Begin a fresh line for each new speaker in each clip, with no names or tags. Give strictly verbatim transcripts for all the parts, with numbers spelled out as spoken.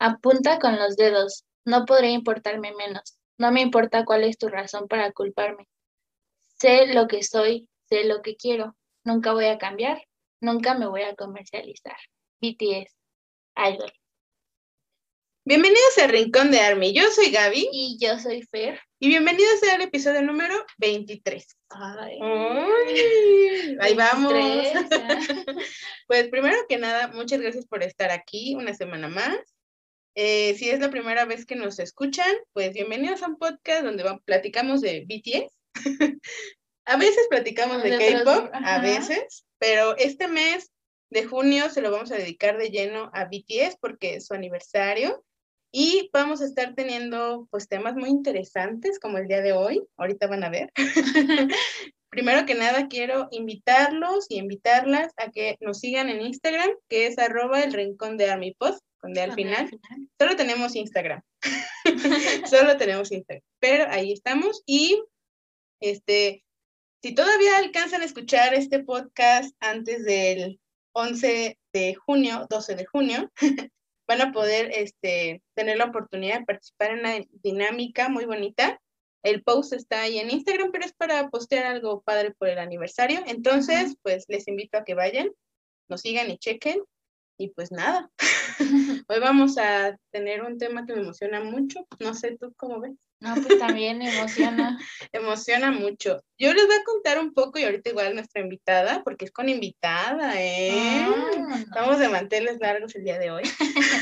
Apunta con los dedos. No podría importarme menos. No me importa cuál es tu razón para culparme. Sé lo que soy, sé lo que quiero. Nunca voy a cambiar, nunca me voy a comercializar. B T S, Idol.
Bienvenidos al Rincón de Army. Yo soy Gaby.
Y yo soy Fer.
Y bienvenidos al episodio número veintitrés.
Ay,
Ay, ahí vamos.
veintitrés.
Pues primero que nada, muchas gracias por estar aquí una semana más. Eh, si es la primera vez que nos escuchan, pues bienvenidos a un podcast donde va- platicamos de B T S. A veces platicamos de
Nosotros,
K-pop,
ajá.
a veces, pero este mes de junio se lo vamos a dedicar de lleno a B T S porque es su aniversario y vamos a estar teniendo pues temas muy interesantes como el día de hoy. Ahorita van a ver. Primero que nada quiero invitarlos y invitarlas a que nos sigan en Instagram, que es arroba el rincón de Army Post, con D al
Con D al
final.
final.
Solo tenemos Instagram. Solo tenemos Instagram. Pero ahí estamos y este, si todavía alcanzan a escuchar este podcast antes del once de junio, doce de junio, van a poder este, tener la oportunidad de participar en una dinámica muy bonita. El post está ahí en Instagram, pero es para postear algo padre por el aniversario. Entonces, uh-huh. pues les invito a que vayan, nos sigan y chequen. Y pues nada, hoy vamos a tener un tema que me emociona mucho. No sé tú cómo ves.
No, pues también me emociona.
Emociona mucho. Yo les voy a contar un poco y ahorita igual nuestra invitada, porque es con invitada, ¿eh?
Ah, no.
Estamos de manteles largos el día de hoy.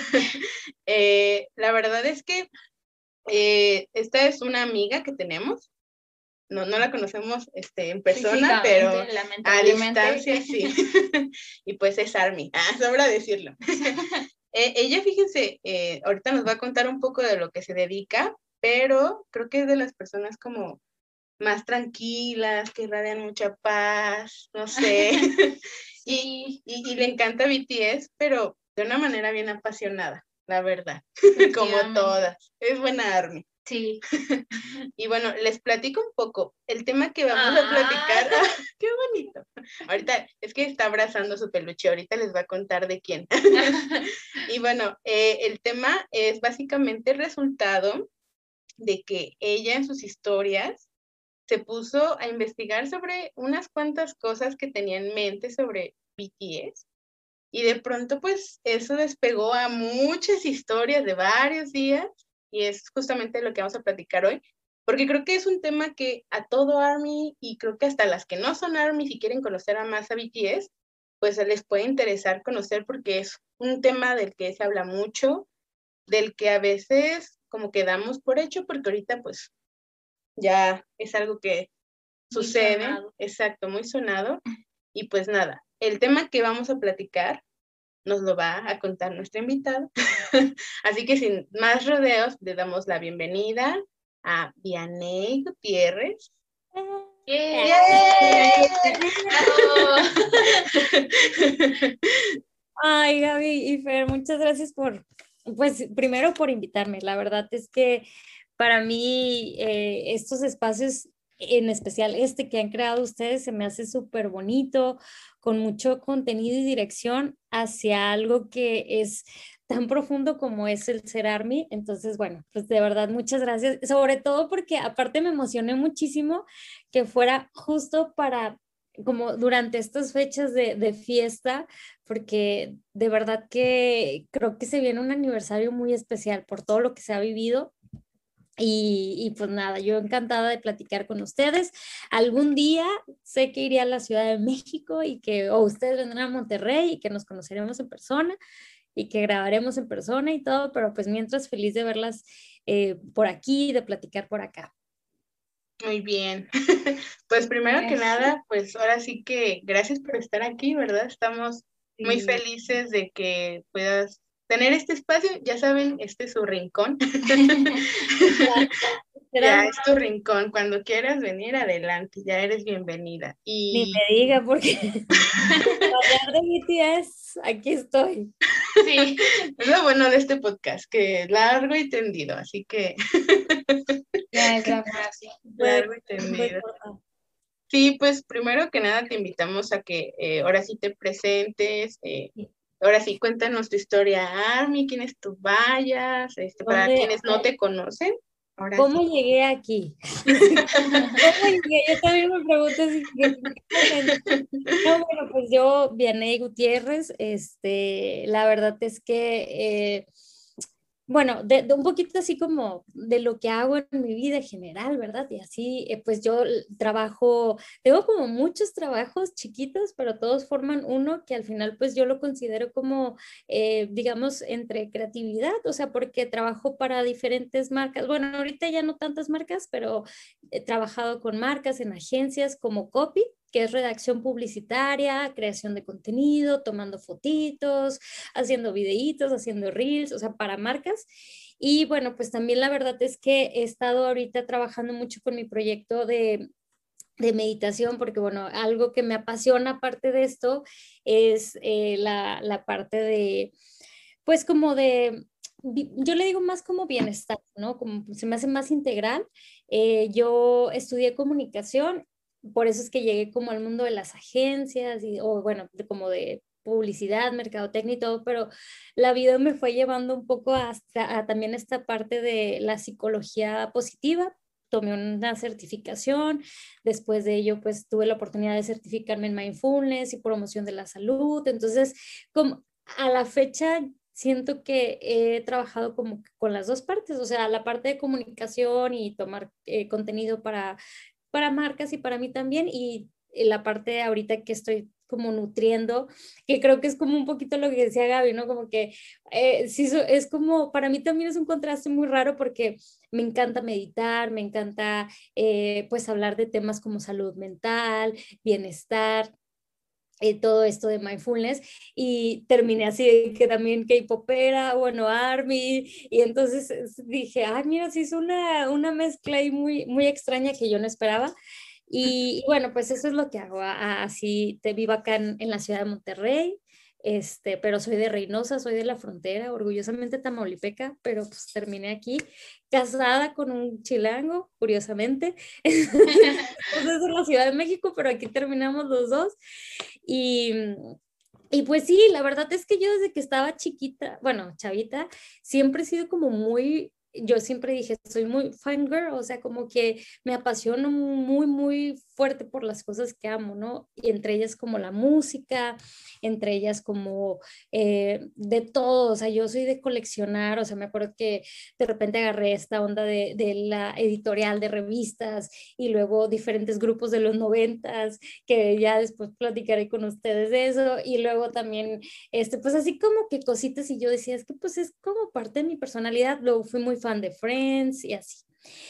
eh, la verdad es que eh, esta es una amiga que tenemos. No, no la conocemos este, en persona, pero a distancia sí. Y pues es Army, ah, sobra decirlo. eh, ella, fíjense, eh, ahorita nos va a contar un poco de lo que se dedica, pero creo que es de las personas como más tranquilas, que irradian mucha paz, no sé. Sí. y, y, y le encanta B T S, pero de una manera bien apasionada, la verdad, como todas. Es buena Army.
Sí.
Y bueno, les platico un poco. El tema que vamos ah. a platicar, ¡ah, qué bonito! Ahorita, es que está abrazando su peluche, ahorita les va a contar de quién. Y bueno, eh, el tema es básicamente el resultado de que ella en sus historias se puso a investigar sobre unas cuantas cosas que tenía en mente sobre B T S. Y de pronto, pues, eso despegó a muchas historias de varios días. Y es justamente lo que vamos a platicar hoy, porque creo que es un tema que a todo ARMY, y creo que hasta las que no son ARMY, si quieren conocer a más a B T S, pues les puede interesar conocer, porque es un tema del que se habla mucho, del que a veces como que damos por hecho, porque ahorita pues ya es algo que muy sucede, sonado. Exacto, muy sonado, y pues nada, el tema que vamos a platicar nos lo va a contar nuestra invitada. Así que sin más rodeos, le damos la bienvenida a Vianey Gutiérrez.
¡Yay!
¡Yay!
Ay, Gaby y Fer, muchas gracias por, pues primero por invitarme. La verdad es que para mí eh, estos espacios, en especial este que han creado ustedes, se me hace súper bonito, con mucho contenido y dirección hacia algo que es tan profundo como es el ser ARMY. Entonces, bueno, pues de verdad muchas gracias, sobre todo porque aparte me emocioné muchísimo que fuera justo para, como durante estas fechas de, de fiesta, porque de verdad que creo que se viene un aniversario muy especial por todo lo que se ha vivido. Y, y pues nada, yo encantada de platicar con ustedes. Algún día sé que iré a la Ciudad de México y que o ustedes vendrán a Monterrey y que nos conoceremos en persona y que grabaremos en persona y todo, pero pues mientras feliz de verlas eh, por aquí y de platicar por acá.
Muy bien. Pues primero que nada, pues ahora sí que gracias por estar aquí, ¿verdad? Estamos sí. muy felices de que puedas tener este espacio. Ya saben, este es su rincón. Ya es tu rincón. Cuando quieras venir, adelante. Ya eres bienvenida. Y...
Ni me diga, porque hablar de B T S, aquí estoy.
Sí, es lo bueno de este podcast, que es largo y tendido, así que...
Ya es la frase.
Largo y tendido. Sí, pues primero que nada te invitamos a que eh, ahora sí te presentes, eh, Ahora sí, cuéntanos tu historia, Army, quién es tu Bayas, este, para
¿Dónde-
quienes no te conocen. Ahora
¿Cómo
sí.
llegué aquí? ¿Cómo llegué? Yo también me pregunto así, ¿en qué momento? No, bueno, pues yo, Vianey Gutiérrez, este, la verdad es que, eh, bueno, de, de un poquito así como de lo que hago en mi vida en general, ¿verdad? Y así, eh, pues yo l- trabajo, tengo como muchos trabajos chiquitos, pero todos forman uno que al final pues yo lo considero como, eh, digamos, entre creatividad, o sea, porque trabajo para diferentes marcas. Bueno, ahorita ya no tantas marcas, pero he trabajado con marcas en agencias como Copy, que es redacción publicitaria, creación de contenido, tomando fotitos, haciendo videitos, haciendo reels, o sea, para marcas. Y bueno, pues también la verdad es que he estado ahorita trabajando mucho con mi proyecto de, de meditación, porque bueno, algo que me apasiona aparte de esto es eh, la, la parte de, pues como de, yo le digo más como bienestar, ¿no? Como se me hace más integral. Eh, yo estudié comunicación, por eso es que llegué como al mundo de las agencias y, o bueno, de, como de publicidad, mercadotecnia y todo, pero la vida me fue llevando un poco hasta a también esta parte de la psicología positiva. Tomé una certificación, después de ello pues tuve la oportunidad de certificarme en mindfulness y promoción de la salud, entonces como a la fecha siento que he trabajado como con las dos partes, o sea, la parte de comunicación y tomar eh, contenido para, para marcas y para mí también, y la parte ahorita que estoy como nutriendo, que creo que es como un poquito lo que decía Gaby, ¿no? Como que eh, sí, es como, para mí también es un contraste muy raro porque me encanta meditar, me encanta eh, pues hablar de temas como salud mental, bienestar, eh, todo esto de mindfulness y terminé así que también K-popera, bueno, ARMY y entonces dije, ah, mira, se hizo una, una mezcla ahí muy, muy extraña que yo no esperaba. Y, y bueno, pues eso es lo que hago, a- a- así te vivo acá en, en la ciudad de Monterrey, este, pero soy de Reynosa, soy de la frontera, orgullosamente tamaulipeca, pero pues terminé aquí, casada con un chilango, curiosamente. Entonces en la Ciudad de México, pero aquí terminamos los dos. Y, y pues sí, la verdad es que yo desde que estaba chiquita, bueno, chavita, siempre he sido como muy, yo siempre dije, soy muy fangirl, o sea, como que me apasiono muy, muy fuerte por las cosas que amo, ¿no? Y entre ellas como la música, entre ellas como eh, de todo, o sea, yo soy de coleccionar, o sea, me acuerdo que de repente agarré esta onda de, de la editorial de revistas y luego diferentes grupos de los noventas, que ya después platicaré con ustedes de eso, y luego también, este, pues así como que cositas y yo decía, es que pues es como parte de mi personalidad, luego fui muy fan de Friends y así.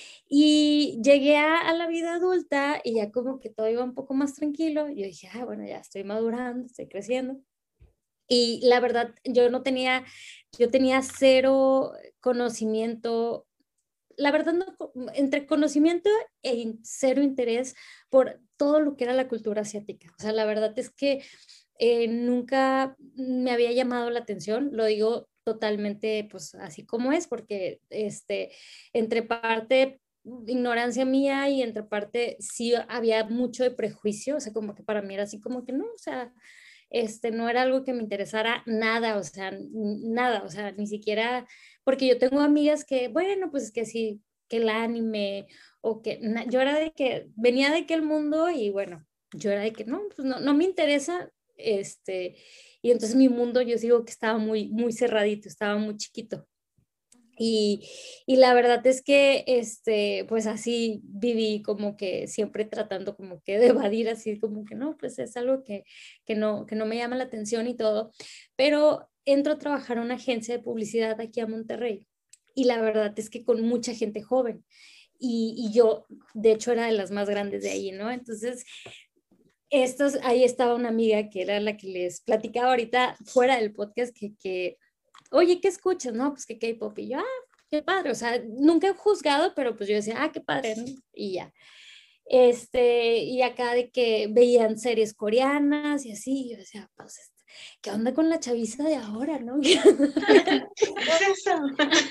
Y llegué a, a la vida adulta y ya como que todo iba un poco más tranquilo, yo dije, ah, bueno, ya estoy madurando, estoy creciendo. Y la verdad, yo no tenía, yo tenía cero conocimiento, la verdad, no, entre conocimiento e cero interés por todo lo que era la cultura asiática. O sea, la verdad es que eh, nunca me había llamado la atención, lo digo totalmente pues así como es, porque este, entre parte ignorancia mía y entre parte sí había mucho de prejuicio, o sea, como que para mí era así como que no, o sea, este, no era algo que me interesara nada, o sea, nada, o sea, ni siquiera, porque yo tengo amigas que, bueno, pues es que sí, que el anime, o que na, yo era de que venía de aquel mundo y bueno, yo era de que no, pues no, no me interesa, este, y entonces mi mundo yo digo que estaba muy, muy cerradito, estaba muy chiquito. Y, y, la verdad es que, este, pues así viví como que siempre tratando como que de evadir así como que no, pues es algo que, que, no, que no me llama la atención y todo. Pero entro a trabajar en una agencia de publicidad aquí a Monterrey y la verdad es que con mucha gente joven. Y, y yo, de hecho, era de las más grandes de ahí, ¿no? Entonces, estos, ahí estaba una amiga que era la que les platicaba ahorita fuera del podcast que, que oye, ¿qué escuchas? No, pues que K-pop. Y yo, ah, qué padre. O sea, nunca he juzgado, pero pues yo decía, ah, qué padre, ¿no? Y ya. Este, y acá de que veían series coreanas y así, yo decía, pues, este, ¿qué onda con la chaviza de ahora, no?
¿Qué es eso?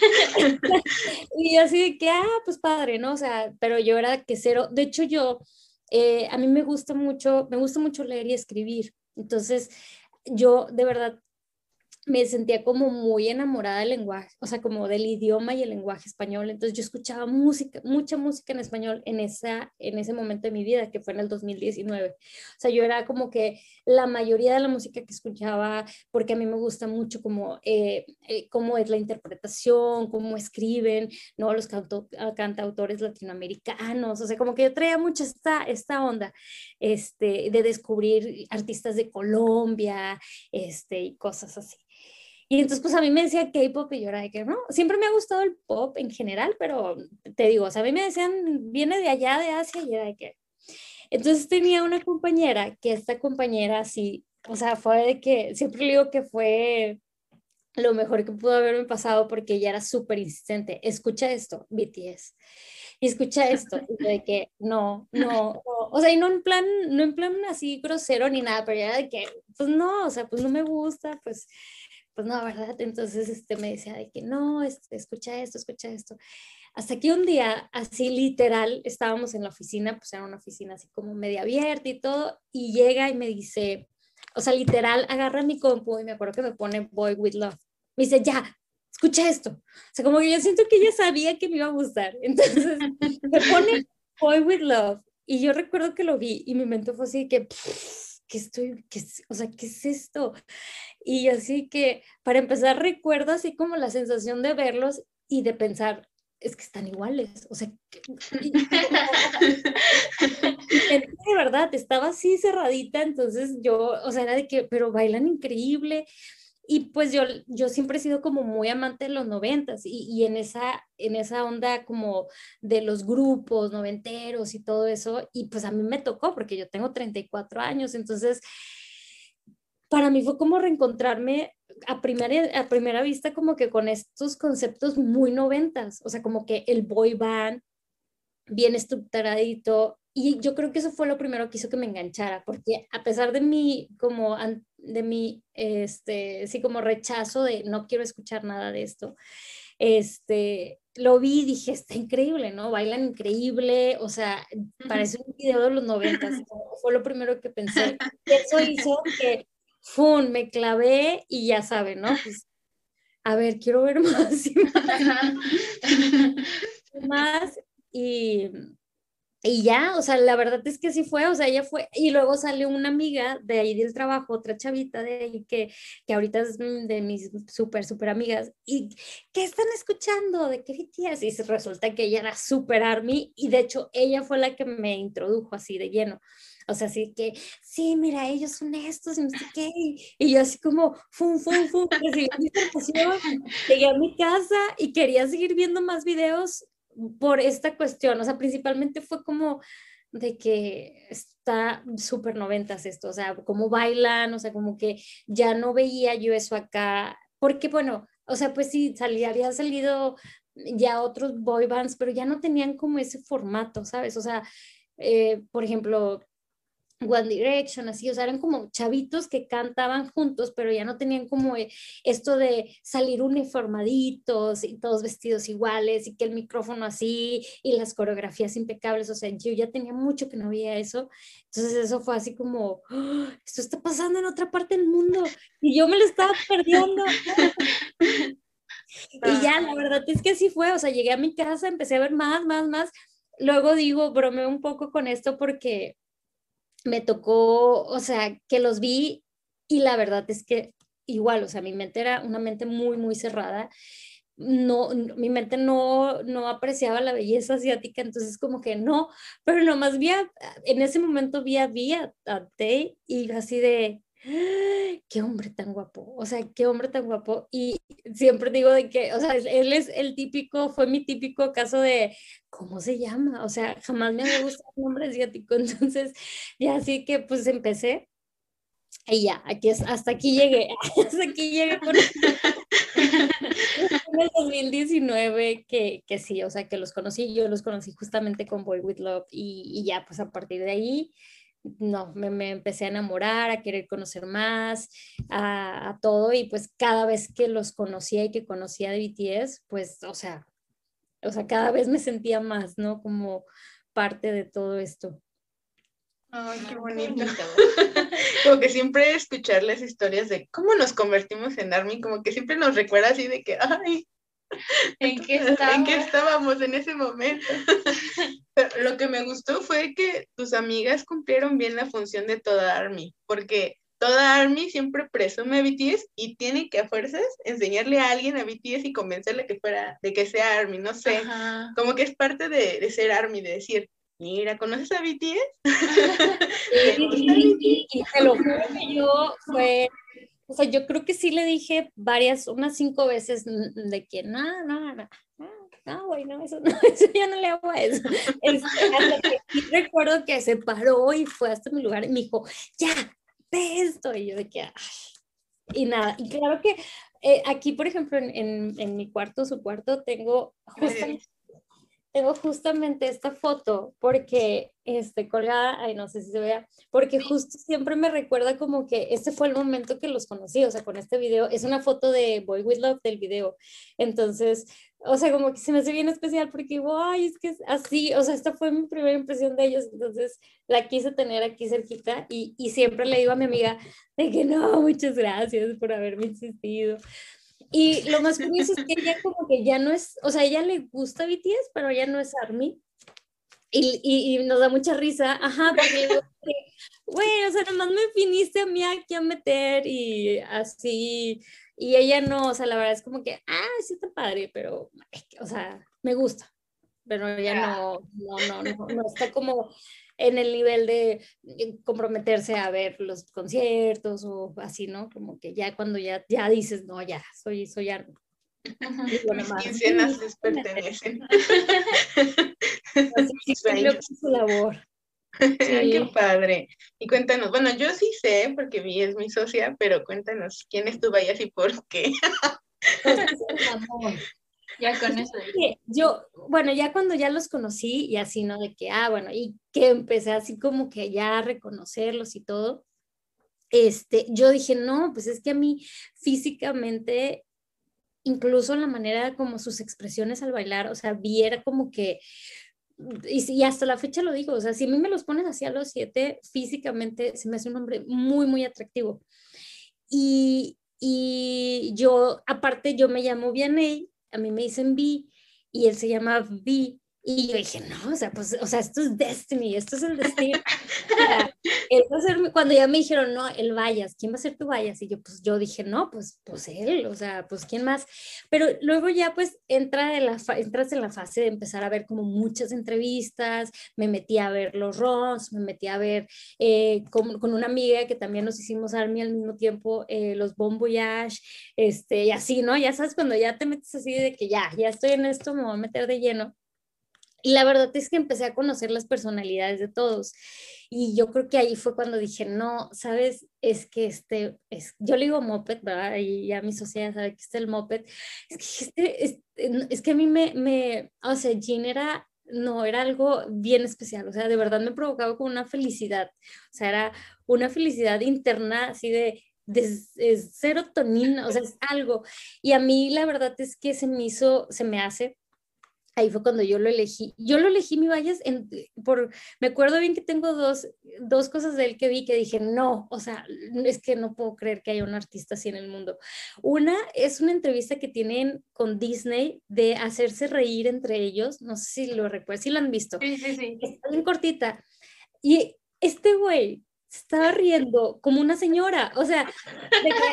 Y así de que, ah, pues padre, ¿no? O sea, pero yo era que cero. De hecho, yo, eh, a mí me gusta mucho, me gusta mucho leer y escribir. Entonces, yo de verdad me sentía como muy enamorada del lenguaje, o sea, como del idioma y el lenguaje español. Entonces yo escuchaba música, mucha música en español en, esa, en ese momento de mi vida, que fue en el dos mil diecinueve. O sea, yo era como que la mayoría de la música que escuchaba, porque a mí me gusta mucho como, eh, eh, cómo es la interpretación, cómo escriben, ¿no? Los canto, cantautores latinoamericanos, o sea, como que yo traía mucho esta, esta onda este, de descubrir artistas de Colombia, este, y cosas así. Y entonces, pues a mí me decía K-pop y yo era de que no, siempre me ha gustado el pop en general, pero te digo, o sea, a mí me decían, viene de allá, de Asia, y era de que. Entonces tenía una compañera, que esta compañera sí, o sea, fue de que, siempre le digo que fue lo mejor que pudo haberme pasado porque ella era súper insistente, escucha esto, B T S, y escucha esto, y yo de que no, no, no, o sea, y no en plan, no en plan así grosero ni nada, pero ya de que, pues no, o sea, pues no me gusta, pues pues no, ¿verdad? Entonces este, me decía de que no, este, escucha esto, escucha esto. Hasta que un día, así literal, estábamos en la oficina, pues era una oficina así como media abierta y todo, y llega y me dice, o sea, literal, agarra mi compu y me acuerdo que me pone Boy With Love. Me dice, ya, escucha esto. O sea, como que yo siento que ella sabía que me iba a gustar. Entonces, me pone Boy With Love. Y yo recuerdo que lo vi y mi mente fue así que, ¿qué estoy, qué, o sea, qué es esto? Y así que, para empezar, recuerdo así como la sensación de verlos y de pensar, es que están iguales, o sea, que, y, y, de verdad, estaba así cerradita, entonces yo, o sea, era de que, pero bailan increíble, y pues yo, yo siempre he sido como muy amante de los noventas, y, y en, esa, en esa onda como de los grupos noventeros y todo eso, y pues a mí me tocó, porque yo tengo treinta y cuatro años, entonces para mí fue como reencontrarme a primera, a primera vista como que con estos conceptos muy noventas, o sea, como que el boy band bien estructuradito, y yo creo que eso fue lo primero que hizo que me enganchara, porque a pesar de mi, como, de mi, este, sí, como rechazo de no quiero escuchar nada de esto, este, lo vi y dije, está increíble, ¿no? Bailan increíble, o sea, parece un video de los noventas, fue lo primero que pensé. Y eso hizo que, ¡fum!, me clavé y ya saben, ¿no? Pues, a ver, quiero ver más y más. más y, y ya, o sea, la verdad es que sí fue, o sea, ella fue, y luego salió una amiga de ahí del trabajo, otra chavita de ahí que, que ahorita es de mis súper, súper amigas, y ¿qué están escuchando? ¿De qué B T S? Y resulta que ella era súper ARMY, y de hecho ella fue la que me introdujo así de lleno. O sea, así que, sí, mira, ellos son estos y no sé qué. Y, y yo así como, fum, fum, fum, recibí mi información, llegué a mi casa y quería seguir viendo más videos por esta cuestión, o sea, principalmente fue como de que está súper noventas esto, o sea, cómo bailan, o sea, como que ya no veía yo eso acá, porque bueno, o sea, pues sí, salía, había salido ya otros boy bands, pero ya no tenían como ese formato, ¿sabes? O sea, eh, por ejemplo, One Direction, así, o sea, eran como chavitos que cantaban juntos, pero ya no tenían como eh, esto de salir uniformaditos y todos vestidos iguales y que el micrófono así y las coreografías impecables, o sea, yo ya tenía mucho que no veía eso, entonces eso fue así como, ¡oh! Esto está pasando en otra parte del mundo y yo me lo estaba perdiendo. Y ya, la verdad es que sí fue, o sea, llegué a mi casa, empecé a ver más, más, más, luego digo, bromeo un poco con esto porque me tocó, o sea, que los vi y la verdad es que igual, o sea, mi mente era una mente muy, muy cerrada. No, no, mi mente no, no apreciaba la belleza asiática, entonces como que no, pero nomás vi, a, en ese momento vi a, vi a, a Tay y así de, ¡ah! Qué hombre tan guapo, o sea, qué hombre tan guapo. Y siempre digo de que, o sea, él es el típico, fue mi típico caso de, ¿cómo se llama? O sea, jamás me había gustado un hombre asiático, entonces ya así que pues empecé y ya, aquí es, hasta aquí llegué, hasta aquí llegué con en el dos mil diecinueve que, que sí, o sea, que los conocí, yo los conocí justamente con Boy With Love y, y ya, pues a partir de ahí, no, me, me empecé a enamorar, a querer conocer más, a, a todo y pues cada vez que los conocía y que conocía de B T S, pues, o sea, o sea, cada vez me sentía más, ¿no? Como parte de todo esto.
Ay, qué
No,
bonito.
bonito.
Como que siempre escuchar las historias de cómo nos convertimos en ARMY, como que siempre nos recuerda así de que, ay,
¿En qué
¿en qué
estamos?
estábamos en ese momento? Pero lo que me gustó fue que tus amigas cumplieron bien la función de toda ARMY, porque toda ARMY siempre presume a B T S y tiene que a fuerzas enseñarle a alguien a B T S y convencerle que fuera, de que sea ARMY, no sé,
Ajá.
como que es parte de, de ser ARMY, de decir, mira, ¿conoces a B T S?
Sí,
¿Te gusta
y,
B T S?
y- y te lo juro que yo fue, o sea, yo creo que sí le dije varias, unas cinco veces n- de que no, no, no, no, no, güey, no, eso no, eso yo no le hago a eso. Este, hasta que sí recuerdo que se paró y fue hasta mi lugar y me dijo, ya, ve esto, y yo de que, "Ay", y nada, y claro que eh, aquí, por ejemplo, en, en, en mi cuarto, su cuarto, tengo justamente
Gracias.
tengo justamente esta foto porque este, colgada, ay, no sé si se vea, porque justo siempre me recuerda como que este fue el momento que los conocí, o sea, con este video, es una foto de Boy With Love del video, entonces, o sea, como que se me hace bien especial porque digo, ay, es que es así, o sea, esta fue mi primera impresión de ellos, entonces la quise tener aquí cerquita y, y siempre le digo a mi amiga de que no, muchas gracias por haberme insistido. Y lo más curioso es que ella como que ya no es, o sea, a ella le gusta B T S, pero ella no es ARMY. Y, y, y nos da mucha risa, ajá, porque le digo, güey, o sea, nomás me viniste a mí aquí a meter y así, y ella no, o sea, la verdad es como que, ah, sí está padre, pero, o sea, me gusta, pero ya no, no, no, no, no está como en el nivel de comprometerse a ver los conciertos o así, ¿no? Como que ya cuando ya, ya dices, no, ya, soy, soy ARMY. Y bueno,
Mis
más,
quincenas les pertenecen.
así sí
Mis
cumplió
sueños.
con su labor.
Ay, qué
Sí.
padre. Y cuéntanos, bueno, yo sí sé, porque Vi es mi socia, pero cuéntanos quién es tu Bayas y por qué.
O sea, es un amor.
Ya con
Pues,
eso dije.
que yo, bueno, ya cuando ya los conocí y así, ¿no? De que, ah, bueno, y que empecé así como que ya a reconocerlos y todo, este, yo dije, no, pues es que a mí físicamente, incluso la manera como sus expresiones al bailar, o sea, viera como que, y, si- y hasta la fecha lo digo, o sea, si a mí me los pones así a los siete, físicamente se me hace un hombre muy, muy atractivo. Y, y yo, aparte, yo me llamo Vianey, a mí me dicen Vi, y él se llama Vi. Y yo dije, no, o sea, pues, o sea, esto es Destiny, esto es el destino. O sea, él va a ser, mi- cuando ya me dijeron, no, el Vayas, ¿quién va a ser tu Vayas? Y yo, pues, yo dije, no, pues, pues él, o sea, pues, ¿quién más? Pero luego ya, pues, entra de la fa- entras en la fase de empezar a ver como muchas entrevistas, me metí a ver los runs, me metí a ver eh, con, con, una amiga que también nos hicimos ARMY al mismo tiempo, eh, los Bon Voyage, este, y así, ¿no? Ya sabes, cuando ya te metes así de que ya, ya estoy en esto, me voy a meter de lleno. Y la verdad es que empecé a conocer las personalidades de todos. Y yo creo que ahí fue cuando dije, no, sabes, es que este, es, yo le digo moped, ¿verdad? Y ya mi sociedad sabe que es el moped. Es que, este, es, es que a mí me, me, o sea, Jean era, no, era algo bien especial. O sea, de verdad me provocaba como una felicidad. O sea, era una felicidad interna así de, de, de serotonina, o sea, es algo. Y a mí la verdad es que se me hizo, se me hace ahí fue cuando yo lo elegí. Yo lo elegí mi Valles en, por, me acuerdo bien que tengo dos, dos cosas de él que vi que dije, no, o sea, es que no puedo creer que haya un artista así en el mundo. Una es una entrevista que tienen con Disney de hacerse reír entre ellos, no sé si lo recuerdan, si lo han visto,
Sí, sí, sí.
está bien cortita. Y este güey se estaba riendo como una señora, o sea, de que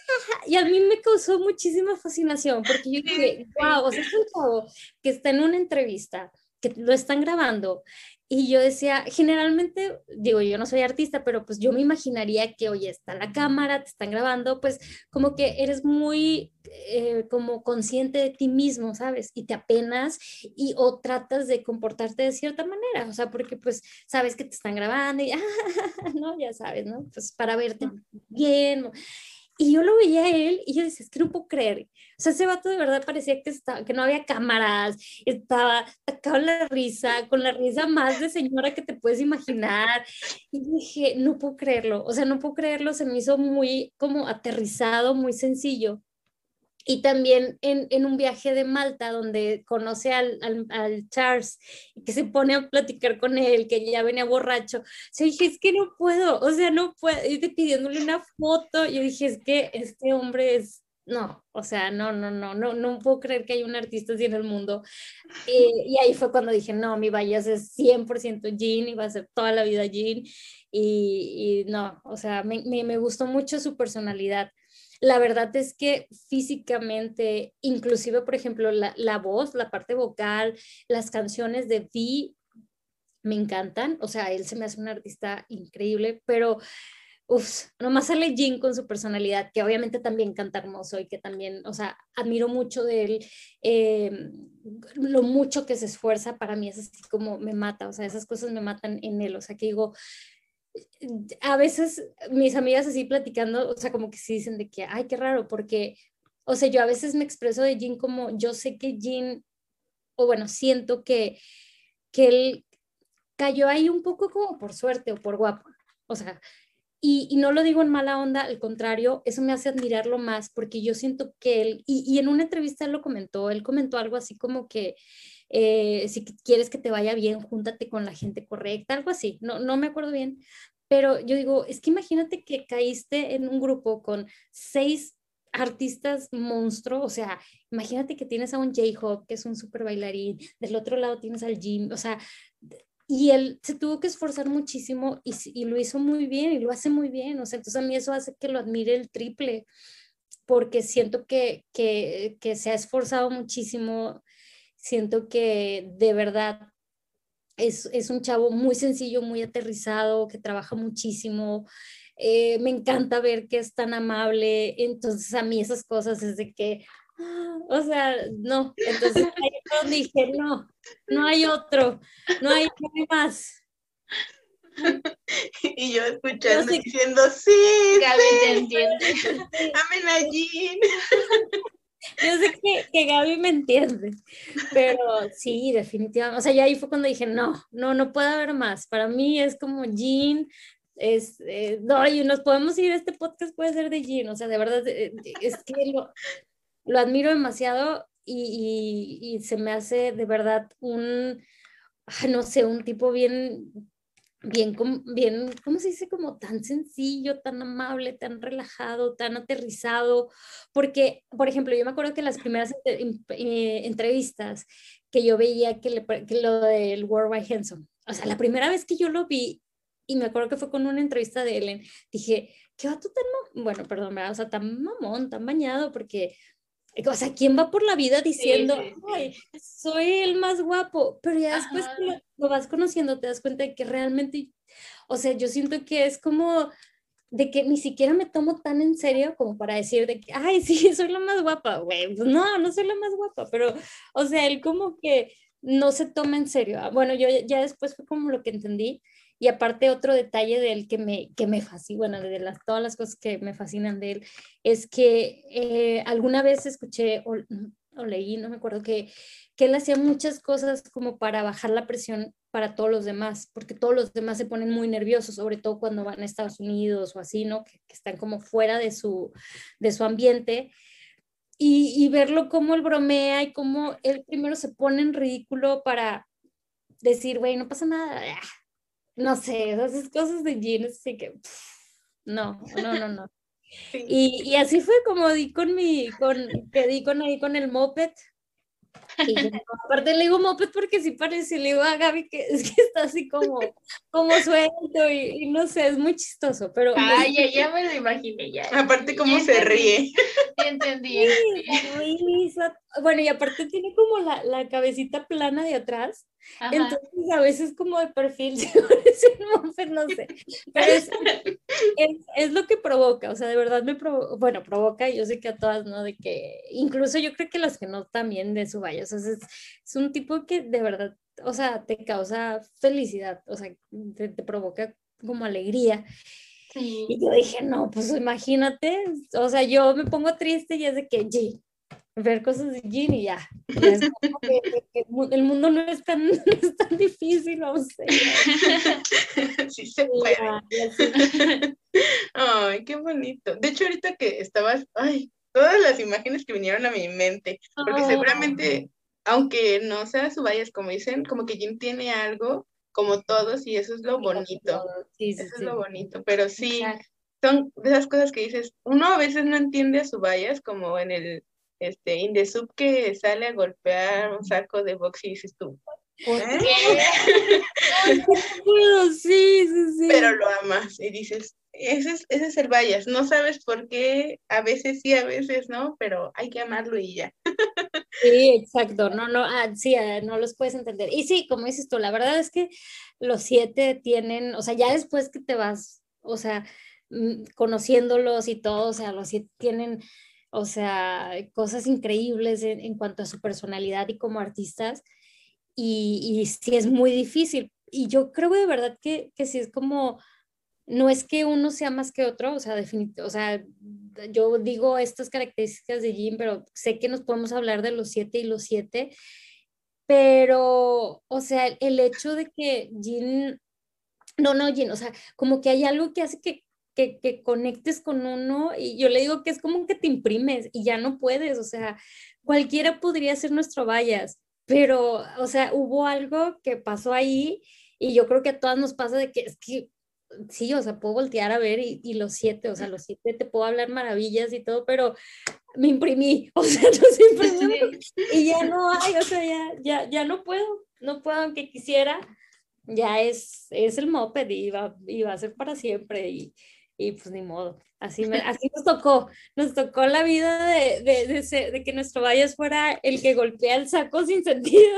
y a mí me causó muchísima fascinación porque yo dije, wow, o sea, es un chavo que está en una entrevista, que lo están grabando. Y yo decía, generalmente, digo, yo no soy artista, pero pues yo me imaginaría que, oye, está la cámara, te están grabando, pues como que eres muy eh, como consciente de ti mismo, ¿sabes? Y te apenas y o tratas de comportarte de cierta manera, o sea, porque pues sabes que te están grabando y, ah, no, ya sabes, ¿no? Pues para verte bien, y yo lo veía a él y yo decía, es que no puedo creer. O sea, ese vato de verdad parecía que, estaba, que no había cámaras, estaba atacado en la risa, con la risa más de señora que te puedes imaginar. Y dije, no puedo creerlo. O sea, no puedo creerlo. Se me hizo muy como aterrizado, muy sencillo. y también en, en un viaje de Malta donde conoce al, al, al Charles y que se pone a platicar con él, que ya venía borracho. O sea, dije, es que no puedo, o sea, no puedo, y pidiéndole una foto, yo dije, es que este hombre es, no, o sea, no, no, no, no, no puedo creer que hay un artista así en el mundo. Eh, y ahí fue cuando dije, no, mi Bayas es cien por ciento Jean y va a ser toda la vida Jean. Y, y no, o sea, me, me, me gustó mucho su personalidad. La verdad es que físicamente, inclusive, por ejemplo, la, la voz, la parte vocal, las canciones de Vi me encantan. O sea, él se me hace un artista increíble, pero uf, nomás sale Jin con su personalidad, que obviamente también canta hermoso y que también, o sea, admiro mucho de él, eh, lo mucho que se esfuerza, para mí es así como me mata, o sea, esas cosas me matan en él, o sea, que digo, a veces mis amigas así platicando, o sea, como que sí dicen de que, ay, qué raro, porque, o sea, yo a veces me expreso de Jin como, yo sé que Jin, o bueno, siento que, que él cayó ahí un poco como por suerte o por guapo, o sea, y, y, no lo digo en mala onda, al contrario, eso me hace admirarlo más porque yo siento que él, y, y en una entrevista él lo comentó, él comentó algo así como que eh, si quieres que te vaya bien, júntate con la gente correcta, algo así, no, no me acuerdo bien, pero yo digo, es que imagínate que caíste en un grupo con seis artistas monstruos, o sea, imagínate que tienes a un J-Hope, que es un súper bailarín, del otro lado tienes al Jim, o sea, y él se tuvo que esforzar muchísimo y, y, lo hizo muy bien y lo hace muy bien, o sea, entonces a mí eso hace que lo admire el triple, porque siento que, que, que se ha esforzado muchísimo, siento que de verdad es, es un chavo muy sencillo, muy aterrizado, que trabaja muchísimo, eh, me encanta ver que es tan amable, entonces a mí esas cosas es de que, o sea, no, entonces ahí dije, no, no hay otro, no hay, no hay más.
Y yo escuchando, yo sé, diciendo, sí,
Gaby
sí,
te entiende.
Amen a Jean.
Yo sé que, que Gaby me entiende, pero sí, definitivamente, o sea, ya ahí fue cuando dije, no, no, no puede haber más. Para mí es como Jean, es, eh, no, y nos podemos ir, este podcast puede ser de Jean, o sea, de verdad, es que lo, lo admiro demasiado y, y, y se me hace de verdad un, no sé, un tipo bien, bien, bien, ¿cómo se dice? Como tan sencillo, tan amable, tan relajado, tan aterrizado, porque, por ejemplo, yo me acuerdo que las primeras eh, entrevistas que yo veía que, le, que lo del Worldwide Handsome, o sea, la primera vez que yo lo vi, y me acuerdo que fue con una entrevista de Ellen, dije, ¿qué vato tan, bueno, perdón, ¿verdad? O sea, tan mamón, tan bañado, porque o sea, ¿quién va por la vida diciendo, sí, sí, sí. Ay, soy el más guapo? Pero ya después que lo, lo vas conociendo, te das cuenta de que realmente, o sea, yo siento que es como de que ni siquiera me tomo tan en serio como para decir de que, ay, sí, soy la más guapa, güey. Pues no, no soy la más guapa, pero, o sea, él como que no se toma en serio. Bueno, yo ya después fue como lo que entendí. Y aparte otro detalle de él que me, que me fascina, bueno, de las, todas las cosas que me fascinan de él, es que eh, alguna vez escuché o, o leí, no me acuerdo, que, que él hacía muchas cosas como para bajar la presión para todos los demás, porque todos los demás se ponen muy nerviosos, sobre todo cuando van a Estados Unidos o así, ¿no? Que, que están como fuera de su, de su ambiente. Y, y verlo cómo él bromea y cómo él primero se pone en ridículo para decir, güey, no pasa nada, no sé, esas cosas de Jean, así que pff, no, no, no, no. Sí. Y, y así fue como di con mi, con, que di con ahí con el moped. Y yo, aparte le digo moped porque sí parece, le digo a Gaby que es que está así como, como suelto y, y no sé, es muy chistoso, pero...
Ay, ya, ya me lo imaginé, ya.
Aparte cómo se ríe.
Sí, entendí.
Sí, bueno, y aparte tiene como la, la cabecita plana de atrás. Ajá. Entonces a veces como de perfil se parece un moped, no sé, pero es, es, es lo que provoca, o sea, de verdad me provoca, bueno, provoca, yo sé que a todas, ¿no? De que, incluso yo creo que las que no también de su valle, o sea, es, es un tipo que de verdad, o sea, te causa felicidad, o sea, te, te provoca como alegría. Sí. Y yo dije, no, pues imagínate, o sea, yo me pongo triste y es de que, G, ver cosas de Jean y ya. ya es como que, que, que el mundo no es tan, no es tan difícil, vamos a ver.
Sí se puede. Ya, ya sí. Ay, qué bonito. De hecho, ahorita que estabas, ay, todas las imágenes que vinieron a mi mente, porque
Oh.
seguramente, aunque no sea su vallas, como dicen, como que Jin tiene algo como todos y eso es lo bonito,
Sí, sí,
eso es
sí.
lo bonito, pero sí,
Exacto.
son de esas cosas que dices, uno a veces no entiende a su vallas, como en el, este, Indesub que sale a golpear un saco de box y dices tú,
¿Por
¿eh?
qué? Ay, no puedo, sí, sí, sí.
Pero lo amas y dices, ese es, ese es el vallas, no sabes por qué, a veces sí, a veces no, pero hay que amarlo y ya.
Sí, exacto, no, no, ah, sí, ah, no los puedes entender. Y sí, como dices tú, la verdad es que los siete tienen, o sea, ya después que te vas, o sea, mm, conociéndolos y todo, o sea, los siete tienen, o sea, cosas increíbles en, en cuanto a su personalidad y como artistas, y, y sí es muy difícil. Y yo creo de verdad que, que sí es como no es que uno sea más que otro, o sea, definit- o sea, yo digo estas características de Jim, pero sé que nos podemos hablar de los siete y los siete, pero, o sea, el hecho de que Jim, no, no, Jim, o sea, como que hay algo que hace que, que, que conectes con uno y yo le digo que es como que te imprimes y ya no puedes, o sea, cualquiera podría ser nuestro Vallas, pero, o sea, hubo algo que pasó ahí y yo creo que a todas nos pasa de que es que sí, o sea, puedo voltear a ver y, y los siete, o sea, los siete te puedo hablar maravillas y todo, pero me imprimí, o sea, nos imprimimos y ya no hay, o sea, ya, ya, ya no puedo, no puedo aunque quisiera, ya es, es el moped y va, y va a ser para siempre y, y pues ni modo, así, me, así nos tocó, nos tocó la vida de, de, de, ser- de que nuestro Valles fuera el que golpea el saco sin sentido.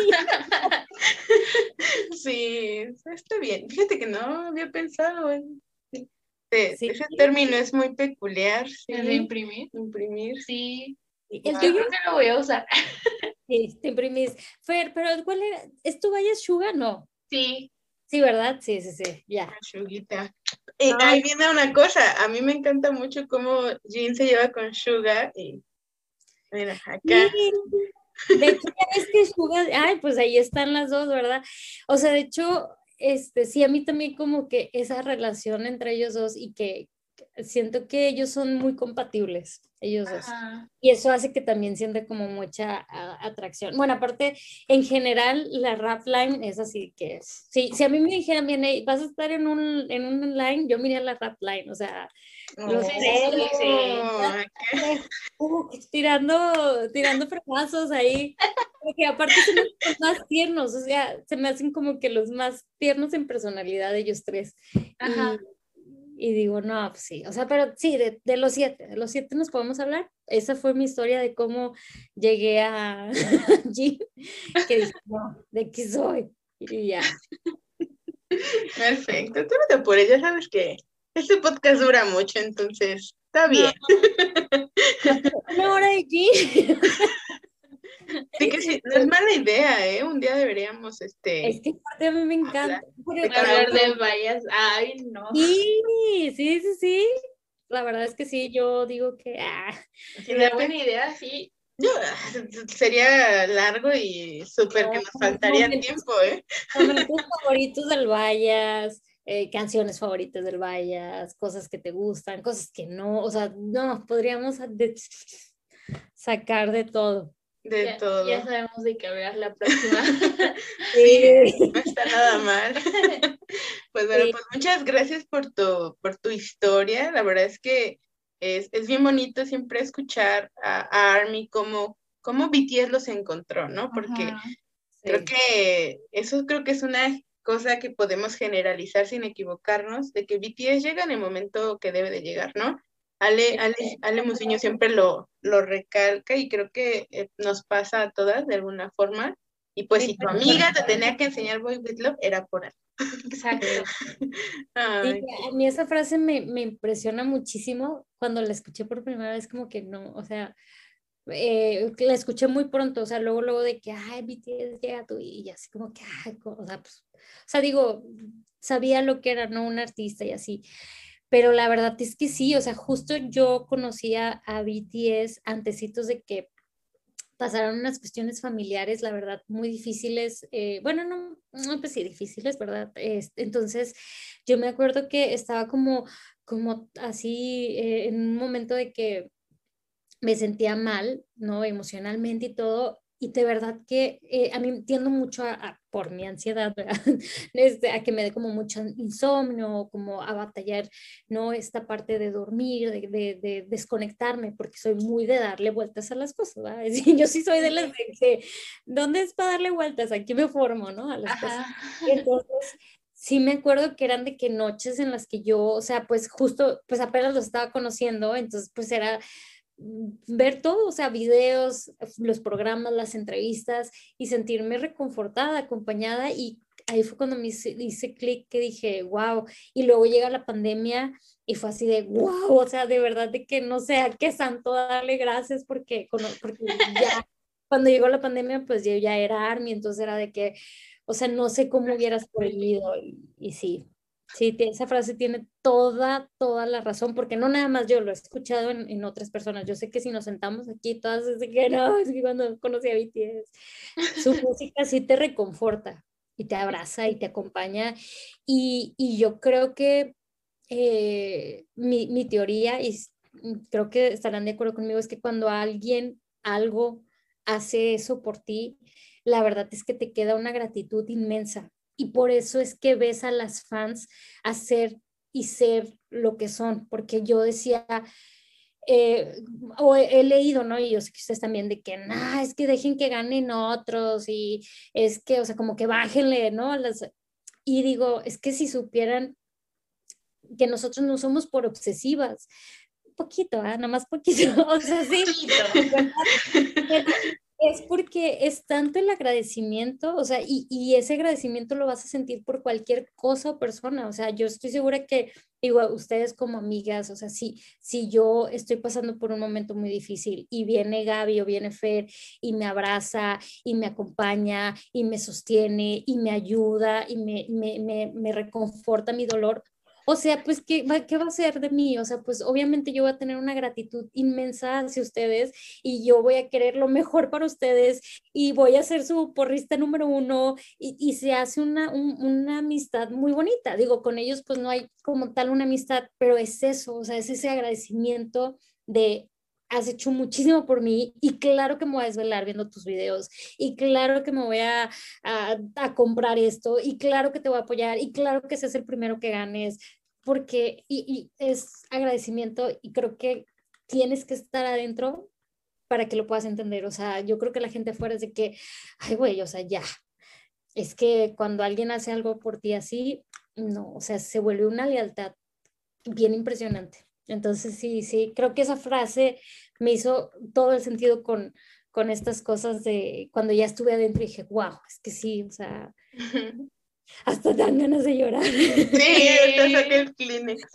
Sí, está bien. Fíjate que no había pensado en este-
Sí,
ese término es muy peculiar, sí.
¿El de imprimir?
Imprimir.
Sí,
el
yo
tuyo,
creo que lo voy a usar.
sí, te imprimís. Fer, pero ¿cuál era? ¿Es tu Valles Sugar? No.
Sí,
Sí, ¿verdad? Sí, sí, sí, ya.
Shuguita. Y
Ay,
ahí viene una cosa, a mí me encanta mucho cómo Jin se lleva con Suga y mira, acá.
sí. De hecho, ya ves que Sugar, ay, pues ahí están las dos, ¿verdad? O sea, de hecho, este, sí, a mí también como que esa relación entre ellos dos y que que siento que ellos son muy compatibles, ellos dos.
ajá.
Y eso hace que también sienta como mucha a- atracción. Bueno, aparte, en general, la rap line es así que es. Sí, si a mí me dijeran, bien, "Hey, vas a estar en un, en un line, yo miré la rap line, o sea, los
Sí, sí, sí,
tres,
sí.
Oh,
uh, tirando, tirando fregazos ahí. Porque aparte se me hacen los más tiernos, o sea, se me hacen como que los más tiernos en personalidad ellos tres. Y,
Ajá.
y digo, no, pues sí, o sea, pero sí, de, de los siete, de los siete nos podemos hablar. Esa fue mi historia de cómo llegué a Jim, que dije, no, ¿de qué soy? Y ya.
perfecto, tú no te apures, ya sabes que este podcast dura mucho, entonces está
No,
bien.
una hora de Jim.
Sí que sí, no es mala idea, ¿eh? Un día deberíamos,
Es
este,
que aparte a mí me
hablar
encanta.
de
Pero,
cada
Hablar
uno.
de vallas. Ay, no.
sí, sí, sí, sí. La verdad es que sí, yo digo que, ah,
Sería buena idea, sí.
Yo, sería largo y súper que
no,
nos faltaría
momentos,
tiempo, ¿eh?
momentos favoritos del Vallas, eh, canciones favoritas del Vallas, cosas que te gustan, cosas que no, o sea, no, podríamos de- sacar de todo.
De
Ya, ya
todo.
sabemos de qué hablar la próxima.
Sí, ¿eh?
Sí,
No está nada mal. Pues bueno,
sí,
pues muchas gracias por tu, por tu historia. La verdad es que es, es bien bonito siempre escuchar a, a ARMY cómo, cómo B T S los encontró, ¿no? Porque
Ajá.
creo
sí.
que eso creo que es una cosa que podemos generalizar sin equivocarnos, de que B T S llega en el momento que debe de llegar, ¿no? Ale, Ale, Ale Musiño siempre lo, lo recalca y creo que eh, nos pasa a todas de alguna forma. Y pues
Sí,
si tu
pero-
amiga te tenía que enseñar Boy With Love, era por algo.
Exacto.
sí,
Ay,
a mí esa frase me, me impresiona muchísimo cuando la escuché por primera vez, como que no, o sea, eh, la escuché muy pronto, o sea, luego, luego de que, ay, B T S llega tú y así como que, ay, co- o sea, pues, o sea, digo, sabía lo que era, ¿no? Un artista y así, pero la verdad es que sí, o sea, justo yo conocía a B T S antecitos de que pasaron unas cuestiones familiares, la verdad, muy difíciles, eh, bueno, no, no, pues sí, difíciles, ¿verdad? Este, entonces, yo me acuerdo que estaba como, como así, eh, en un momento de que me sentía mal, ¿no? Emocionalmente y todo. Y de verdad que eh, a mí tiendo mucho a, a, por mi ansiedad, ¿verdad? Este, a que me dé como mucho insomnio, como a batallar, ¿no? Esta parte de dormir, de, de, de desconectarme, porque soy muy de darle vueltas a las cosas, ¿verdad? Sí, yo sí soy de las de que, ¿dónde es para darle vueltas? Aquí me formo, ¿no? A las Ajá. cosas. Entonces, sí me acuerdo que eran de que noches en las que yo, o sea, pues justo, pues apenas los estaba conociendo, entonces pues era ver todo, o sea, videos, los programas, las entrevistas y sentirme reconfortada, acompañada y ahí fue cuando me hice, hice clic que dije, wow, y luego llega la pandemia y fue así de, wow, o sea, de verdad de que no sé a qué santo darle gracias porque, porque ya cuando llegó la pandemia pues yo ya era ARMY, entonces era de que, o sea, no sé cómo hubieras podido y, y sí. Sí, esa frase tiene toda, toda la razón, porque no nada más yo lo he escuchado en, en otras personas. Yo sé que si nos sentamos aquí todas, es de que no, es que cuando conocí a B T S, su música sí te reconforta y te abraza y te acompaña. Y, y yo creo que eh, mi, mi teoría, y creo que estarán de acuerdo conmigo, es que cuando alguien, algo hace eso por ti, la verdad es que te queda una gratitud inmensa. Y por eso es que ves a las fans hacer y ser lo que son, porque yo decía, eh, o he, he, leído, ¿no? Y yo sé que ustedes también de que, nah, es que dejen que ganen otros y es que, o sea, como que bájenle, ¿no? Las, y digo, es que si supieran que nosotros no somos por obsesivas, poquito, ¿eh? Nada más poquito, o sea, sí, es porque es tanto el agradecimiento, o sea, y, y ese agradecimiento lo vas a sentir por cualquier cosa o persona, o sea, yo estoy segura que, igual, ustedes como amigas, o sea, si, si yo estoy pasando por un momento muy difícil y viene Gaby o viene Fer y me abraza y me acompaña y me sostiene y me ayuda y me, me, me, me reconforta mi dolor, o sea, pues, ¿qué va, ¿qué va a ser de mí? O sea, pues obviamente yo voy a tener una gratitud inmensa hacia ustedes y yo voy a querer lo mejor para ustedes y voy a ser su porrista número uno y, y se hace una, un, una amistad muy bonita. Digo, con ellos pues no hay como tal una amistad, pero es eso, o sea, es ese agradecimiento de has hecho muchísimo por mí y claro que me voy a desvelar viendo tus videos y claro que me voy a, a, a comprar esto y claro que te voy a apoyar y claro que seas el primero que ganes porque y, y es agradecimiento y creo que tienes que estar adentro para que lo puedas entender, o sea, yo creo que la gente afuera es de que, ay güey, o sea, ya, es que cuando alguien hace algo por ti así, no, o sea, se vuelve una lealtad bien impresionante. Entonces, sí, sí, creo que esa frase me hizo todo el sentido con, con estas cosas de cuando ya estuve adentro y dije, wow, es que sí, o sea, hasta dan ganas de llorar.
Sí, ahorita saqué el Kleenex.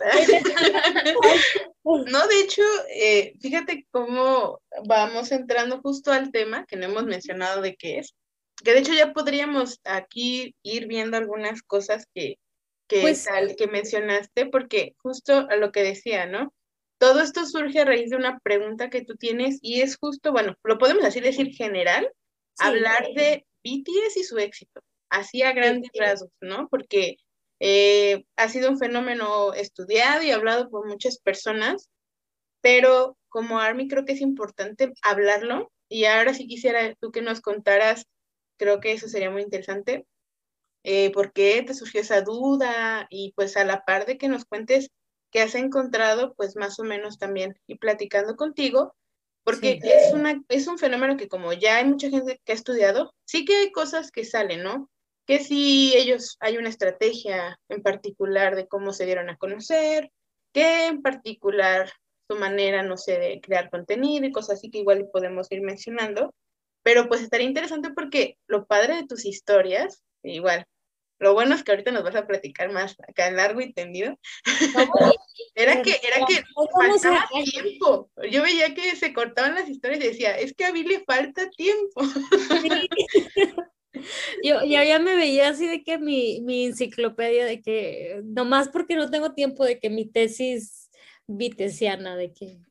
No, de hecho, eh, fíjate cómo vamos entrando justo al tema que no hemos mencionado de qué es, que de hecho ya podríamos aquí ir viendo algunas cosas que, que, pues, tal, que mencionaste, porque justo a lo que decía, ¿no? Todo esto surge a raíz de una pregunta que tú tienes y es justo, bueno, lo podemos así decir general, sí, hablar de B T S y su éxito, así a grandes sí, rasgos, ¿no? Porque eh, ha sido un fenómeno estudiado y hablado por muchas personas, pero como ARMY creo que es importante hablarlo y ahora sí quisiera tú que nos contaras, creo que eso sería muy interesante, eh, por qué te surgió esa duda y pues a la par de que nos cuentes qué has encontrado, pues más o menos también y platicando contigo, porque sí, es, una, es un fenómeno que como ya hay mucha gente que ha estudiado, sí que hay cosas que salen, ¿no? Que si ellos hay una estrategia en particular de cómo se dieron a conocer, que en particular su manera, no sé, de crear contenido y cosas así que igual podemos ir mencionando, pero pues estaría interesante porque lo padre de tus historias, igual, lo bueno es que ahorita nos vas a platicar más acá largo y tendido, era que, era que faltaba tiempo, yo veía que se cortaban las historias y decía, es que a Billy le falta tiempo. Sí.
Yo, yo ya me veía así de que mi, mi enciclopedia, de que nomás porque no tengo tiempo, de que mi tesis vitesiana, de que...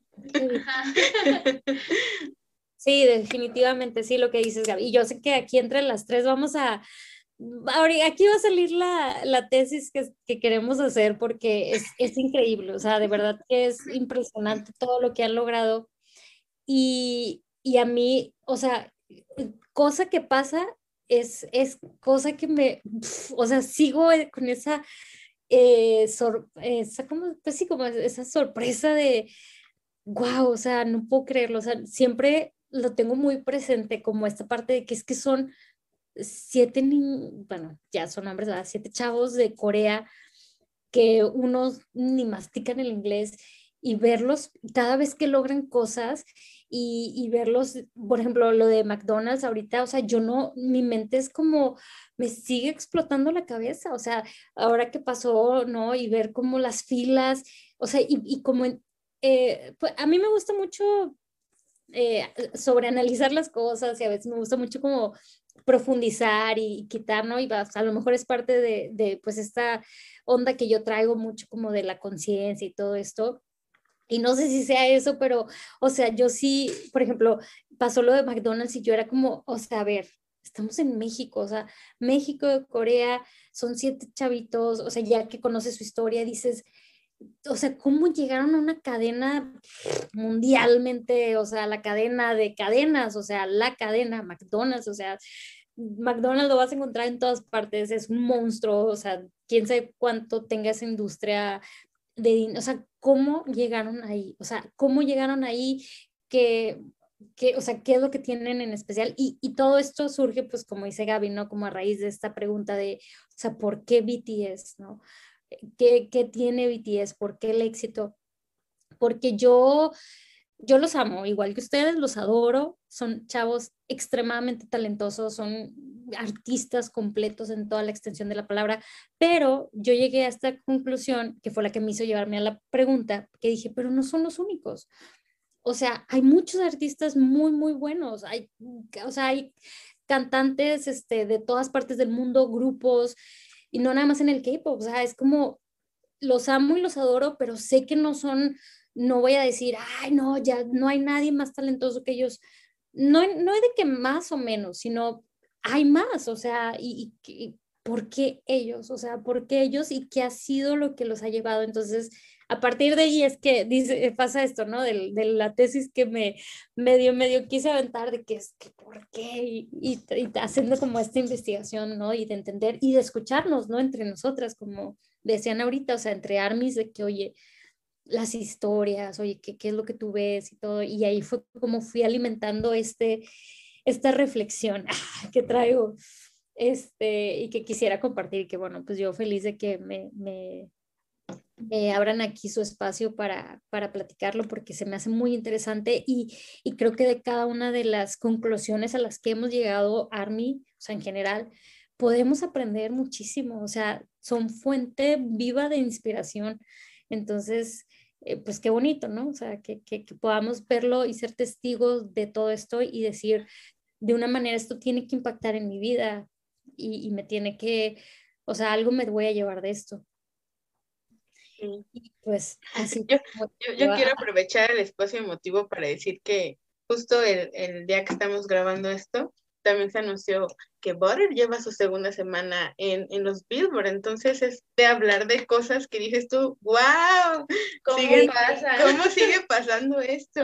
Sí, definitivamente, sí, lo que dices, Gaby. Y yo sé que aquí entre las tres vamos a... Aquí va a salir la, la tesis que, que queremos hacer porque es, es increíble, o sea, de verdad que es impresionante todo lo que han logrado. y, y a mí, o sea, cosa que pasa es, es cosa que me, pf, o sea, sigo con esa, eh, sor, esa como, pues sí, como esa sorpresa de, wow, o sea, no puedo creerlo, o sea, siempre lo tengo muy presente como esta parte de que es que son siete, ni bueno, ya son hombres, ¿verdad? Siete chavos de Corea que unos ni mastican el inglés y verlos cada vez que logran cosas y, y verlos, por ejemplo, lo de McDonald's ahorita, o sea, yo no, mi mente es como, me sigue explotando la cabeza, o sea, ahora que pasó, ¿no? Y ver como las filas, o sea, y, y como, en, eh, pues a mí me gusta mucho eh, sobreanalizar las cosas y a veces me gusta mucho como profundizar y quitar, ¿no? Y vas, a lo mejor es parte de, de, pues esta onda que yo traigo mucho como de la conciencia y todo esto. Y no sé si sea eso, pero, o sea, yo sí, por ejemplo, pasó lo de McDonald's y yo era como, o sea, a ver, estamos en México, o sea, México, Corea, son siete chavitos, o sea, ya que conoces su historia, dices, o sea, ¿cómo llegaron a una cadena mundialmente, o sea, la cadena de cadenas, o sea, la cadena McDonald's, o sea, McDonald's lo vas a encontrar en todas partes, es un monstruo, o sea, quién sabe cuánto tenga esa industria de, o sea, ¿cómo llegaron ahí? O sea, ¿cómo llegaron ahí? Que, que, o sea, ¿qué es lo que tienen en especial? Y, y todo esto surge, pues, como dice Gaby, ¿no? Como a raíz de esta pregunta de, o sea, ¿por qué B T S, no? ¿Qué, qué tiene B T S? ¿Por qué el éxito? Porque yo, yo los amo, igual que ustedes, los adoro, son chavos extremadamente talentosos, son artistas completos en toda la extensión de la palabra, pero yo llegué a esta conclusión, que fue la que me hizo llevarme a la pregunta, que dije, pero no son los únicos. O sea, hay muchos artistas muy, muy buenos, hay, o sea, hay cantantes este, de todas partes del mundo, grupos, y no nada más en el K-pop, o sea, es como los amo y los adoro, pero sé que no son, no voy a decir, ay, no, ya no hay nadie más talentoso que ellos. No, no es de que más o menos, sino hay más, o sea, y, y, y ¿por qué ellos? O sea, ¿por qué ellos y qué ha sido lo que los ha llevado? Entonces, a partir de ahí es que dice, pasa esto, ¿no? De, de la tesis que me medio, medio quise aventar de que es que por qué y, y, y haciendo como esta investigación, ¿no? Y de entender y de escucharnos, ¿no? Entre nosotras, como decían ahorita, o sea, entre armies de que, oye, las historias, oye, ¿qué, qué es lo que tú ves y todo? Y ahí fue como fui alimentando este, esta reflexión que traigo este, y que quisiera compartir, que bueno, pues yo feliz de que me, me, me abran aquí su espacio para, para platicarlo porque se me hace muy interesante y, y creo que de cada una de las conclusiones a las que hemos llegado, Army, o sea, en general, podemos aprender muchísimo, o sea, son fuente viva de inspiración. Entonces, eh, pues qué bonito, ¿no? O sea, que, que, que podamos verlo y ser testigos de todo esto y decir, de una manera, esto tiene que impactar en mi vida y, y me tiene que, o sea, algo me voy a llevar de esto.
Sí.
Y pues así.
Yo, yo, yo quiero aprovechar el espacio emotivo para decir que justo el, el día que estamos grabando esto, también se anunció que Butter lleva su segunda semana en, en los Billboard, entonces es de hablar de cosas que dices tú, wow,
¿Cómo
sigue,
pasa?
¿cómo sigue pasando esto?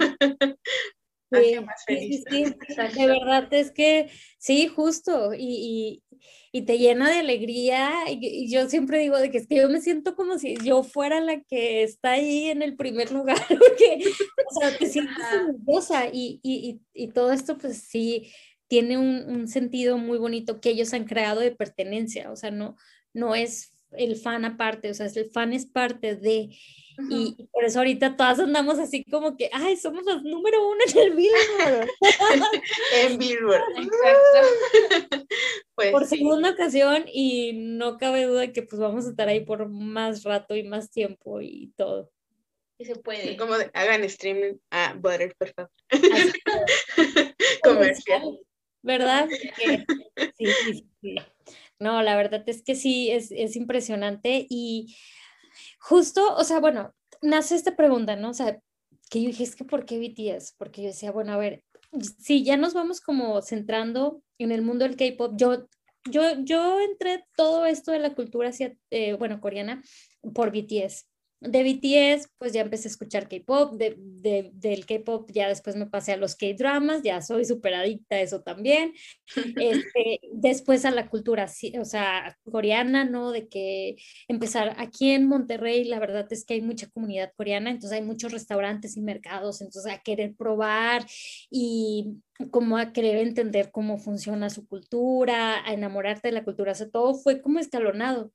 Sí,
Hace más
sí,
feliz.
sí, sí. De verdad es que sí, justo, y, y, y te llena de alegría, y, y yo siempre digo de que es que yo me siento como si yo fuera la que está ahí en el primer lugar, porque, o sea, te sientes orgullosa, y, y, y, y todo esto, pues sí, tiene un, un sentido muy bonito que ellos han creado de pertenencia, o sea, no, no es el fan aparte, o sea, el fan es parte de... Y por eso ahorita todas andamos así como que, ay, somos los número uno en el Billboard.
En Billboard.
Exacto.
Pues
Por
sí.
segunda ocasión y no cabe duda que pues vamos a estar ahí por más rato y más tiempo y todo.
Y se puede.
Como de, hagan streaming a Butter, por favor.
Así
Comercial.
¿verdad? Porque, sí, sí, sí. No, la verdad es que sí, es, es impresionante y justo, o sea, bueno, nace esta pregunta, ¿no? O sea, que yo dije, es que ¿por qué B T S? Porque yo decía, bueno, a ver, si ya nos vamos como centrando en el mundo del K-pop, yo, yo, yo entré todo esto de la cultura, hacia, eh, bueno, coreana por B T S. de B T S, pues ya empecé a escuchar K-pop, de, de, del K-pop ya después me pasé a los K-dramas, ya soy súper adicta a eso también. Este, después a la cultura, sí, o sea, coreana, ¿no? De que empezar aquí en Monterrey, la verdad es que hay mucha comunidad coreana, entonces hay muchos restaurantes y mercados, entonces a querer probar y como a querer entender cómo funciona su cultura, a enamorarte de la cultura, o sea, todo fue como escalonado.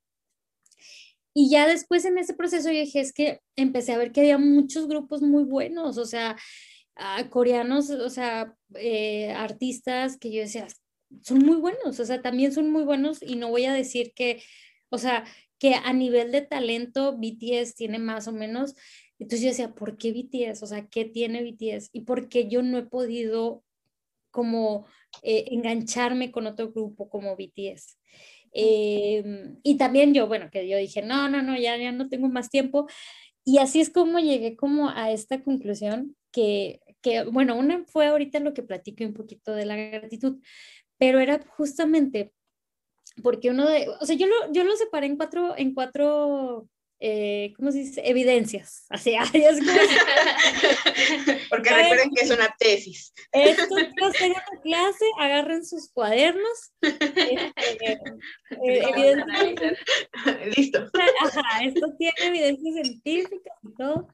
Y ya después en ese proceso yo dije, es que empecé a ver que había muchos grupos muy buenos, o sea, uh, coreanos, o sea, eh, artistas que yo decía, son muy buenos, o sea, también son muy buenos y no voy a decir que, o sea, que a nivel de talento B T S tiene más o menos. Entonces yo decía, ¿por qué B T S? O sea, ¿qué tiene B T S? Y por qué yo no he podido como eh, engancharme con otro grupo como B T S. Eh, y también yo, bueno, que yo dije, no, no, no, ya, ya no tengo más tiempo. Y así es como llegué como a esta conclusión que, que, bueno, una fue ahorita lo que platiqué un poquito de la gratitud, pero era justamente porque uno de, o sea, yo lo, yo lo separé en cuatro, en cuatro, eh, ¿cómo se dice? Evidencias. Así, es como
porque recuerden que es una tesis.
Estos chicos tengan una clase, agarren sus cuadernos. Este, eh, evidencia,
listo.
Ajá, esto tiene evidencia científica y todo.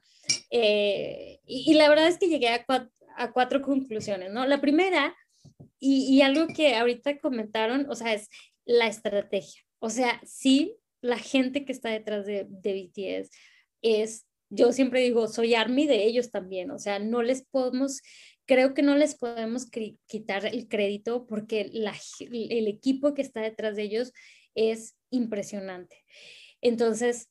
Eh, y, y, la verdad es que llegué a cuatro, a cuatro conclusiones, ¿no? La primera, y, y algo que ahorita comentaron, o sea, es la estrategia. O sea, sí, la gente que está detrás de, de B T S es, yo siempre digo, soy ARMY de ellos también, o sea, no les podemos, creo que no les podemos quitar el crédito porque la, el equipo que está detrás de ellos es impresionante. Entonces,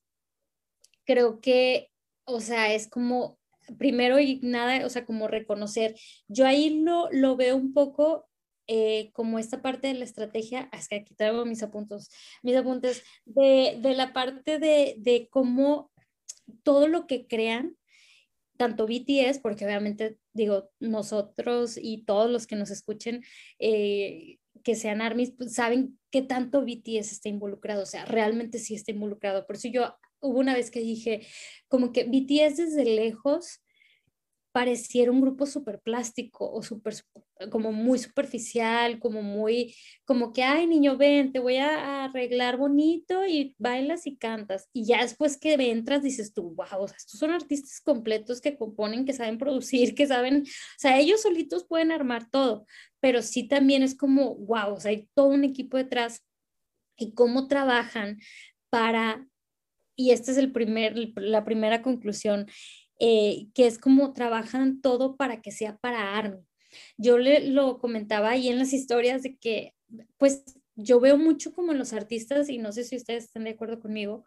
creo que, o sea, es como, primero y nada, o sea, como reconocer, yo ahí lo, lo veo un poco eh, como esta parte de la estrategia, es que aquí traigo mis apuntes, mis apuntes, de, de la parte de, de cómo todo lo que crean, tanto B T S, porque obviamente digo, nosotros y todos los que nos escuchen, eh, que sean ARMYs, pues saben qué tanto B T S está involucrado, o sea, realmente sí está involucrado. Por eso yo hubo una vez que dije, como que B T S desde lejos pareciera un grupo súper plástico o súper, como muy superficial, como muy, como que, ay, niño, ven, te voy a arreglar bonito y bailas y cantas. Y ya después que entras dices tú, wow, o sea, estos son artistas completos que componen, que saben producir, que saben, o sea, ellos solitos pueden armar todo, pero sí también es como, wow, o sea, hay todo un equipo detrás y cómo trabajan para, y esta es el primer, la primera conclusión, eh, que es como trabajan todo para que sea para ARMY. Yo le lo comentaba ahí en las historias de que, pues, yo veo mucho como los artistas, y no sé si ustedes están de acuerdo conmigo,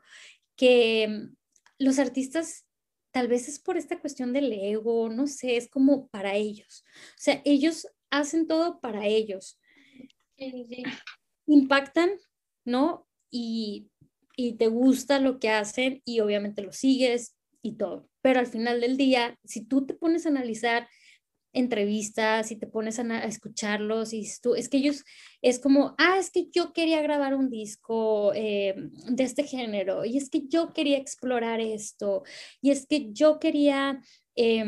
que los artistas tal vez es por esta cuestión del ego, no sé, es como para ellos. O sea, ellos hacen todo para ellos.
Sí, sí.
Impactan, ¿no? Y, y te gusta lo que hacen y obviamente lo sigues y todo. Pero al final del día, si tú te pones a analizar entrevistas y te pones a, a escucharlos y tú, es que ellos, es como, ah, es que yo quería grabar un disco eh, de este género y es que yo quería explorar esto y es que yo quería, eh,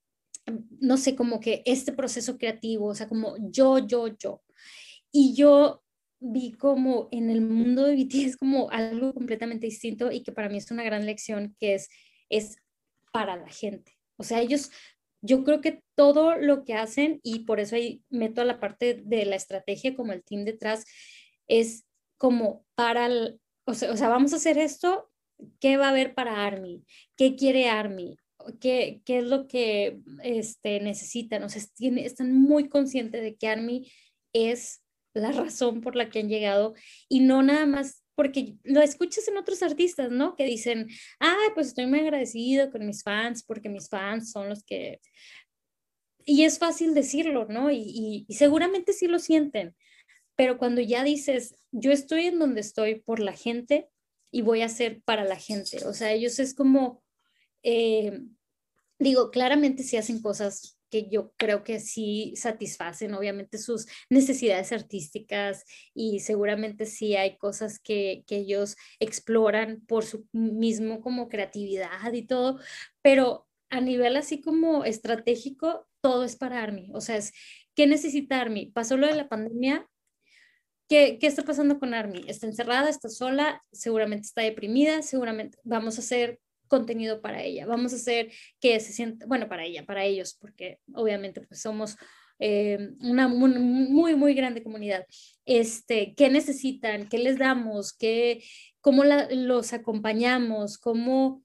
no sé, como que este proceso creativo, o sea, como yo, yo, yo. Y yo vi como en el mundo de B T S como algo completamente distinto y que para mí es una gran lección que es, es para la gente. O sea, ellos, yo creo que todo lo que hacen, y por eso ahí meto a la parte de la estrategia como el team detrás, es como para, el, o, sea, o sea, vamos a hacer esto, ¿qué va a haber para ARMY? ¿Qué quiere ARMY? ¿Qué, qué es lo que este, necesitan? O sea, tiene, están muy conscientes de que ARMY es la razón por la que han llegado y no nada más porque lo escuchas en otros artistas, ¿no? Que dicen, ay, pues estoy muy agradecido con mis fans porque mis fans son los que... Y es fácil decirlo, ¿no? Y, y, y seguramente sí lo sienten, pero cuando ya dices, yo estoy en donde estoy por la gente y voy a hacer para la gente, o sea, ellos es como, eh, digo, claramente sí hacen cosas que yo creo que sí satisfacen obviamente sus necesidades artísticas y seguramente sí hay cosas que, que ellos exploran por su mismo como creatividad y todo, pero a nivel así como estratégico, todo es para Army. O sea, es, ¿qué necesita Army? Pasó lo de la pandemia. ¿Qué, qué está pasando con Army? Está encerrada, está sola, seguramente está deprimida, seguramente vamos a hacer contenido para ella, vamos a hacer que se sienta, bueno, para ella, para ellos, porque obviamente pues somos eh, una muy, muy, muy grande comunidad. Este, ¿qué necesitan? ¿Qué les damos? ¿Qué, cómo la, los acompañamos? ¿Cómo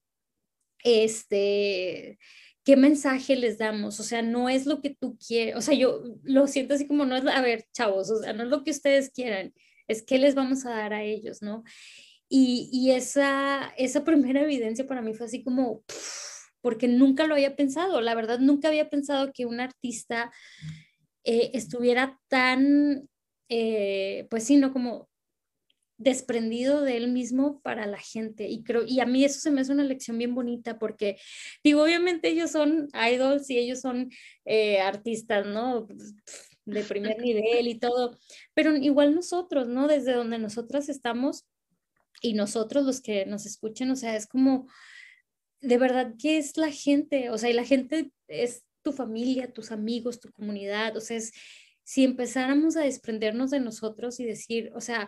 este, qué mensaje les damos? O sea, no es lo que tú quieres, o sea, yo lo siento así como no es, a ver, chavos, o sea, no es lo que ustedes quieran, es qué les vamos a dar a ellos, ¿no? Y, y esa, esa primera evidencia para mí fue así como, pff, porque nunca lo había pensado, la verdad, nunca había pensado que un artista eh, estuviera tan, eh, pues sí, ¿no? Como desprendido de él mismo para la gente y creo y a mí eso se me hace una lección bien bonita porque digo obviamente ellos son idols y ellos son eh, artistas, ¿no? De primer nivel y todo, pero igual nosotros, ¿no? Desde donde nosotras estamos y nosotros los que nos escuchen, o sea, es como de verdad que es la gente, o sea, y la gente es tu familia, tus amigos, tu comunidad, o sea, es si empezáramos a desprendernos de nosotros y decir, o sea,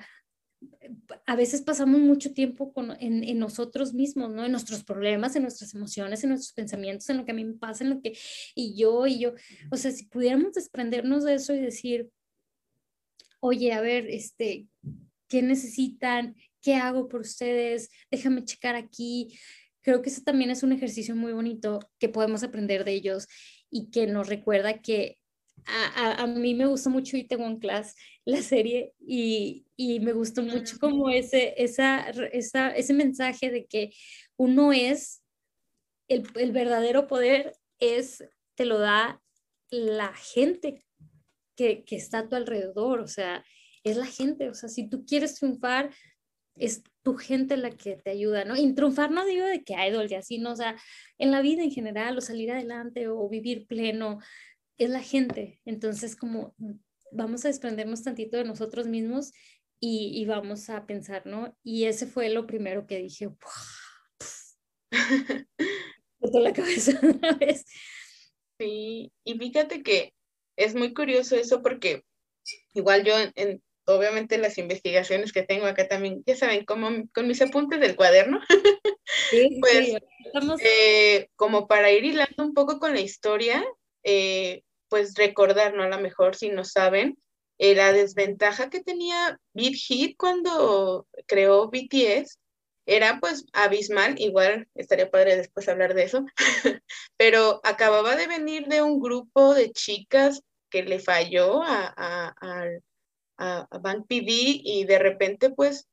a veces pasamos mucho tiempo con, en, en, nosotros mismos, ¿no? En nuestros problemas, en nuestras emociones, en nuestros pensamientos, en lo que a mí me pasa, en lo que, y yo, y yo, o sea, si pudiéramos desprendernos de eso y decir, oye, a ver, este, ¿qué necesitan? ¿Qué hago por ustedes? Déjame checar aquí. Creo que eso también es un ejercicio muy bonito que podemos aprender de ellos y que nos recuerda que a, a, a mí me gustó mucho Itaewon Class, la serie, y, y me gustó mucho como ese, esa, esa, ese mensaje de que uno es, el, el verdadero poder es, te lo da la gente que, que está a tu alrededor, o sea, es la gente, o sea, si tú quieres triunfar, es tu gente la que te ayuda, ¿no? Y triunfar no digo de que idol y así, ¿no? O sea, en la vida en general, o salir adelante, o vivir pleno, es la gente. Entonces, como vamos a desprendernos tantito de nosotros mismos y, y vamos a pensar, ¿no? Y ese fue lo primero que dije, ¡wow! Botó la cabeza una vez.
Sí, y fíjate que es muy curioso eso porque igual yo en, en obviamente las investigaciones que tengo acá también, ya saben, como con mis apuntes del cuaderno,
sí,
pues
sí, estamos...
eh, como para ir hilando un poco con la historia, eh, pues recordar, ¿no? A lo mejor si no saben, eh, la desventaja que tenía Big Hit cuando creó B T S era pues abismal, igual estaría padre después hablar de eso, pero acababa de venir de un grupo de chicas que le falló a, a, a, a, a Bang P D y de repente pues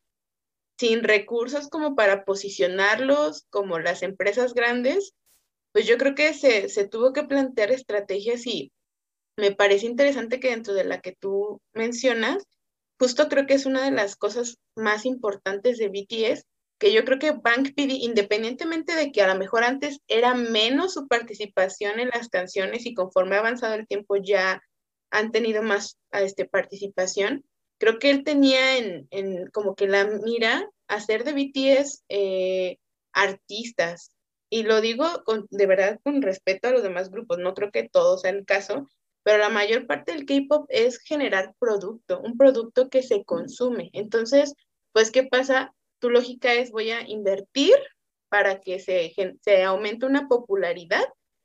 sin recursos como para posicionarlos como las empresas grandes, pues yo creo que se, se tuvo que plantear estrategias y me parece interesante que dentro de la que tú mencionas, justo creo que es una de las cosas más importantes de B T S, que yo creo que Bang P D, independientemente de que a lo mejor antes era menos su participación en las canciones y conforme ha avanzado el tiempo ya han tenido más este, participación, creo que él tenía en, en como que la mira hacer de B T S eh, artistas. Y lo digo con, de verdad con respeto a los demás grupos, no creo que todo sea el caso, pero la mayor parte del K-pop es generar producto, un producto que se consume. Entonces, pues, ¿qué pasa? Tu lógica es voy a invertir para que se, se aumente una popularidad,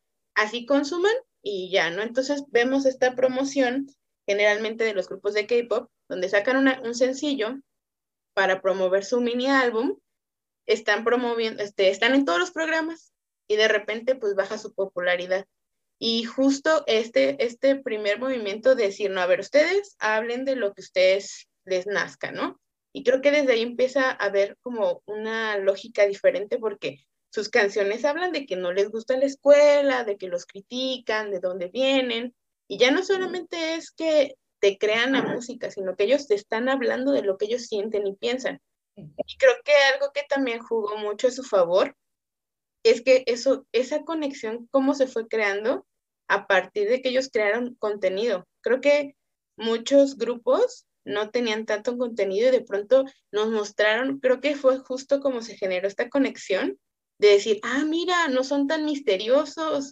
así consuman y ya, ¿no? Entonces vemos esta promoción generalmente de los grupos de K-pop, donde sacan una, un sencillo para promover su mini álbum, están promoviendo, este, están en todos los programas y de repente pues baja su popularidad. Y justo este, este primer movimiento de decir, no, a ver, ustedes hablen de lo que ustedes les nazca, ¿no? Y creo que desde ahí empieza a haber como una lógica diferente porque sus canciones hablan de que no les gusta la escuela, de que los critican, de dónde vienen, y ya no solamente es que te crean la música, sino que ellos te están hablando de lo que ellos sienten y piensan. Y creo que algo que también jugó mucho a su favor es que eso, esa conexión, cómo se fue creando, a partir de que ellos crearon contenido. Creo que muchos grupos no tenían tanto contenido y de pronto nos mostraron, creo que fue justo como se generó esta conexión de decir, ah, mira, no son tan misteriosos,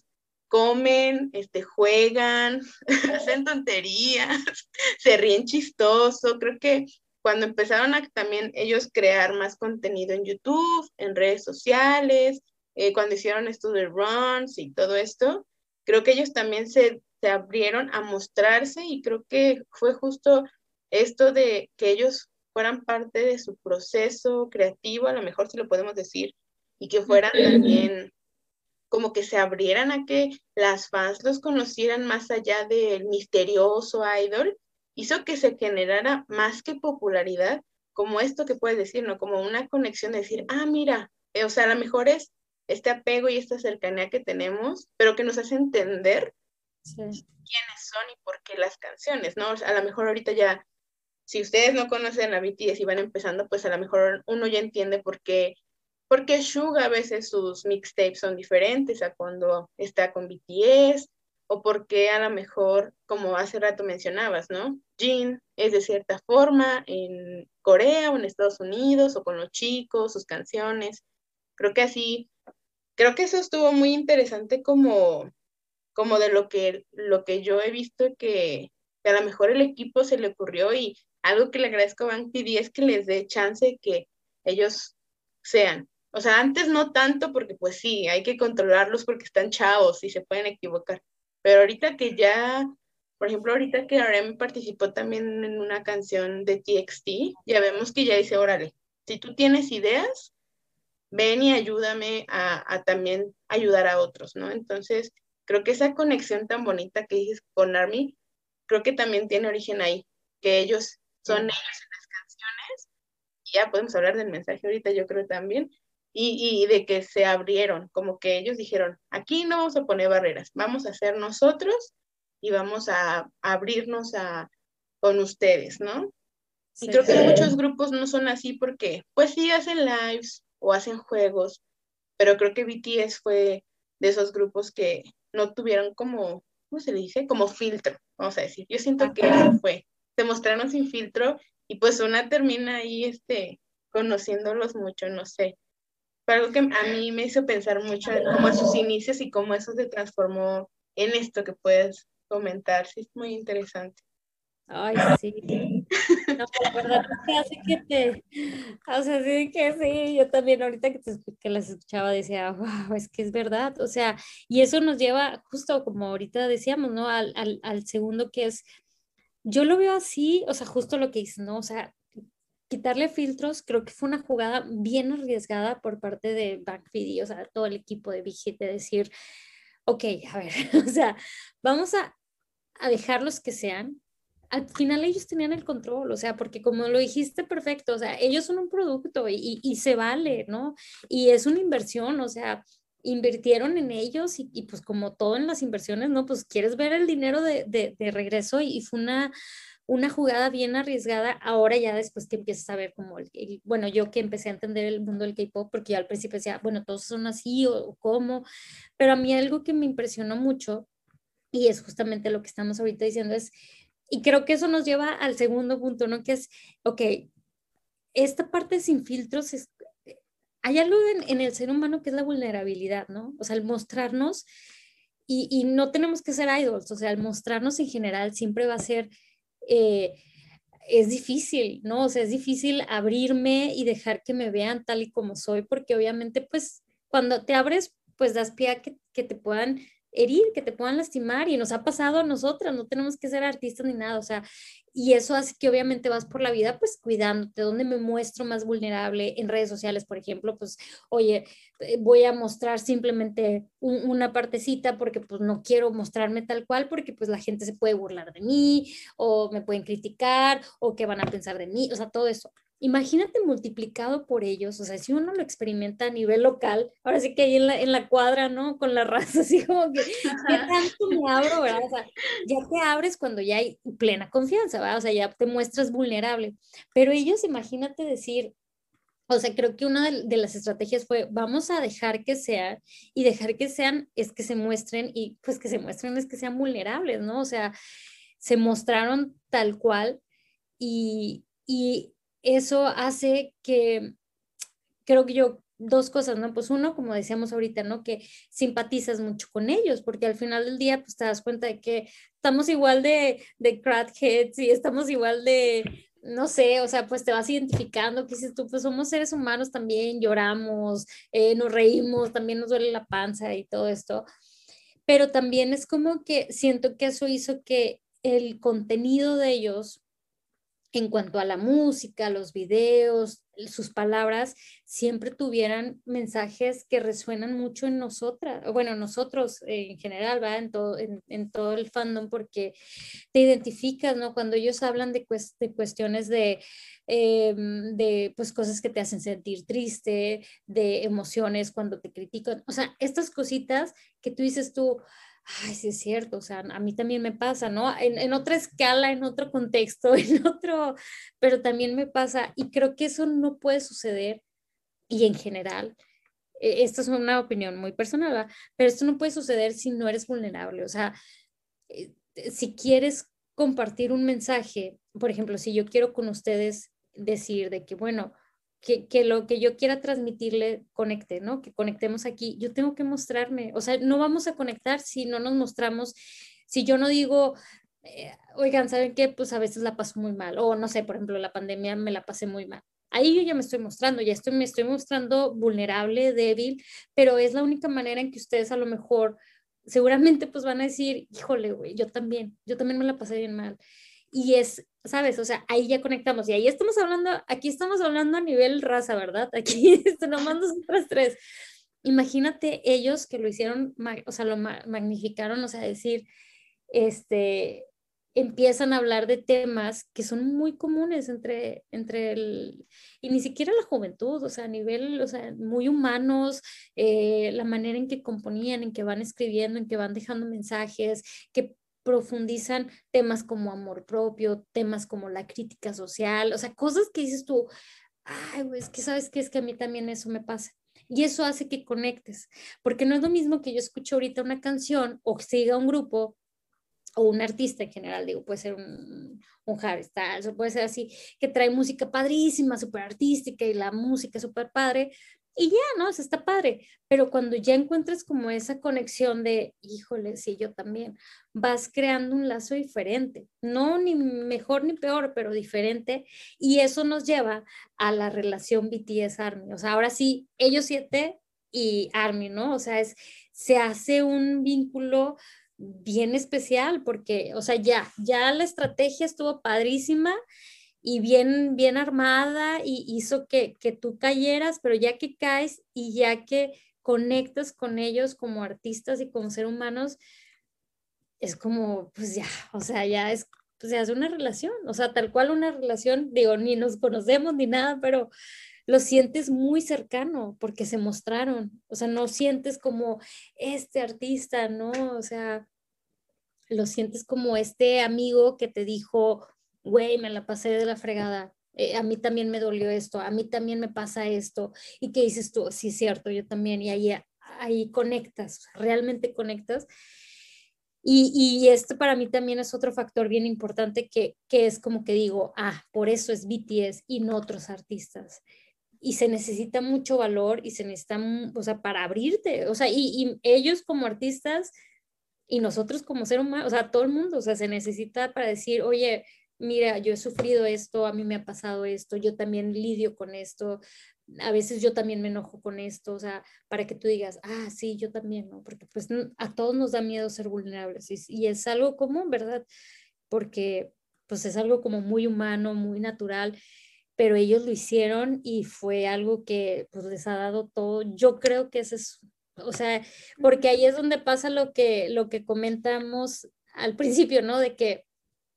comen, este, juegan, hacen tonterías, se ríen chistoso. Creo que cuando empezaron a también ellos crear más contenido en YouTube, en redes sociales, eh, cuando hicieron esto de runs y todo esto, creo que ellos también se, se abrieron a mostrarse y creo que fue justo esto de que ellos fueran parte de su proceso creativo, a lo mejor si lo podemos decir, y que fueran también como que se abrieran a que las fans los conocieran más allá del misterioso idol, hizo que se generara más que popularidad, como esto que puedes decir, ¿no? Como una conexión de decir, ah, mira, eh, o sea, a lo mejor es este apego y esta cercanía que tenemos, pero que nos hace entender sí. quiénes son y por qué las canciones, ¿no? O sea, a lo mejor ahorita ya, si ustedes no conocen a B T S y van empezando, pues a lo mejor uno ya entiende por qué porque Suga a veces sus mixtapes son diferentes a cuando está con B T S, o porque a lo mejor, como hace rato mencionabas, ¿no? Jin es de cierta forma en Corea o en Estados Unidos, o con los chicos, sus canciones. Creo que así, creo que eso estuvo muy interesante como, como de lo que, lo que yo he visto que, que a lo mejor el equipo se le ocurrió y algo que le agradezco a Bang T V es que les dé chance que ellos sean. O sea, antes no tanto porque pues sí, hay que controlarlos porque están chavos y se pueden equivocar. Pero ahorita que ya, por ejemplo, ahorita que R M participó también en una canción de T X T, ya vemos que ya dice, órale, si tú tienes ideas, ven y ayúdame a, a también ayudar a otros, ¿no? Entonces, creo que esa conexión tan bonita que dices con ARMY, creo que también tiene origen ahí, que ellos son ellos en las canciones, y ya podemos hablar del mensaje ahorita, yo creo también, Y, y de que se abrieron, como que ellos dijeron, aquí no vamos a poner barreras, vamos a ser nosotros y vamos a, a abrirnos a, con ustedes, ¿no? Sí. Y creo que muchos grupos no son así porque, pues sí, hacen lives o hacen juegos, pero creo que B T S fue de esos grupos que no tuvieron como, ¿cómo se le dice? Como filtro, vamos a decir. Yo siento que eso fue, se mostraron sin filtro y pues una termina ahí, este, conociéndolos mucho, no sé. Fue algo que a mí me hizo pensar mucho en cómo a sus inicios y cómo eso se transformó en esto que puedes comentar. Sí, es muy interesante.
Ay, sí. No, la verdad es que hace que te, o sea, sí que sí, yo también ahorita que, te, que las escuchaba decía, wow, es que es verdad, o sea, y eso nos lleva justo como ahorita decíamos, ¿no? Al, al, al segundo que es, yo lo veo así, o sea, justo lo que dices, ¿no? O sea, quitarle filtros, creo que fue una jugada bien arriesgada por parte de Backfeed, o sea, todo el equipo de Big Hit de decir, ok, a ver, o sea, vamos a, a dejarlos que sean. Al final ellos tenían el control, o sea, porque como lo dijiste perfecto, o sea, ellos son un producto y, y se vale, ¿no? Y es una inversión, o sea, invirtieron en ellos y, y pues como todo en las inversiones, ¿no? Pues quieres ver el dinero de, de, de regreso y, y fue una una jugada bien arriesgada, ahora ya después que empiezas a ver como, el, el, bueno, yo que empecé a entender el mundo del K-pop, porque yo al principio decía, bueno, todos son así o, o cómo, pero a mí algo que me impresionó mucho, y es justamente lo que estamos ahorita diciendo, es, y creo que eso nos lleva al segundo punto, ¿no? Que es, ok, esta parte sin filtros es, hay algo en, en el ser humano que es la vulnerabilidad, ¿no? O sea, el mostrarnos, y, y no tenemos que ser idols, o sea, el mostrarnos en general siempre va a ser eh, es difícil, ¿no? O sea, es difícil abrirme y dejar que me vean tal y como soy, porque obviamente, pues, cuando te abres, pues das pie a que, que te puedan herir, que te puedan lastimar, y nos ha pasado a nosotras, no tenemos que ser artistas ni nada, o sea, y eso hace que obviamente vas por la vida, pues, cuidándote, donde me muestro más vulnerable en redes sociales, por ejemplo, pues, oye, voy a mostrar simplemente un, una partecita porque pues no quiero mostrarme tal cual porque pues la gente se puede burlar de mí o me pueden criticar o qué van a pensar de mí, o sea, todo eso. Imagínate multiplicado por ellos, o sea, si uno lo experimenta a nivel local, ahora sí que ahí en la, en la cuadra, ¿no? Con la raza, así como que, ¿qué tanto me abro, verdad? O sea, ya te abres cuando ya hay plena confianza, ¿verdad? O sea, ya te muestras vulnerable, pero ellos, imagínate decir, O sea, creo que una de, de las estrategias fue, vamos a dejar que sean, y dejar que sean es que se muestren, y pues que se muestren es que sean vulnerables, ¿no? O sea, se mostraron tal cual, y, y eso hace que, creo que yo, dos cosas, ¿no? Pues uno, como decíamos ahorita, ¿no? Que simpatizas mucho con ellos, porque al final del día, pues te das cuenta de que estamos igual de, de crackheads y estamos igual de, no sé, o sea, pues te vas identificando, que dices tú, pues somos seres humanos también, lloramos, eh, nos reímos, también nos duele la panza y todo esto, pero también es como que siento que eso hizo que el contenido de ellos en cuanto a la música, los videos, sus palabras, siempre tuvieran mensajes que resuenan mucho en nosotras, bueno, nosotros eh, en general, ¿va? En todo, en, en todo el fandom, porque te identificas, ¿no? Cuando ellos hablan de, cuest de cuestiones de, eh, de, pues, cosas que te hacen sentir triste, de emociones cuando te critican, o sea, estas cositas que tú dices tú, ay, sí es cierto, o sea, a mí también me pasa, ¿no? En, en otra escala, en otro contexto, en otro, pero también me pasa y creo que eso no puede suceder y en general, eh, esta es una opinión muy personal, ¿verdad? Pero esto no puede suceder si no eres vulnerable, o sea, eh, si quieres compartir un mensaje, por ejemplo, si yo quiero con ustedes decir de que, bueno, que, que, lo que yo quiera transmitirle conecte, ¿no? Que conectemos aquí. Yo tengo que mostrarme, o sea, no vamos a conectar si no nos mostramos, si yo no digo, eh, oigan, ¿saben qué? Pues a veces la paso muy mal, o no sé, por ejemplo, la pandemia me la pasé muy mal. Ahí yo ya me estoy mostrando, ya estoy, me estoy mostrando vulnerable, débil, pero es la única manera en que ustedes a lo mejor seguramente pues van a decir, híjole, güey, yo también, yo también me la pasé bien mal. Y es, ¿sabes? O sea, ahí ya conectamos. Y ahí estamos hablando, aquí estamos hablando a nivel raza, ¿verdad? Aquí esto, nomás nosotras tres. Imagínate ellos que lo hicieron, o sea, lo magnificaron, o sea, decir, este, empiezan a hablar de temas que son muy comunes entre, entre el, y ni siquiera la juventud, o sea, a nivel, o sea, muy humanos, eh, la manera en que componían, en que van escribiendo, en que van dejando mensajes, que profundizan temas como amor propio, temas como la crítica social, o sea, cosas que dices tú, ay, güey, es que sabes que es que a mí también eso me pasa. Y eso hace que conectes, porque no es lo mismo que yo escucho ahorita una canción o que siga un grupo o un artista en general, digo, puede ser un, un Harry Styles, o puede ser así, que trae música padrísima, súper artística y la música súper padre, y ya, ¿no? Eso está padre, pero cuando ya encuentras como esa conexión de, híjole, sí, yo también, vas creando un lazo diferente, no ni mejor ni peor, pero diferente, y eso nos lleva a la relación B T S-ARMY, o sea, ahora sí, ellos siete y ARMY, ¿no? O sea, es, se hace un vínculo bien especial porque, o sea, ya, ya la estrategia estuvo padrísima y bien, bien armada y hizo que, que tú cayeras, pero ya que caes y ya que conectas con ellos como artistas y como seres humanos, es como, pues ya, o sea, ya es, pues ya es una relación, o sea, tal cual una relación, digo, ni nos conocemos ni nada, pero lo sientes muy cercano porque se mostraron, o sea, no sientes como este artista, ¿no? O sea, lo sientes como este amigo que te dijo, güey, me la pasé de la fregada, eh, a mí también me dolió esto, a mí también me pasa esto, y que dices tú, sí, es cierto, yo también, y ahí, ahí conectas, realmente conectas. Y, y este para mí también es otro factor bien importante que, que es como que digo, ah, por eso es B T S y no otros artistas y se necesita mucho valor y se necesita, o sea, para abrirte, o sea, y, y ellos como artistas y nosotros como ser humano, o sea, todo el mundo, o sea, se necesita para decir, oye, mira, yo he sufrido esto, a mí me ha pasado esto, yo también lidio con esto, a veces yo también me enojo con esto, o sea, para que tú digas, ah, sí, yo también, ¿no? Porque pues a todos nos da miedo ser vulnerables y, y es algo común, ¿verdad? Porque pues es algo como muy humano, muy natural, pero ellos lo hicieron y fue algo que pues les ha dado todo. Yo creo que ese es, o sea, porque ahí es donde pasa lo que, lo que comentamos al principio, ¿no? De que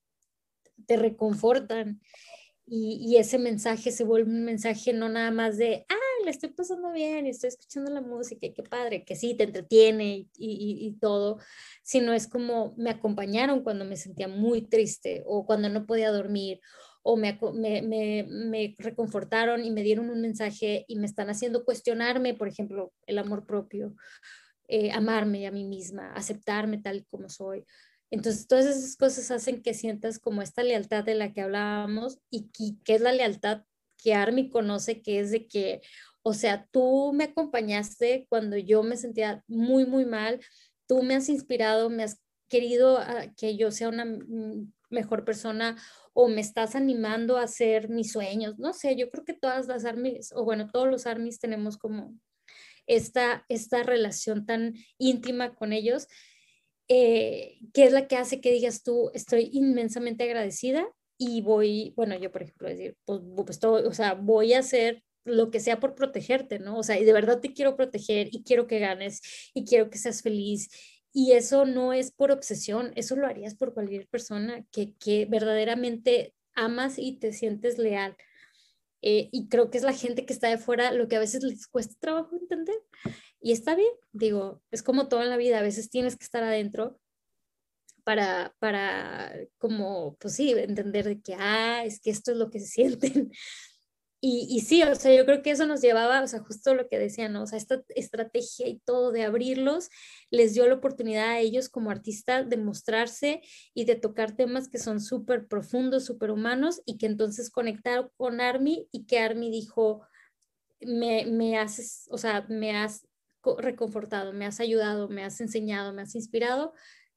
te reconfortan y, y ese mensaje se vuelve un mensaje no nada más de, ah, le estoy pasando bien y estoy escuchando la música y qué padre, que sí, te entretiene y, y, y todo, sino es como me acompañaron cuando me sentía muy triste o cuando no podía dormir o me, me, me, me reconfortaron y me dieron un mensaje y me están haciendo cuestionarme, por ejemplo, el amor propio, eh, amarme a mí misma, aceptarme tal y como soy. Entonces, todas esas cosas hacen que sientas como esta lealtad de la que hablábamos y que, que es la lealtad que Army conoce, que es de que, o sea, tú me acompañaste cuando yo me sentía muy, muy mal, tú me has inspirado, me has querido a que yo sea una mejor persona o me estás animando a hacer mis sueños, no sé, yo creo que todas las armies, o bueno, todos los armies tenemos como esta, esta relación tan íntima con ellos, eh, que es la que hace que digas tú, estoy inmensamente agradecida y voy, bueno, yo por ejemplo decir, pues, pues todo, o sea, voy a hacer lo que sea por protegerte, ¿no? O sea, y de verdad te quiero proteger y quiero que ganes y quiero que seas feliz. Y eso no es por obsesión, eso lo harías por cualquier persona que, que verdaderamente amas y te sientes leal. Eh, y creo que es la gente que está de fuera lo que a veces les cuesta trabajo entender. Y está bien, digo, es como todo en la vida, a veces tienes que estar adentro para, para como, pues sí, entender de que, ah, es que esto es lo que se sienten. Y, y sí, o sea, yo creo que eso nos llevaba, o sea, justo lo que decían, ¿no? O sea, esta estrategia y todo de abrirlos les dio la oportunidad a ellos como artistas de mostrarse y de tocar temas que son súper profundos, súper humanos y que entonces conectaron con Army y que Army dijo, me, me haces, o sea, me has reconfortado, me has ayudado, me has enseñado, me has inspirado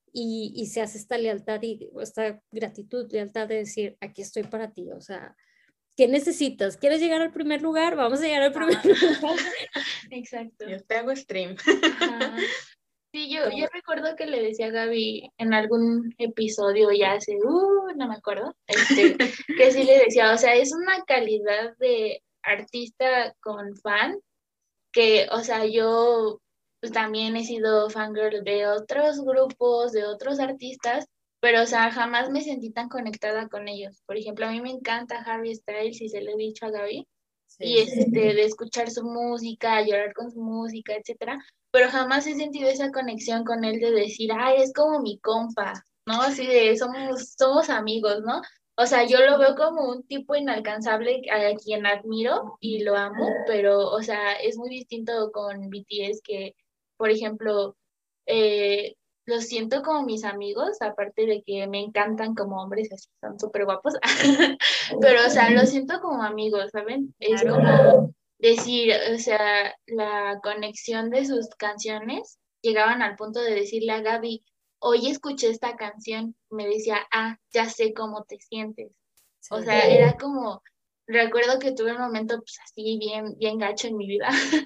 y, y se hace esta lealtad y esta gratitud, lealtad de decir, aquí estoy para ti, o sea, ¿qué necesitas? ¿Quieres llegar al primer lugar? Vamos a llegar al primer
ah,
lugar.
Exacto. Yo te hago stream.
Ajá. Sí, yo, yo recuerdo que le decía a Gaby en algún episodio ya hace, uh, no me acuerdo, este, que sí le decía, o sea, es una calidad de artista con fan que, o sea, yo pues, también he sido fangirl de otros grupos, de otros artistas, pero, o sea, jamás me sentí tan conectada con ellos. Por ejemplo, a mí me encanta Harry Styles y se lo he dicho a Gaby, y
Sí.
este, de escuchar su música, llorar con su música, etcétera, pero jamás he sentido esa conexión con él de decir, ay, es como mi compa, ¿no? Así de, somos, somos amigos, ¿no? O sea, yo lo veo como un tipo inalcanzable a quien admiro y lo amo, pero, o sea, es muy distinto con B T S que, por ejemplo, eh, los siento como mis amigos, aparte de que me encantan como hombres, así son súper guapos, pero, o sea, los siento como amigos, ¿saben? Es
Claro.
como decir, o sea, la conexión de sus canciones llegaban al punto de decirle a Gaby, hoy escuché esta canción, me decía, ah, ya sé cómo te sientes.
Sí.
O sea, era como, recuerdo que tuve un momento pues así bien, bien gacho en mi vida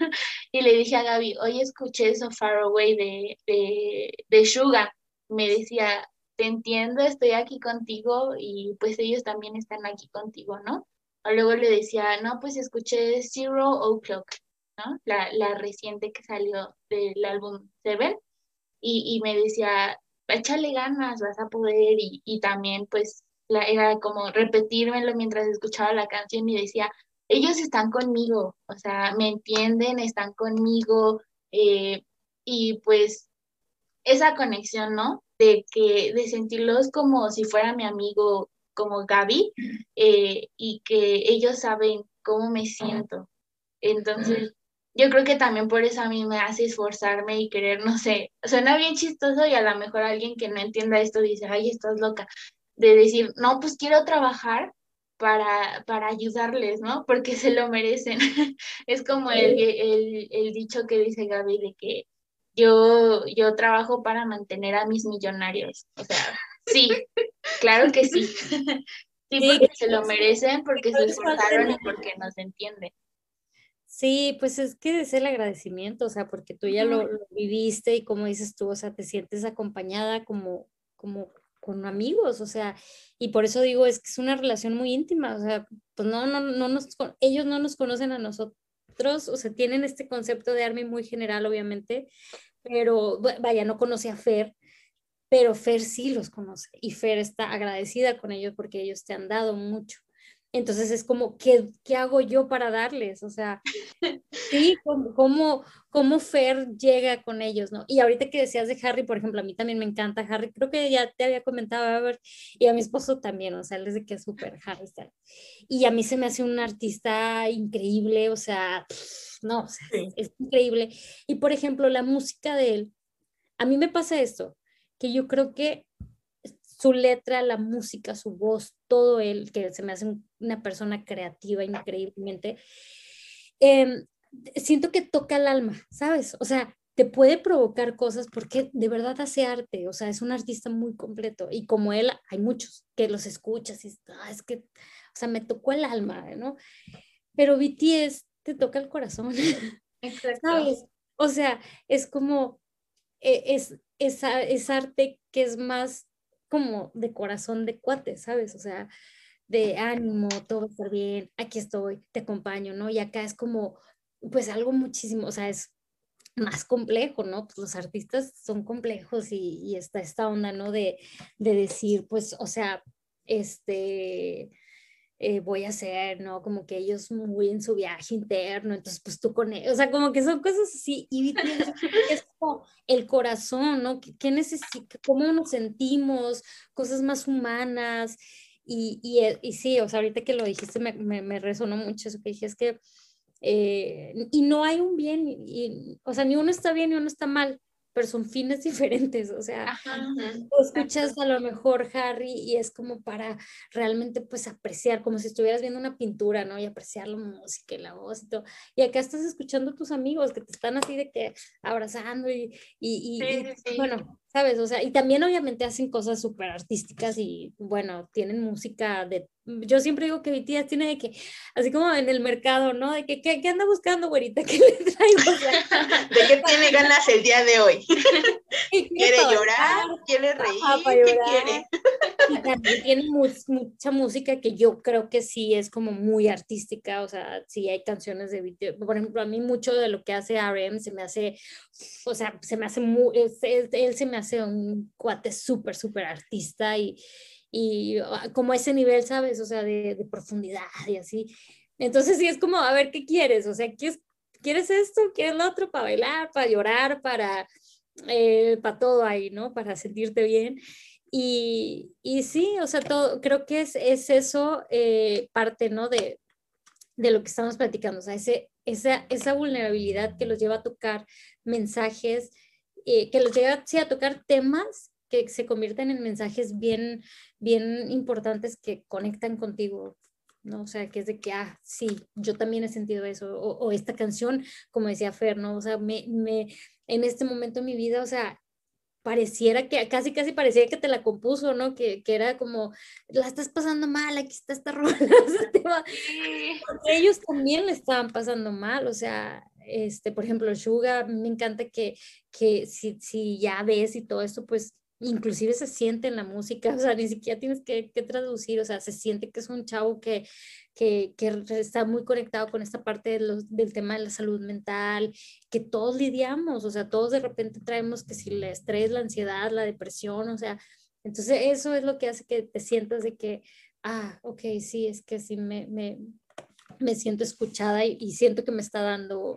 y le dije a Gaby, hoy escuché So Far Away de, de, de Suga. Me decía, te entiendo, estoy aquí contigo y pues ellos también están aquí contigo, ¿no? O luego le decía, no, pues escuché Zero O'Clock, ¿no? La, la reciente que salió del álbum Seven y, y me decía, échale ganas, vas a poder, y, y también pues la, era como repetírmelo mientras escuchaba la canción y decía, ellos están conmigo, o sea, me entienden, están conmigo, eh, y pues esa conexión, ¿no? De que, de sentirlos como si fuera mi amigo, como Gaby, eh, y que ellos saben cómo me siento. Entonces, yo creo que también por eso a mí me hace esforzarme y querer, no sé, suena bien chistoso y a lo mejor alguien que no entienda esto dice, ay, estás loca, de decir, no, pues quiero trabajar para, para ayudarles, ¿no? Porque se lo merecen. Es como el, el, el dicho que dice Gaby de que yo, yo trabajo para mantener a mis millonarios. O sea, sí, claro que sí. Sí,
Sí,
porque se lo merecen, porque
no
se
les falte
esforzaron y
nada.
porque nos entienden.
Sí, pues es que es el agradecimiento, o sea, porque tú ya lo, lo viviste y como dices tú, o sea, te sientes acompañada como, como con amigos, o sea, y por eso digo, es que es una relación muy íntima, o sea, pues no, no, no nos, con- ellos no nos conocen a nosotros, o sea, tienen este concepto de Army muy general, obviamente, pero bu- vaya, no conoce a Fer, pero Fer sí los conoce y Fer está agradecida con ellos porque ellos te han dado mucho. Entonces es como, ¿qué, qué hago yo para darles? O sea, Sí, cómo, cómo, cómo Fer llega con ellos, ¿no? Y ahorita que decías de Harry, por ejemplo, a mí también me encanta Harry, creo que ya te había comentado, a ver, y a mi esposo también, o sea, él desde que es súper Harry Styles. Y a mí se me hace un artista increíble, o sea, no, o sea,
Sí.
es, es increíble. Y por ejemplo, la música de él, a mí me pasa esto, que yo creo que su letra, la música, su voz, todo él, que se me hace una persona creativa increíblemente, eh, siento que toca el alma, ¿sabes? O sea, te puede provocar cosas porque de verdad hace arte, o sea, es un artista muy completo y como él hay muchos que los escuchas y ah, es que, o sea, me tocó el alma, ¿no? Pero B T S te toca el corazón,
Exacto.
¿sabes? O sea, es como, eh, es, es, es arte que es más como de corazón de cuate, ¿sabes? O sea, de ánimo, todo va a estar bien, aquí estoy, te acompaño, ¿no? Y acá es como, pues algo muchísimo, o sea, es más complejo, ¿no? Pues los artistas son complejos y, y está esta onda, ¿no? De, de decir, pues, o sea, este, eh, voy a hacer, ¿no? Como que ellos muy en su viaje interno, entonces pues tú con ellos, o sea, como que son cosas así, y B T S yo creo que es como el corazón, ¿no? ¿Qué, qué necesita? ¿Cómo nos sentimos? Cosas más humanas, y, y, eh, y sí, o sea, ahorita que lo dijiste me, me, me resonó mucho eso que dije, es que, eh, y no hay un bien, y, o sea, ni uno está bien ni uno está mal, pero son fines diferentes, o sea,
Ajá,
tú escuchas a lo mejor Harry y es como para realmente pues apreciar, como si estuvieras viendo una pintura, ¿no? Y apreciar la música y la voz y todo. Y acá estás escuchando a tus amigos que te están así de que abrazando y, y, y,
sí,
y,
sí, sí.
bueno, ¿sabes? O sea, y también obviamente hacen cosas súper artísticas y bueno, tienen música de... Yo siempre digo que mi tía tiene de que, así como en el mercado, ¿no? De que, ¿qué, qué anda buscando, güerita? ¿Qué le traigo? O sea,
¿De qué tiene ganas el día de hoy?
¿qué quiere
¿Quiere
para
llorar?
bailar?
¿Quiere
Ajá,
reír?
para
¿Qué
llorar.
quiere?
Y también tiene mu- mucha música que yo creo que sí es como muy artística, o sea, sí hay canciones de video. Por ejemplo, a mí mucho de lo que hace R M se me hace, o sea, se me hace muy, es- es- él se me hace un cuate súper, súper artista y, y ah, como ese nivel, ¿sabes? O sea, de, de profundidad y así. Entonces sí es como, a ver, ¿qué quieres? O sea, ¿quieres, ¿quieres esto? ¿Quieres lo otro? Para bailar, para llorar, para, eh, para todo ahí, ¿no? Para sentirte bien. Y, y sí, o sea, todo, creo que es, es eso eh, parte, ¿no? De, de lo que estamos platicando, o sea, ese, esa, esa vulnerabilidad que los lleva a tocar mensajes, eh, que los lleva sí, a tocar temas que se convierten en mensajes bien, bien importantes que conectan contigo, ¿no? O sea, que es de que, ah, sí, yo también he sentido eso, o, o esta canción, como decía Fer, ¿no? O sea, me, me, en este momento de mi vida, o sea, pareciera que, casi casi parecía que te la compuso, ¿no? Que, que era como, la estás pasando mal, aquí está esta rola, o sea, te va-
Sí.
porque ellos también le estaban pasando mal, o sea, este, por ejemplo, Suga, me encanta que, que si, si ya ves y todo esto, pues inclusive se siente en la música, o sea, ni siquiera tienes que, que traducir, o sea, se siente que es un chavo que, que, que está muy conectado con esta parte de los, del tema de la salud mental, que todos lidiamos, o sea, todos de repente traemos que si el estrés, la ansiedad, la depresión, o sea, entonces eso es lo que hace que te sientas de que, ah, ok, sí, es que sí me, me, me siento escuchada y, y siento que me está dando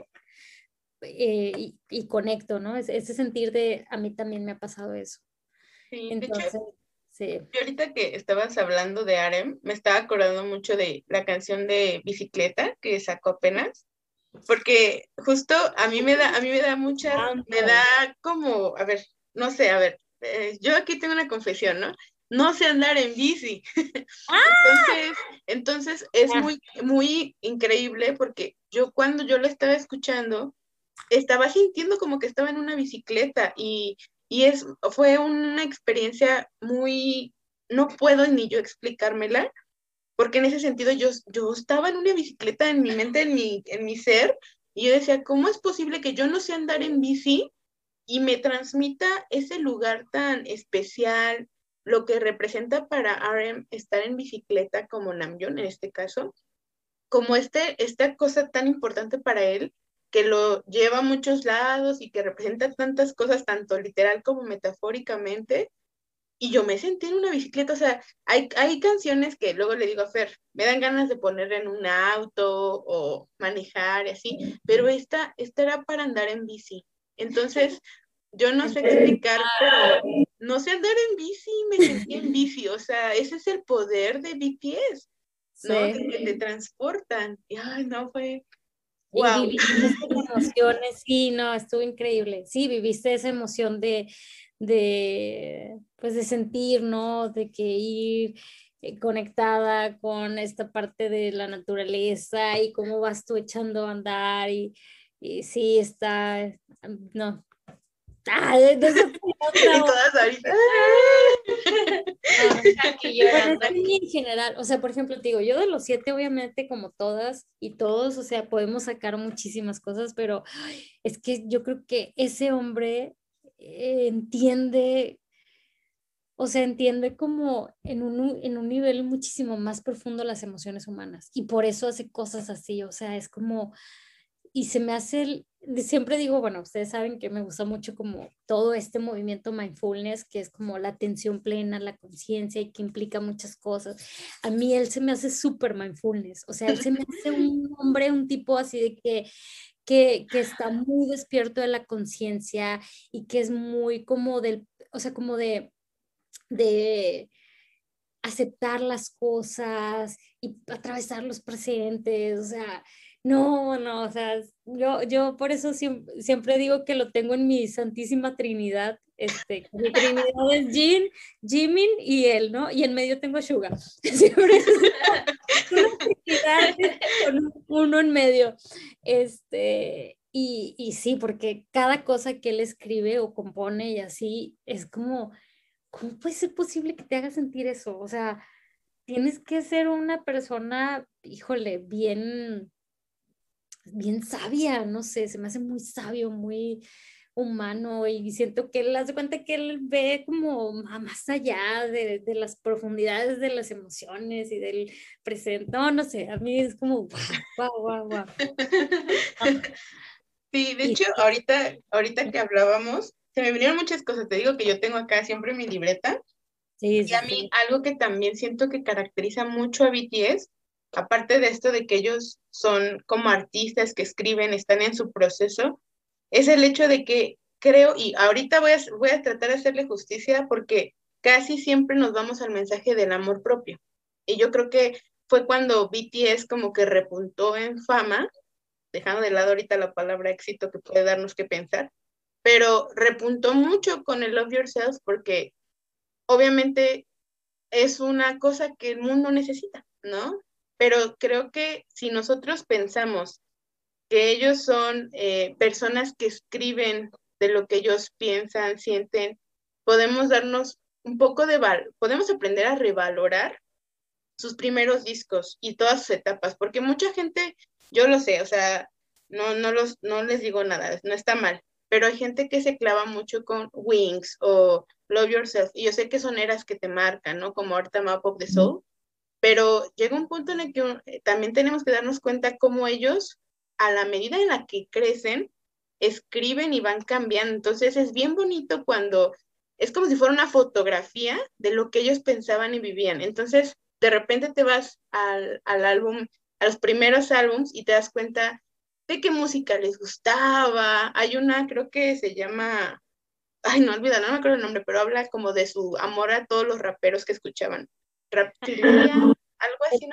eh, y, y, conecto, ¿no? Es, ese sentir de, a mí también me ha pasado eso.
Sí, de hecho,
Entonces, sí.
yo ahorita que estabas hablando de Arem, me estaba acordando mucho de la canción de Bicicleta que sacó apenas, porque justo a mí me da, a mí me da mucha, me da como, a ver, no sé, a ver, eh, yo aquí tengo una confesión, ¿no? No sé andar en bici. Entonces, entonces es
Ah,
muy, muy increíble porque yo cuando yo lo estaba escuchando, estaba sintiendo como que estaba en una bicicleta y, y es, fue una experiencia muy, no puedo ni yo explicármela, porque en ese sentido yo, yo estaba en una bicicleta en mi mente, en mi, en mi ser, y yo decía, ¿cómo es posible que yo no sé andar en bici y me transmita ese lugar tan especial, lo que representa para R M estar en bicicleta como Namjoon en este caso, como este, esta cosa tan importante para él, que lo lleva a muchos lados y que representa tantas cosas, tanto literal como metafóricamente, y yo me sentí en una bicicleta, o sea, hay, hay canciones que luego le digo a Fer, me dan ganas de poner en un auto o manejar y así, pero esta, esta era para andar en bici. Entonces, yo no sé explicar, pero no sé andar en bici, me sentí en bici, o sea, ese es el poder de B T S, ¿no?
Sí.
De que te transportan. Y ay, no, fue,
Y
wow.
viviste esas emociones, sí, no, estuvo increíble. Sí, viviste esa emoción de, de, pues de sentir, ¿no? De que ir eh, conectada con esta parte de la naturaleza y cómo vas tú echando a andar y, y sí, está, no. Ah, no se puede otra
Y todas ahorita.
Aquí
Bueno,
llorando.
es que en general, o sea, por ejemplo, te digo, yo de los siete, obviamente, como todas y todos, o sea, podemos sacar muchísimas cosas, pero ay, es que yo creo que ese hombre eh, entiende, o sea, entiende como en un, en un nivel muchísimo más profundo las emociones humanas y por eso hace cosas así, o sea, es como, y se me hace, el- de- siempre digo, bueno, ustedes saben que me gusta mucho como todo este movimiento mindfulness, que es como la atención plena, la conciencia y que implica muchas cosas. A mí él se me hace súper mindfulness, o sea, él se me hace un hombre, un tipo así de que, que, que está muy despierto de la conciencia y que es muy como del, o sea, como de, de aceptar las cosas y atravesar los presentes, o sea, no, no, o sea, yo, yo por eso siempre, siempre digo que lo tengo en mi santísima Trinidad, este, mi Trinidad es Jin, Jimin y él, ¿no? Y en medio tengo Suga. Siempre es una Trinidad este, con uno en medio. Este, y, y sí, porque cada cosa que él escribe o compone y así es como ¿cómo puede ser posible que te haga sentir eso? O sea, tienes que ser una persona, híjole, bien, bien sabia, no sé, se me hace muy sabio, muy humano y siento que él hace cuenta que él ve como ma- más allá de, de las profundidades de las emociones y del presente. No, no sé, a mí es como, wow, wow, wow,
Sí, de
Y
hecho, ahorita, ahorita que hablábamos, se me vinieron muchas cosas. Te digo que yo tengo acá siempre mi libreta.
sí,
Y
sí,
a mí
sí.
algo que también siento que caracteriza mucho a B T S, aparte de esto de que ellos son como artistas que escriben, están en su proceso, es el hecho de que creo, y ahorita voy a, voy a tratar de hacerle justicia porque casi siempre nos vamos al mensaje del amor propio. Y yo creo que fue cuando B T S como que repuntó en fama, dejando de lado ahorita la palabra éxito que puede darnos que pensar, pero repuntó mucho con el Love Yourself porque obviamente es una cosa que el mundo necesita, ¿no? Pero creo que si nosotros pensamos que ellos son eh, personas que escriben de lo que ellos piensan, sienten, podemos darnos un poco de val, podemos aprender a revalorar sus primeros discos y todas sus etapas, porque mucha gente, yo lo sé, o sea, no, no, los, no les digo nada, no está mal, pero hay gente que se clava mucho con Wings o Love Yourself, y yo sé que son eras que te marcan, ¿no? Como ahorita Map of the Soul, pero llega un punto en el que eh, también tenemos que darnos cuenta cómo ellos, a la medida en la que crecen, escriben y van cambiando. Entonces es bien bonito cuando es como si fuera una fotografía de lo que ellos pensaban y vivían. Entonces, de repente te vas al, al álbum, a los primeros álbums y te das cuenta de qué música les gustaba. Hay una, creo que se llama, ay, no olvida, no me acuerdo el nombre, pero habla como de su amor a todos los raperos que escuchaban. Raptilia, algo así, no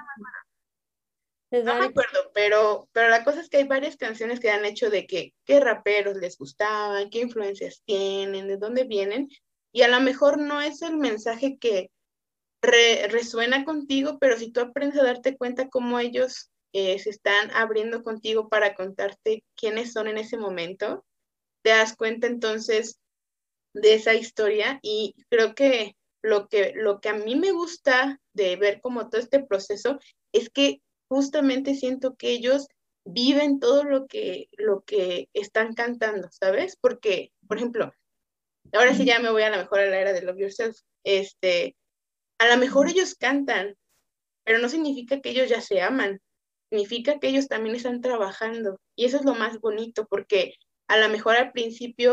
Te
no
da
me
el-
acuerdo, pero, pero la cosa es que hay varias canciones que han hecho de que qué raperos les gustaban, qué influencias tienen, de dónde vienen, y a lo mejor no es el mensaje que re- resuena contigo, pero si tú aprendes a darte cuenta cómo ellos eh, se están abriendo contigo para contarte quiénes son en ese momento, te das cuenta entonces de esa historia y creo que lo que, lo que a mí me gusta de ver como todo este proceso es que justamente siento que ellos viven todo lo que, lo que están cantando, ¿sabes? Porque, por ejemplo, ahora sí ya me voy a lo mejor a la era de Love Yourself, este, a lo mejor ellos cantan, pero no significa que ellos ya se aman, significa que ellos también están trabajando y eso es lo más bonito porque a lo mejor al principio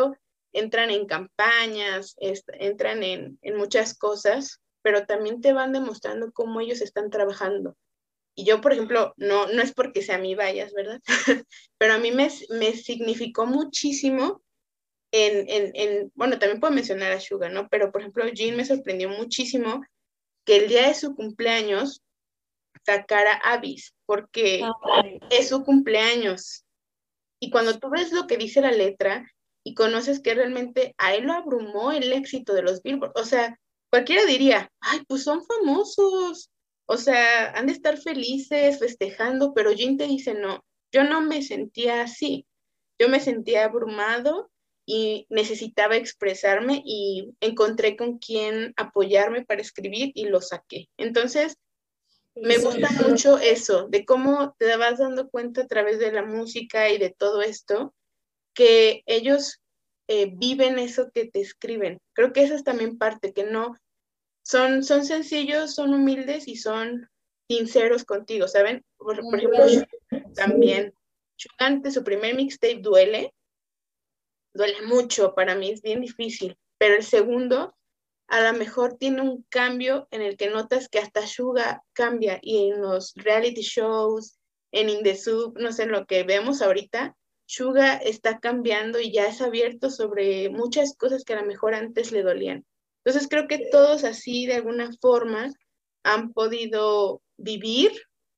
entran en campañas, est- entran en, en muchas cosas, pero también te van demostrando cómo ellos están trabajando. Y yo, por ejemplo, no, no es porque sea mi bias, ¿verdad? Pero a mí me, me significó muchísimo en, en, en, bueno, también puedo mencionar a Suga, ¿no? Pero, por ejemplo, Jin me sorprendió muchísimo que el día de su cumpleaños sacara Abyss, porque
Ay.
es su cumpleaños. Y cuando tú ves lo que dice la letra y conoces que realmente a él lo abrumó el éxito de los Billboard, o sea, cualquiera diría, ay, pues son famosos, o sea, han de estar felices, festejando, pero Jin te dice, no, yo no me sentía así, yo me sentía abrumado y necesitaba expresarme y encontré con quién apoyarme para escribir y lo saqué. Entonces, me gusta mucho eso, de cómo te vas dando cuenta a través de la música y de todo esto, que ellos eh, viven eso que te escriben. Creo que esa es también parte, que no, son, son sencillos, son humildes y son sinceros contigo, ¿saben? Por, por ejemplo, también, Shugan, su primer mixtape duele, duele mucho, para mí es bien difícil, pero el segundo a lo mejor tiene un cambio en el que notas que hasta Suga cambia y en los reality shows, en In The Soup, no sé, lo que vemos ahorita, Suga está cambiando y ya es abierto sobre muchas cosas que a lo mejor antes le dolían. Entonces creo que todos así de alguna forma han podido vivir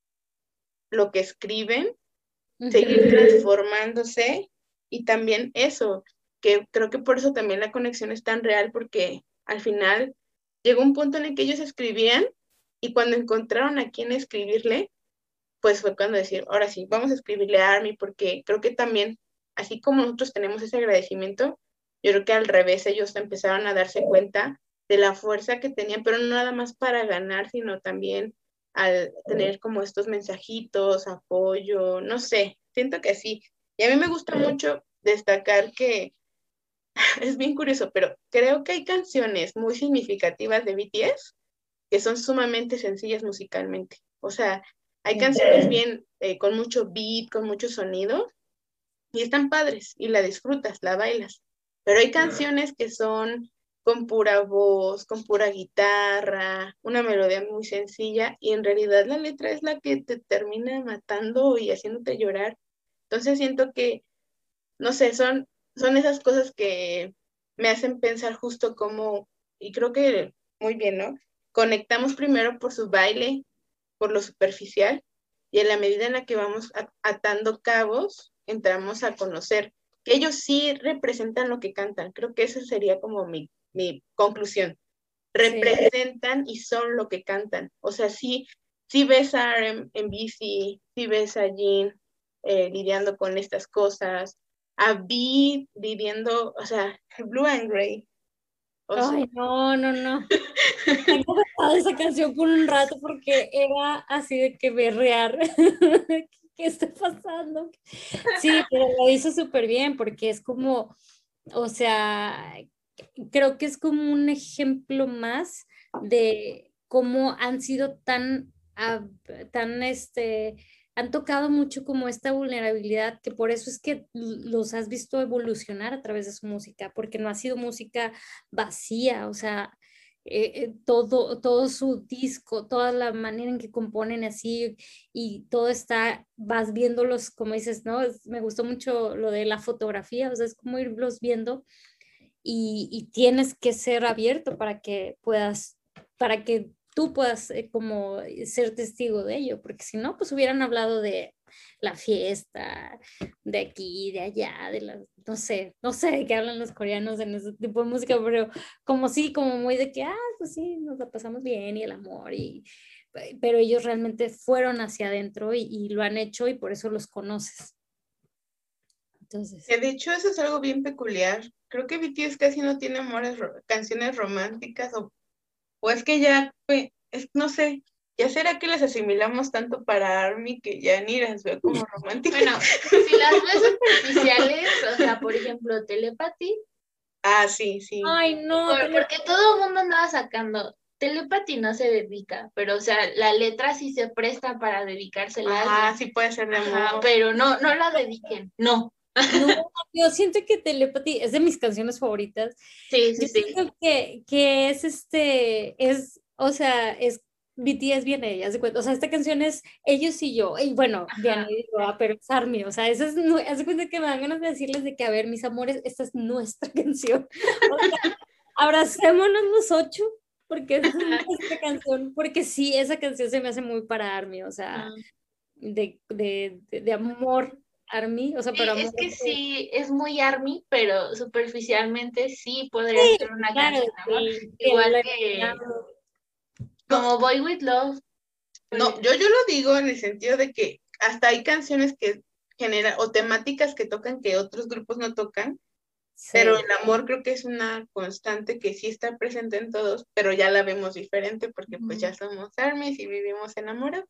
lo que escriben, seguir transformándose y también eso, que creo que por eso también la conexión es tan real porque al final llegó un punto en el que ellos escribían y cuando encontraron a quién escribirle, pues fue cuando decir, ahora sí, vamos a escribirle a Army porque creo que también, así como nosotros tenemos ese agradecimiento, yo creo que al revés ellos empezaron a darse cuenta de la fuerza que tenían, pero no nada más para ganar, sino también al tener como estos mensajitos, apoyo, no sé, siento que sí. Y a mí me gusta mucho destacar que es bien curioso, pero creo que hay canciones muy significativas de B T S que son sumamente sencillas musicalmente. O sea, hay canciones bien, eh, con mucho beat, con mucho sonido, y están padres, y la disfrutas, la bailas. Pero hay canciones que son con pura voz, con pura guitarra, una melodía muy sencilla, y en realidad la letra es la que te termina matando y haciéndote llorar. Entonces siento que, no sé, son, son esas cosas que me hacen pensar justo como, y creo que muy bien, ¿no? Conectamos primero por su baile, por lo superficial, y en la medida en la que vamos atando cabos, entramos a conocer que ellos sí representan lo que cantan. Creo que esa sería como mi, mi conclusión. Representan sí. Y son lo que cantan. O sea, sí, sí ves a R en bici, sí ves a Jin eh, lidiando con estas cosas, a B lidiando, o sea, Blue and Gray.
O sea, ay, no, no, no. Tengo pensado esa canción por un rato porque era así de que berrear. ¿Qué está pasando? Sí, pero lo hizo súper bien porque es como, o sea, creo que es como un ejemplo más de cómo han sido tan, uh, tan, este, han tocado mucho como esta vulnerabilidad, que por eso es que los has visto evolucionar a través de su música, porque no ha sido música vacía, o sea, eh, eh, todo, todo su disco, toda la manera en que componen así y todo está, vas viéndolos, como dices, ¿no? Es, me gustó mucho lo de la fotografía, o sea, es como irlos viendo y, y tienes que ser abierto para que puedas, para que tú puedas eh, como ser testigo de ello, porque si no, pues hubieran hablado de la fiesta, de aquí, de allá, de la, no sé, no sé de qué hablan los coreanos en ese tipo de música, pero como sí, como muy de que, ah, pues sí, nos la pasamos bien y el amor, y, pero ellos realmente fueron hacia adentro y, y lo han hecho y por eso los conoces. Entonces.
De hecho, eso es algo bien peculiar. Creo que B T S casi no tiene amores, canciones románticas o, o es que ya, es, no sé, ya será que las asimilamos tanto para ARMY que ya ni las veo como románticas.
Bueno, si las ves superficiales, o sea, por ejemplo, Telepathy.
Ah, sí, sí.
Ay, no.
Por, porque todo el mundo andaba sacando. Telepathy no se dedica, pero o sea, la letra sí se presta para dedicársela.
Ah, sí puede ser de amor.
Pero no, no la dediquen, no.
No, yo siento que Telepathy es de mis canciones favoritas.
Sí, sí,
Yo
sí.
siento que, que es este, es, o sea, es B T S viene ella, de cuenta. O sea, esta canción es ellos y yo, y bueno, Diana y yo, ah, pero es ARMY, o sea, eso es, nu- haz de cuenta que me dan ganas de decirles de que, a ver, mis amores, esta es nuestra canción. O sea, abracémonos los ocho, porque esta es nuestra canción, porque sí, esa canción se me hace muy para ARMY, o sea,
Mm.
de, de, de, de amor ARMY, o sea, pero
Sí,
amor
es que
de-
sí, es muy ARMY, pero superficialmente sí podría
sí,
ser una
claro,
canción de amor.
sí, sí,
Igual
lo he
que
imaginado.
No,
como Boy With Love, por
no,
ejemplo.
yo, yo lo digo en el sentido de que hasta hay canciones que generan o temáticas que tocan que otros grupos no tocan, pero
Sí.
el amor creo que es una constante que sí está presente en todos, pero ya la vemos diferente porque pues ya somos armies y vivimos enamorados.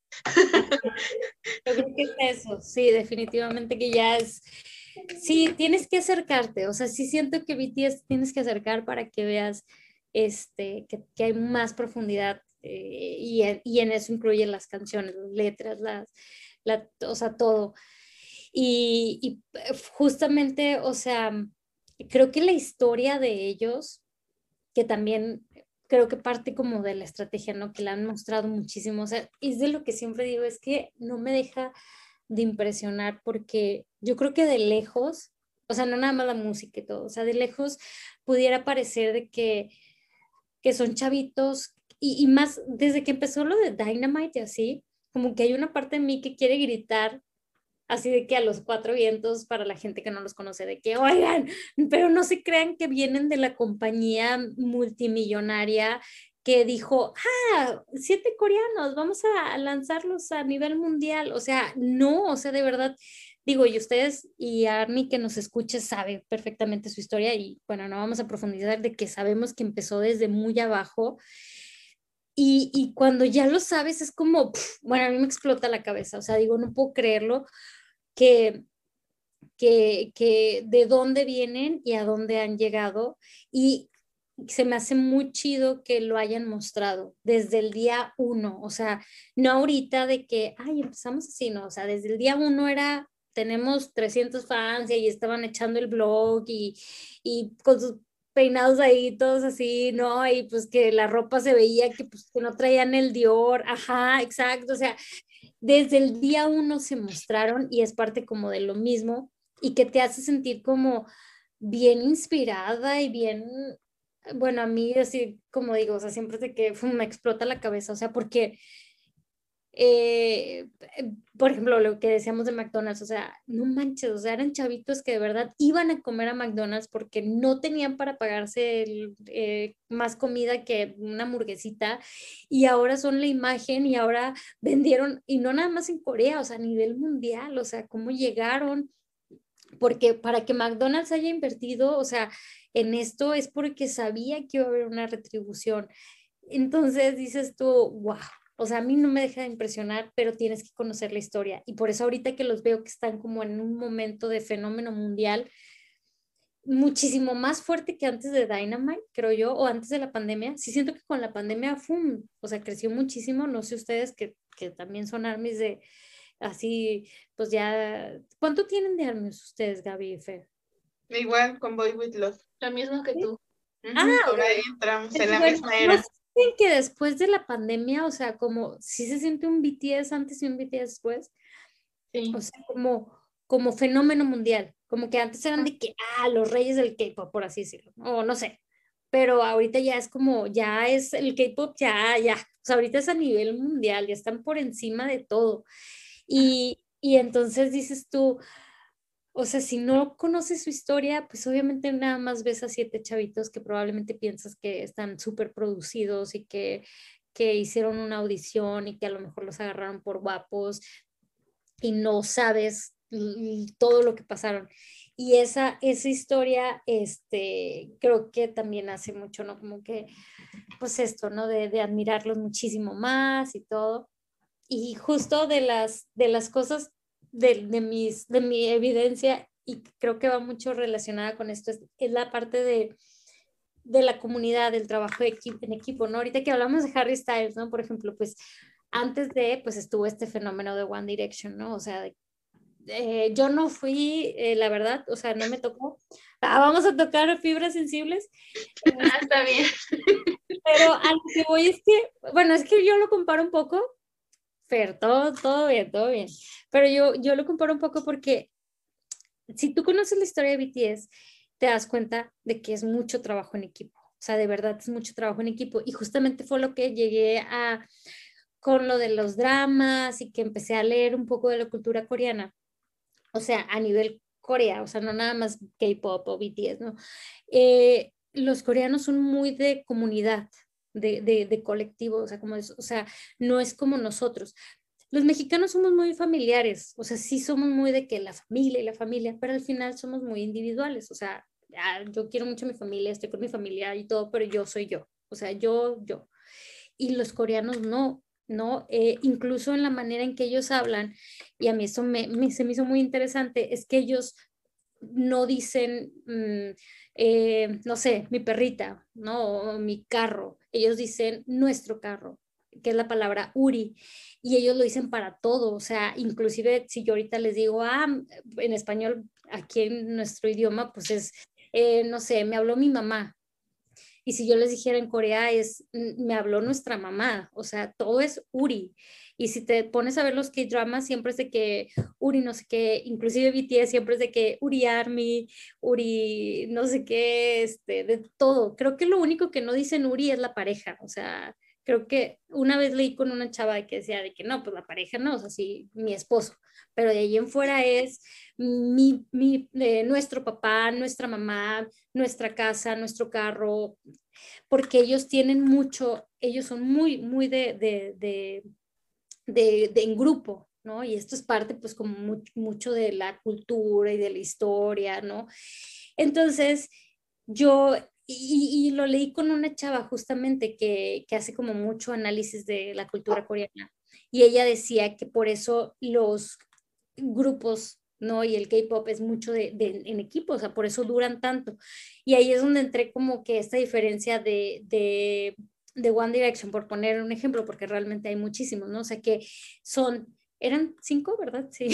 Yo creo que es eso, sí, definitivamente que ya es, sí, tienes que acercarte, o sea, sí siento que B T S tienes que acercar para que veas este, que, que hay más profundidad eh, y, en, y en eso incluyen las canciones, las letras, las, la, o sea, todo. Y, y justamente, o sea, creo que la historia de ellos que también creo que parte como de la estrategia, ¿no? Que la han mostrado muchísimo, o sea, es de lo que siempre digo, es que no me deja de impresionar porque yo creo que de lejos, o sea, no nada más la música y todo, o sea, de lejos pudiera parecer de que, que son chavitos y, y más desde que empezó lo de Dynamite y así, como que hay una parte de mí que quiere gritar así de que a los cuatro vientos para la gente que no los conoce, de que, oigan, pero no se crean que vienen de la compañía multimillonaria que dijo, ah, siete coreanos, vamos a lanzarlos a nivel mundial. O sea, no, o sea, de verdad, digo, y ustedes y Army que nos escuche sabe perfectamente su historia y bueno, no vamos a profundizar de que sabemos que empezó desde muy abajo. Y, y cuando ya lo sabes es como, pf, bueno, a mí me explota la cabeza, o sea, digo, no puedo creerlo, que, que, que de dónde vienen y a dónde han llegado. Y se me hace muy chido que lo hayan mostrado desde el día uno, o sea, no ahorita de que, ay, empezamos así, no, o sea, desde el día uno era, tenemos trescientos fans y ahí estaban echando el blog y, y con sus peinados ahí todos así, ¿no? Y pues que la ropa se veía que pues que no traían el Dior, ajá, exacto, o sea, desde el día uno se mostraron y es parte como de lo mismo y que te hace sentir como bien inspirada y bien, bueno, a mí así como digo, o sea, siempre de que fum, me explota la cabeza, o sea, porque, eh, por ejemplo, lo que decíamos de McDonald's, o sea, no manches, o sea, eran chavitos que de verdad iban a comer a McDonald's porque no tenían para pagarse el, eh, más comida que una hamburguesita y ahora son la imagen y ahora vendieron, y no nada más en Corea, o sea, a nivel mundial, o sea, cómo llegaron, porque para que McDonald's haya invertido, o sea, en esto es porque sabía que iba a haber una retribución. Entonces dices tú, wow, o sea, a mí no me deja de impresionar, pero tienes que conocer la historia. Y por eso ahorita que los veo que están como en un momento de fenómeno mundial, muchísimo más fuerte que antes de Dynamite, creo yo, o antes de la pandemia. Sí siento que con la pandemia, ¡fum! O sea, creció muchísimo. No sé ustedes que, que también son armies de así, pues ya, ¿cuánto tienen de armies ustedes, Gaby y Fer?
Igual con Boy With Love.
Lo mismo que
¿Sí?
tú.
Ah,
Ujú, por ahí
ok.
entramos en
Pues
la
bueno,
misma
¿no
era.
sienten que después de la pandemia, o sea, como si se siente un B T S antes y un B T S después? O
Sí.
sea, como, como fenómeno mundial, como que antes eran de que, ah, los reyes del K-pop, por así decirlo, o no sé, pero ahorita ya es como, ya es el K-pop, ya, ya, o sea, ahorita es a nivel mundial, ya están por encima de todo. Y, y entonces dices tú, o sea, si no conoces su historia, pues obviamente nada más ves a siete chavitos que probablemente piensas que están súper producidos y que, que hicieron una audición y que a lo mejor los agarraron por guapos y no sabes todo lo que pasaron. Y esa, esa historia, este, creo que también hace mucho, ¿no? Como que, pues esto, ¿no? De, de admirarlos muchísimo más y todo. Y justo de las, de las cosas de, de, mis, de mi evidencia, y creo que va mucho relacionada con esto, es, es la parte de, de la comunidad, del trabajo de equipo, en equipo, ¿no? Ahorita que hablamos de Harry Styles, ¿no? Por ejemplo, pues antes de, pues estuvo este fenómeno de One Direction, ¿no? O sea, de eh, yo no fui, eh, la verdad, o sea, no me tocó. Ah, vamos a tocar fibras sensibles.
Ah, está bien.
Pero a lo que voy es que, bueno, es que yo lo comparo un poco, Fer, todo, todo bien, todo bien. Pero yo, yo lo comparo un poco porque si tú conoces la historia de B T S, te das cuenta de que es mucho trabajo en equipo. O sea, de verdad es mucho trabajo en equipo. Y justamente fue lo que llegué a, con lo de los dramas y que empecé a leer un poco de la cultura coreana. O sea, a nivel Corea, o sea, no nada más K-pop o B T S, ¿no? Eh, los coreanos son muy de comunidad, de, de, de colectivo, o sea, como es, o sea, no es como nosotros. Los mexicanos somos muy familiares, o sea, sí somos muy de que la familia y la familia, pero al final somos muy individuales, o sea, ah, yo quiero mucho a mi familia, estoy con mi familia y todo, pero yo soy yo, o sea, yo, yo. Y los coreanos no, ¿no? Eh, incluso en la manera en que ellos hablan, y a mí eso me, me, se me hizo muy interesante, es que ellos no dicen, mmm, eh, no sé, mi perrita, ¿no? O mi carro, ellos dicen nuestro carro, que es la palabra Uri, y ellos lo dicen para todo, o sea, inclusive si yo ahorita les digo, ah, en español, aquí en nuestro idioma, pues es, eh, no sé, me habló mi mamá, y si yo les dijera en Corea es, me habló nuestra mamá, o sea, todo es Uri. Y si te pones a ver los K-dramas, siempre es de que Uri no sé qué, inclusive B T S siempre es de que Uri Army, Uri no sé qué, este, de todo. Creo que lo único que no dicen Uri es la pareja, o sea, creo que una vez leí con una chava que decía de que no, pues la pareja no, o sea, sí, mi esposo, pero de ahí en fuera es mi, mi, eh, nuestro papá, nuestra mamá, nuestra casa, nuestro carro, porque ellos tienen mucho, ellos son muy, muy de, de, de, de, de en grupo, ¿no? Y esto es parte, pues, como mucho, mucho de la cultura y de la historia, ¿no? Entonces, yo, y, y lo leí con una chava justamente que, que hace como mucho análisis de la cultura coreana, y ella decía que por eso los grupos, ¿no? Y el K-pop es mucho de, de, en equipo, o sea, por eso duran tanto. Y ahí es donde entré como que esta diferencia de, de, de One Direction, por poner un ejemplo, porque realmente hay muchísimos, ¿no? O sea, que son, eran cinco, ¿verdad? Sí.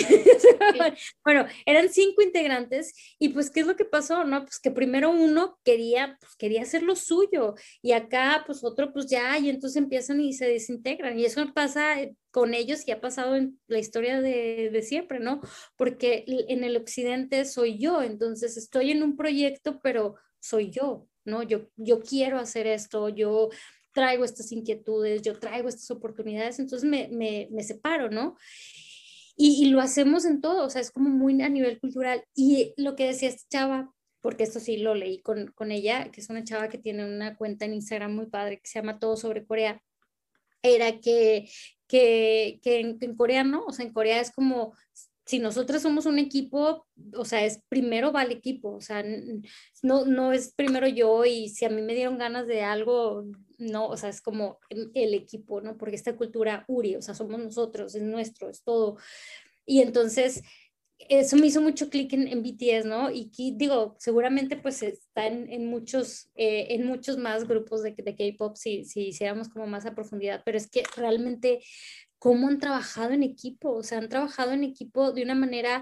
Bueno, eran cinco integrantes y pues, ¿qué es lo que pasó? No, pues que primero uno quería, pues quería hacer lo suyo y acá pues otro pues ya, y entonces empiezan y se desintegran y eso pasa con ellos y ha pasado en la historia de, de siempre, ¿no? Porque en el occidente soy yo, entonces estoy en un proyecto, pero soy yo, ¿no? Yo, yo quiero hacer esto, yo traigo estas inquietudes, yo traigo estas oportunidades, entonces me, me, me separo, ¿no? Y, y, lo hacemos en todo, o sea, es como muy a nivel cultural. Y lo que decía esta chava, porque esto sí lo leí con, con ella, que es una chava que tiene una cuenta en Instagram muy padre que se llama Todo sobre Corea, era que, que, que en, en Corea, ¿no? O sea, en Corea es como, si nosotros somos un equipo, o sea, es primero va el equipo, o sea, no, no es primero yo y si a mí me dieron ganas de algo, no, o sea, es como el equipo, ¿no? Porque esta cultura Uri, o sea, somos nosotros, es nuestro, es todo. Y entonces eso me hizo mucho clic en, en B T S, ¿no? Y aquí, digo, seguramente pues está en, en muchos, eh, en muchos más grupos de, de K-pop si, si hiciéramos como más a profundidad, pero es que realmente cómo han trabajado en equipo, o sea, han trabajado en equipo de una manera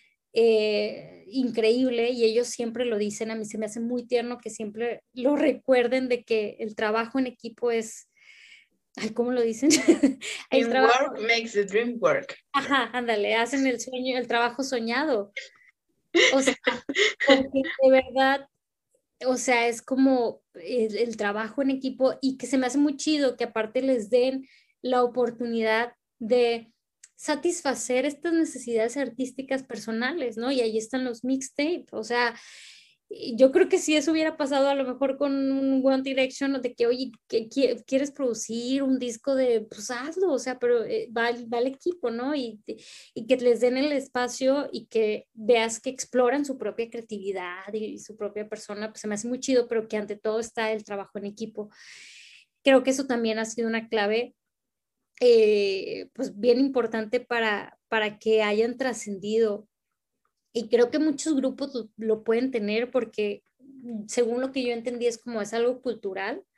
eh, increíble y ellos siempre lo dicen, a mí se me hace muy tierno que siempre lo recuerden de que el trabajo en equipo es, ay, ¿cómo lo dicen? El trabajo,
work makes the dream work.
Ajá, ándale, hacen el sueño, el trabajo soñado. O sea, porque de verdad, o sea, es como el, el trabajo en equipo y que se me hace muy chido que aparte les den la oportunidad de satisfacer estas necesidades artísticas personales, ¿no? Y ahí están los mixtapes, o sea, yo creo que si eso hubiera pasado a lo mejor con un One Direction, de que, oye, que quieres producir un disco de, pues hazlo, o sea, pero eh, va, va el equipo, ¿no? Y, y que les den el espacio y que veas que exploran su propia creatividad y, y su propia persona, pues se me hace muy chido, pero que ante todo está el trabajo en equipo. Creo que eso también ha sido una clave, eh, pues bien importante para, para que hayan trascendido. Y creo que muchos grupos lo, lo pueden tener porque según lo que yo entendí es como es algo cultural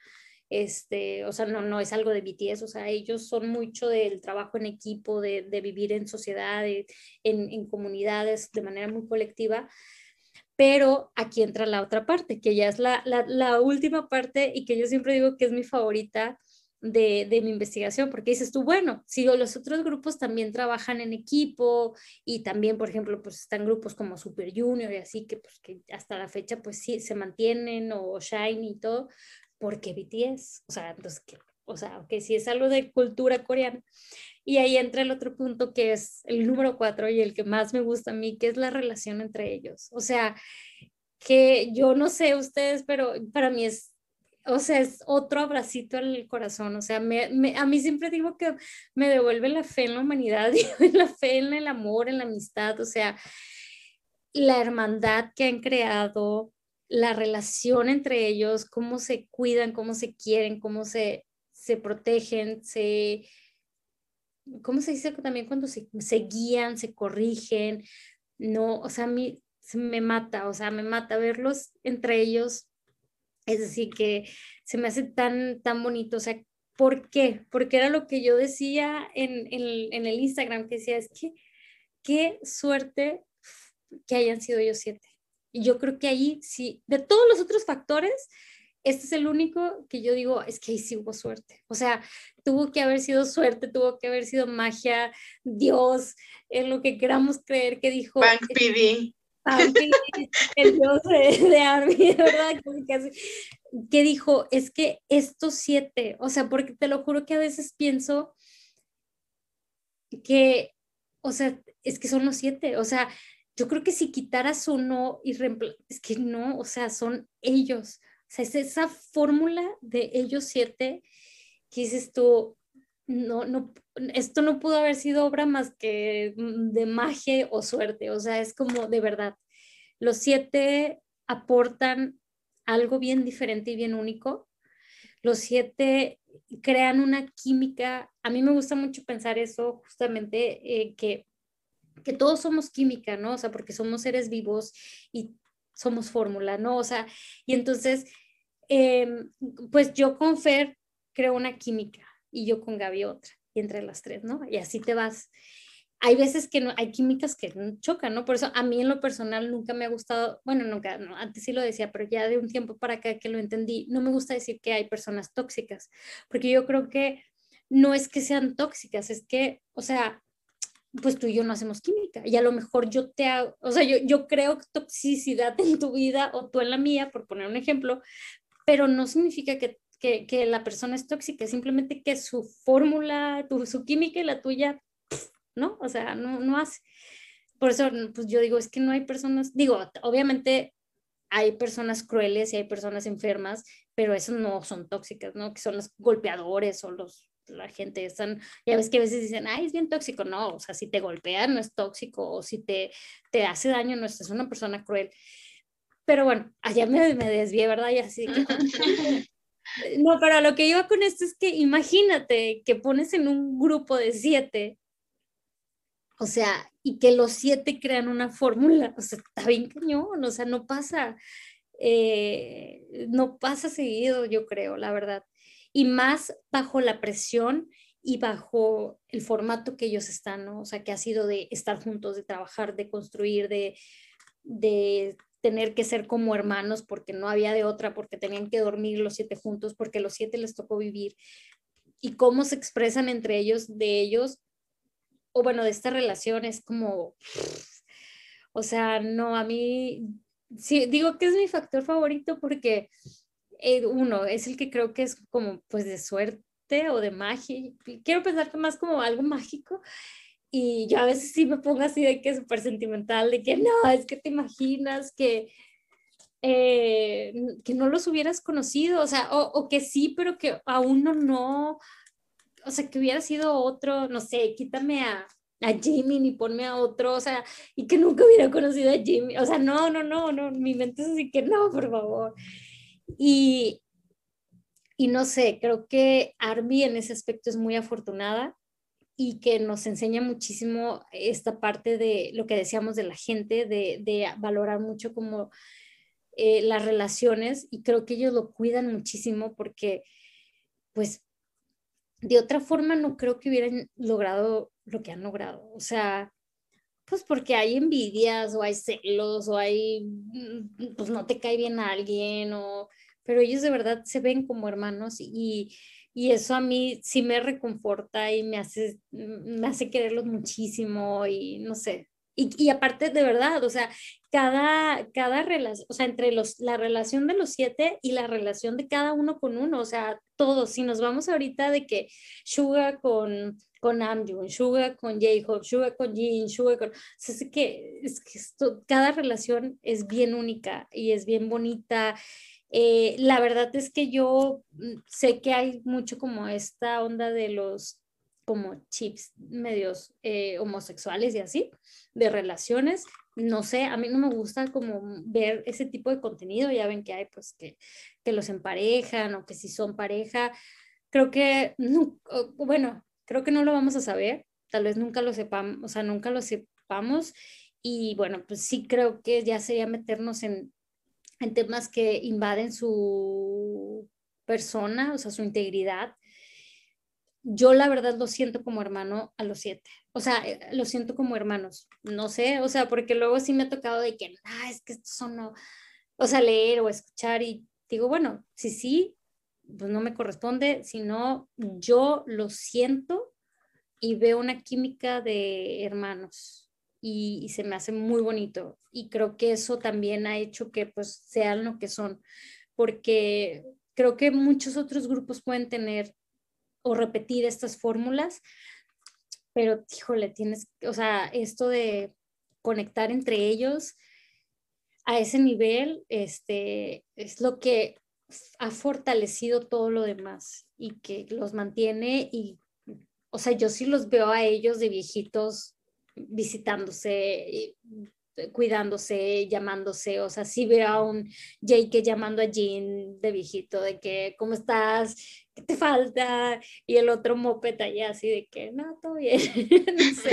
este, o sea, no, no es algo de B T S, o sea, ellos son mucho del trabajo en equipo, de, de vivir en sociedades, en, en comunidades de manera muy colectiva. Pero aquí entra la otra parte, que ya es la, la, la última parte y que yo siempre digo que es mi favorita de, de mi investigación, porque dices tú, bueno, si los otros grupos también trabajan en equipo y también, por ejemplo, pues están grupos como Super Junior y así, que, pues, que hasta la fecha pues sí se mantienen, o Shiny y todo, ¿por qué B T S? O sea, entonces, ¿qué? O sea, que si es algo de cultura coreana. Y ahí entra el otro punto que es el número cuatro y el que más me gusta a mí, que es la relación entre ellos. O sea, que yo no sé ustedes, pero para mí es, o sea, es otro abracito al corazón. O sea, me, me, a mí siempre digo que me devuelve la fe en la humanidad, y la fe en el amor, en la amistad. O sea, la hermandad que han creado, la relación entre ellos, cómo se cuidan, cómo se quieren, cómo se, se protegen, se ¿cómo se dice también cuando se, se guían, se corrigen? No, o sea, a mí se me mata, o sea, me mata verlos entre ellos. Es decir, que se me hace tan, tan bonito, o sea, ¿por qué? Porque era lo que yo decía en, en, en el Instagram, que decía, es que qué suerte que hayan sido ellos siete. Y yo creo que ahí sí, de todos los otros factores, este es el único que yo digo, es que ahí sí hubo suerte. O sea, tuvo que haber sido suerte, tuvo que haber sido magia, Dios, en lo que queramos creer que dijo.
Bank P D.
Bank P D, el dios de, de Army, ¿verdad? Que, que dijo, es que estos siete, o sea, porque te lo juro que a veces pienso que, o sea, es que son los siete, o sea, yo creo que si quitaras uno y reemplazas, es que no, o sea, son ellos. O sea, es esa fórmula de ellos siete que dices tú, no, no, esto no pudo haber sido obra más que de magia o suerte. O sea, es como de verdad. Los siete aportan algo bien diferente y bien único. Los siete crean una química. A mí me gusta mucho pensar eso, justamente, eh, que, que todos somos química, ¿no? O sea, porque somos seres vivos y somos fórmula, ¿no? O sea, y entonces, eh, pues yo con Fer creo una química y yo con Gaby otra, y entre las tres, ¿no? Y así te vas. Hay veces que no, hay químicas que chocan, ¿no? Por eso a mí en lo personal nunca me ha gustado, bueno, nunca, no, antes sí lo decía, pero ya de un tiempo para acá que lo entendí, no me gusta decir que hay personas tóxicas, porque yo creo que no es que sean tóxicas, es que, o sea, pues tú y yo no hacemos química y a lo mejor yo te hago, o sea, yo, yo creo toxicidad en tu vida o tú en la mía, por poner un ejemplo, pero no significa que, que, que la persona es tóxica, simplemente que su fórmula, tu, su química y la tuya, ¿no? O sea, no, no hace. Por eso, pues yo digo, es que no hay personas, digo, obviamente hay personas crueles y hay personas enfermas, pero esos no son tóxicas, ¿no? Que son los golpeadores o los la gente están, ya ves que a veces dicen, ay, es bien tóxico, no, o sea, si te golpean no es tóxico, o si te, te hace daño no es, es una persona cruel. Pero bueno, allá me, me desvié, ¿verdad? Y así que... No, pero lo que iba con esto es que imagínate que pones en un grupo de siete, o sea, y que los siete crean una fórmula, o sea, está bien cañón, o sea, no pasa, eh, no pasa seguido, yo creo, la verdad. Y más bajo la presión y bajo el formato que ellos están, ¿no? O sea, que ha sido de estar juntos, de trabajar, de construir, de, de tener que ser como hermanos porque no había de otra, porque tenían que dormir los siete juntos, porque los siete les tocó vivir. Y cómo se expresan entre ellos, de ellos, o bueno, de esta relación es como, o sea, no, a mí, sí, digo que es mi factor favorito porque eh, uno, es el que creo que es como pues de suerte o de magia, quiero pensar que más como algo mágico, y yo a veces sí me pongo así de que es súper sentimental, de que no, es que te imaginas que, eh, que no los hubieras conocido, o sea, o, o que sí, pero que a uno no, o sea, que hubiera sido otro, no sé, quítame a, a Jimmy y ponme a otro, o sea, y que nunca hubiera conocido a Jimmy, o sea, no, no, no, no, mi mente es así que no, por favor. Y, y no sé, creo que Army en ese aspecto es muy afortunada y que nos enseña muchísimo esta parte de lo que decíamos de la gente, de, de valorar mucho como eh, las relaciones, y creo que ellos lo cuidan muchísimo porque pues de otra forma no creo que hubieran logrado lo que han logrado. O sea, pues porque hay envidias o hay celos o hay, mm, pues no te cae bien a alguien, o, pero ellos de verdad se ven como hermanos y, y eso a mí sí me reconforta y me hace, me hace quererlos muchísimo y no sé. Y, y aparte de verdad, o sea, cada, cada relación, o sea, entre los, la relación de los siete y la relación de cada uno con uno, o sea, todos, si nos vamos ahorita de que Suga con, con Namjoon, Suga con J-Hope, Suga con Jin, Suga con... O sea, es que, es que esto, cada relación es bien única y es bien bonita. Eh, la verdad es que yo mm, sé que hay mucho como esta onda de los como chips medios eh, homosexuales y así, de relaciones. No sé, a mí no me gusta como ver ese tipo de contenido. Ya ven que hay pues que, que los emparejan o que si son pareja. Creo que, no, bueno, creo que no lo vamos a saber, tal vez nunca lo sepamos, o sea, nunca lo sepamos. Y bueno, pues sí creo que ya sería meternos en, en temas que invaden su persona, o sea, su integridad. Yo la verdad lo siento como hermano a los siete, o sea, eh, lo siento como hermanos, no sé, o sea, porque luego sí me ha tocado de que, ah, es que estos son, no, o sea, leer o escuchar y digo, bueno, sí, sí, pues no me corresponde, sino yo lo siento y veo una química de hermanos y, y se me hace muy bonito y creo que eso también ha hecho que pues sean lo que son, porque creo que muchos otros grupos pueden tener o repetir estas fórmulas, pero híjole, tienes, o sea, esto de conectar entre ellos a ese nivel, este, es lo que ha fortalecido todo lo demás y que los mantiene y, o sea, yo sí los veo a ellos de viejitos visitándose, cuidándose, llamándose, o sea, sí veo a un Jake llamando a Jean de viejito, de que, ¿cómo estás? ¿Qué te falta? Y el otro moped allá así de que, no, todo bien, no sé.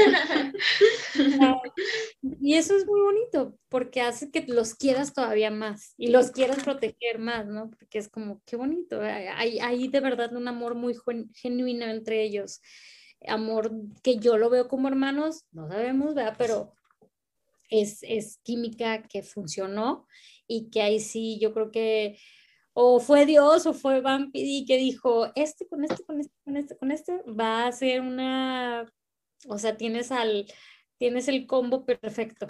Y eso es muy bonito porque hace que los quieras todavía más y los quieras proteger más, ¿no? Porque es como, qué bonito, hay, hay de verdad un amor muy genuino entre ellos, amor que yo lo veo como hermanos, no sabemos, ¿verdad? Pero es, es química que funcionó y que ahí sí yo creo que o fue Dios o fue Vampiri que dijo, este con este, con este, con este, con este, va a ser una, o sea, tienes al, tienes el combo perfecto.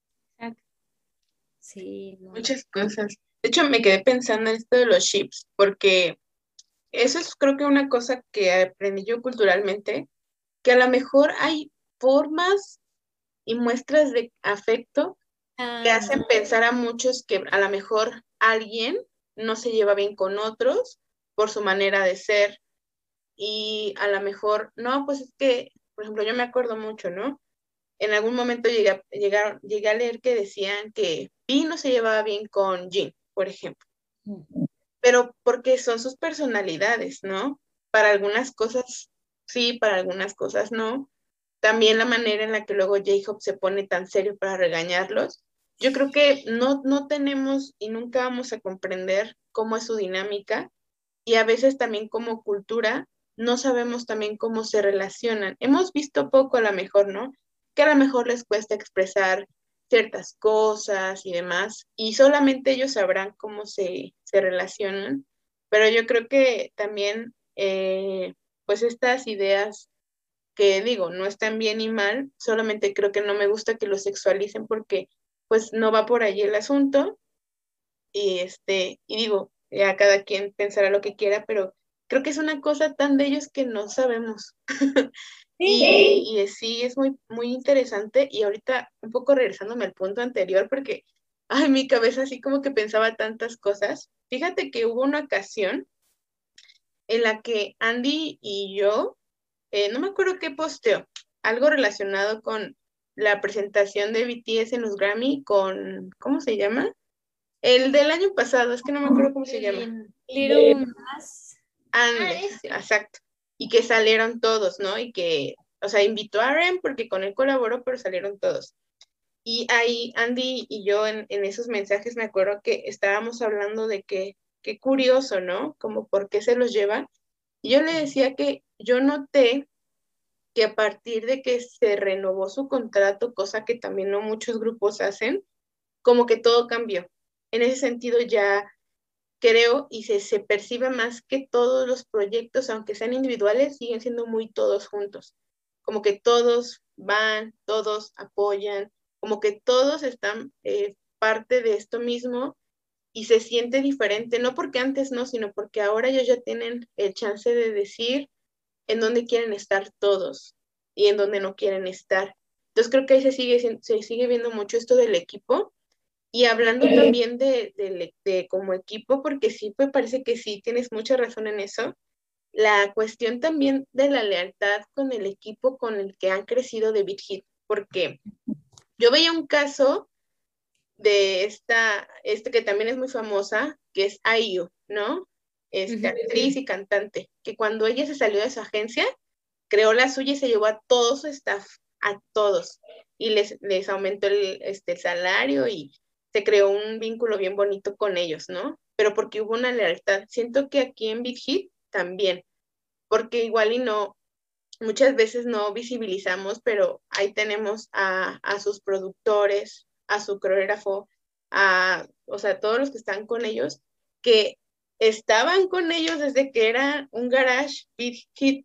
Sí, no.
Muchas cosas. De hecho, me quedé pensando en esto de los chips, porque eso es creo que una cosa que aprendí yo culturalmente, que a lo mejor hay formas y muestras de afecto que
Ah,
hacen pensar a muchos que a lo mejor alguien no se lleva bien con otros por su manera de ser y a lo mejor, no, pues es que, por ejemplo, yo me acuerdo mucho, ¿no? En algún momento llegué, a- llegaron- llegué a leer que decían que Pi no se llevaba bien con Jin, por ejemplo, pero porque son sus personalidades, ¿no? Para algunas cosas sí, para algunas cosas no. También la manera en la que luego J-Hope se pone tan serio para regañarlos. Yo creo que no, no tenemos y nunca vamos a comprender cómo es su dinámica y a veces también como cultura no sabemos también cómo se relacionan. Hemos visto poco a lo mejor, ¿no? Que a lo mejor les cuesta expresar ciertas cosas y demás, y solamente ellos sabrán cómo se, se relacionan, pero yo creo que también, eh, pues estas ideas que digo, no están bien ni mal, solamente creo que no me gusta que lo sexualicen porque pues no va por allí el asunto, y este, y digo, ya cada quien pensará lo que quiera, pero creo que es una cosa tan de ellos que no sabemos.
sí.
Y, y sí, es muy, muy interesante. Y ahorita, un poco regresándome al punto anterior, porque, ay, mi cabeza así como que pensaba tantas cosas. Fíjate que hubo una ocasión en la que Andy y yo, eh, no me acuerdo qué posteo, algo relacionado con la presentación de B T S en los Grammy, con, ¿cómo se llama? El del año pasado, es que no me acuerdo cómo se llama.
Little más.
Ande, exacto. Y que salieron todos, ¿no? Y que, o sea, invitó a Ren porque con él colaboró, pero salieron todos. Y ahí Andy y yo en, en esos mensajes me acuerdo que estábamos hablando de que, qué curioso, ¿no? Como por qué se los lleva. Y yo le decía que yo noté que a partir de que se renovó su contrato, cosa que también no muchos grupos hacen, como que todo cambió. En ese sentido ya creo y se, se percibe más que todos los proyectos, aunque sean individuales, siguen siendo muy todos juntos. Como que todos van, todos apoyan, como que todos están eh, parte de esto mismo y se siente diferente, no porque antes no, sino porque ahora ellos ya tienen el chance de decir en dónde quieren estar todos y en dónde no quieren estar. Entonces creo que ahí se sigue, se sigue viendo mucho esto del equipo. Y hablando también de, de, de como equipo, porque sí, me parece que sí, tienes mucha razón en eso, la cuestión también de la lealtad con el equipo con el que han crecido de Big Hit, porque yo veía un caso de esta, este que también es muy famosa, que es I U, ¿no? Esta actriz y cantante, que cuando ella se salió de su agencia, creó la suya y se llevó a todo su staff, a todos, y les, les aumentó el, este, el salario y se creó un vínculo bien bonito con ellos, ¿no? Pero porque hubo una lealtad. Siento que aquí en Big Hit también, porque igual y no, muchas veces no visibilizamos, pero ahí tenemos a, a sus productores, a su coreógrafo, a, o sea, todos los que están con ellos, que estaban con ellos desde que era un garage Big Hit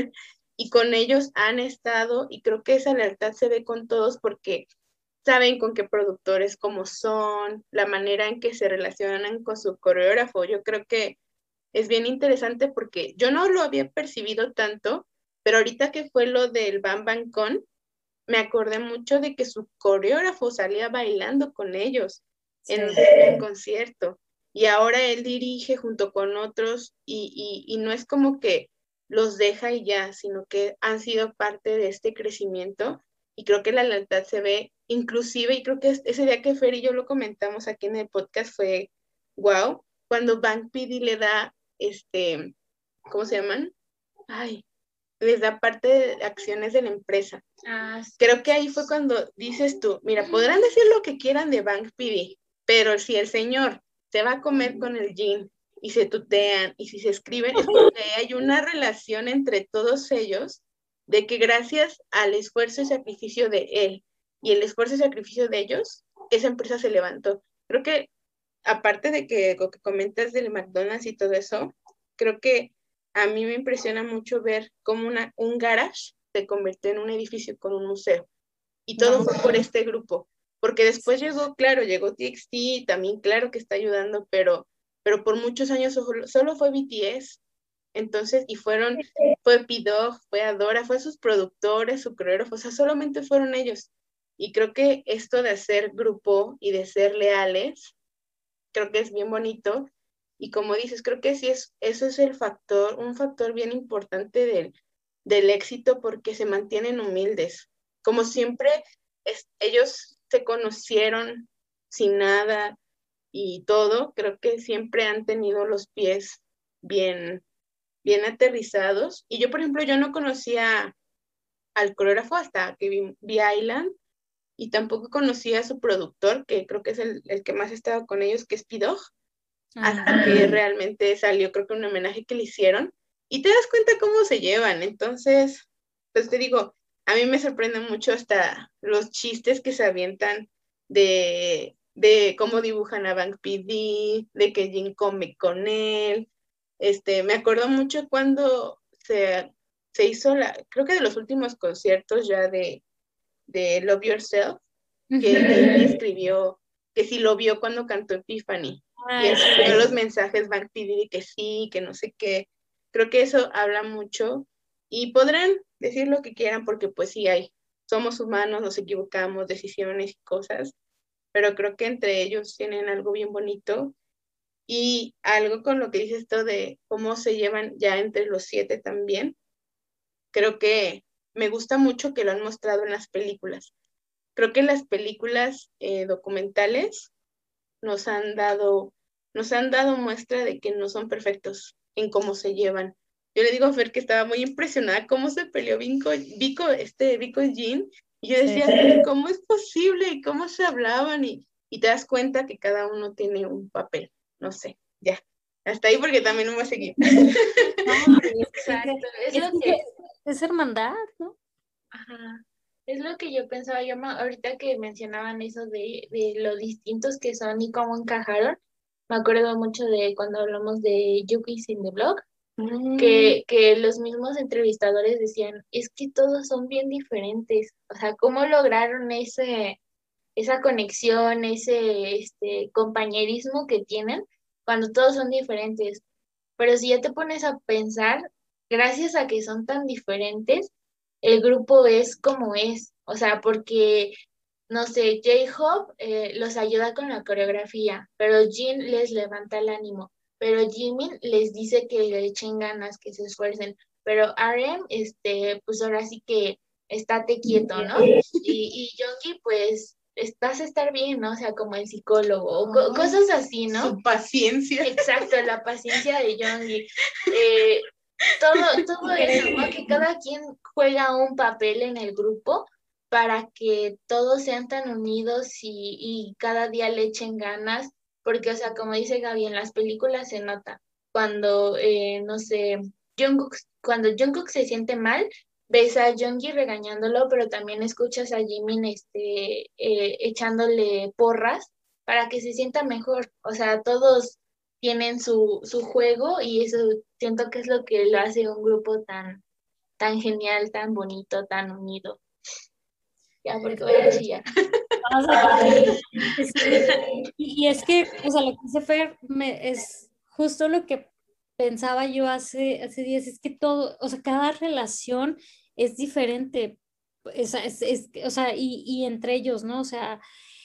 y con ellos han estado y creo que esa lealtad se ve con todos porque saben con qué productores como son, la manera en que se relacionan con su coreógrafo. Yo creo que es bien interesante porque yo no lo había percibido tanto, pero ahorita que fue lo del Bam Bam Con, me acordé mucho de que su coreógrafo salía bailando con ellos sí. en el concierto. Y ahora él dirige junto con otros y, y, y no es como que los deja y ya, sino que han sido parte de este crecimiento y creo que la lealtad se ve inclusive, y creo que ese día que Fer y yo lo comentamos aquí en el podcast fue wow, cuando Bank P D le da este, ¿cómo se llaman? Ay, les da parte de acciones de la empresa. Ah, sí. Creo que ahí fue cuando dices tú, mira, podrán decir lo que quieran de Bank P D, pero si el señor se va a comer con el Jin y se tutean y si se escriben, es porque hay una relación entre todos ellos de que gracias al esfuerzo y sacrificio de él y el esfuerzo y sacrificio de ellos, esa empresa se levantó. Creo que aparte de que lo que comentas del McDonald's y todo eso, creo que a mí me impresiona mucho ver cómo una, un garage se convirtió en un edificio con un museo. Y todo no. fue por este grupo. Porque después llegó, claro, llegó T X T, también claro que está ayudando, pero, pero por muchos años solo, solo fue B T S. Entonces, y fueron, fue P-Dog, fue Adora, fue sus productores, su coreógrafo, o sea, solamente fueron ellos. Y creo que esto de hacer grupo y de ser leales, creo que es bien bonito. Y como dices, creo que sí es, eso es el factor, un factor bien importante del, del éxito porque se mantienen humildes. Como siempre, es, ellos se conocieron sin nada y todo, creo que siempre han tenido los pies bien, bien aterrizados. Y yo, por ejemplo, yo no conocía al coreógrafo hasta que vi, vi Island y tampoco conocía a su productor, que creo que es el, el que más ha estado con ellos, que es P-Dog. Hasta que realmente salió, creo que un homenaje que le hicieron, y te das cuenta cómo se llevan. Entonces, pues te digo, a mí me sorprende mucho hasta los chistes que se avientan de, de cómo dibujan a Bank P D, de que Jin come con él. Este, me acuerdo mucho cuando se, se hizo la, creo que de los últimos conciertos ya de, de Love Yourself, que él escribió que sí lo vio cuando cantó Epiphany. Ay, y él subió sí. los mensajes Bank P D que sí, que no sé qué. Creo que eso habla mucho y podrán decir lo que quieran porque pues sí hay, somos humanos, nos equivocamos, decisiones y cosas, pero creo que entre ellos tienen algo bien bonito y algo con lo que dices esto de cómo se llevan ya entre los siete también. Creo que me gusta mucho que lo han mostrado en las películas. Creo que las películas eh, documentales nos han dado nos han dado muestra de que no son perfectos en cómo se llevan. Yo le digo a Fer que estaba muy impresionada cómo se peleó Vico, Vico, este, Vico y Jin, y yo decía, sí. ¿Cómo es posible? ¿Y cómo se hablaban? Y, y te das cuenta que cada uno tiene un papel, no sé, ya. Hasta ahí porque también no voy a seguir.
No, es,
Exacto, es
es,
lo
es,
que,
es hermandad, ¿no?
ajá, es lo que yo pensaba, yo me- ahorita que mencionaban eso de, de lo distintos que son y cómo encajaron, me acuerdo mucho de cuando hablamos de Yuki's in the Blog,
Mm,
que, que los mismos entrevistadores decían, es que todos son bien diferentes, o sea, cómo lograron ese, esa conexión, ese este, compañerismo que tienen cuando todos son diferentes. Pero si ya te pones a pensar, gracias a que son tan diferentes, el grupo es como es. O sea, porque, no sé, J-Hope eh, los ayuda con la coreografía, pero Jin les levanta el ánimo. Pero Jimin les dice que le echen ganas, que se esfuercen. Pero R M, este, pues ahora sí que estate quieto, ¿no? Y, y Yoongi, pues, es- vas a estar bien, ¿no? O sea, como el psicólogo, o co-
Ay,
cosas así, ¿no?
su paciencia.
Exacto, la paciencia de Yoongi. Eh, todo, todo eso, ¿no? Que cada quien juega un papel en el grupo para que todos sean tan unidos y, y cada día le echen ganas, porque, o sea, como dice Gaby, en las películas se nota cuando, eh, no sé, Jungkook, cuando Jungkook se siente mal, ves a Yoongi regañándolo, pero también escuchas a Jimin este, eh, echándole porras para que se sienta mejor. O sea, todos tienen su, su juego y eso siento que es lo que lo hace un grupo tan, tan genial, tan bonito, tan unido. Ya, porque voy a chillar.
Vamos a que- sí. Y, y es que, o sea, lo que dice Fer me, es justo lo que pensaba yo hace, hace días, es que todo, o sea, cada relación es diferente, es, es- es- o sea, y, y entre ellos, ¿no? O sea,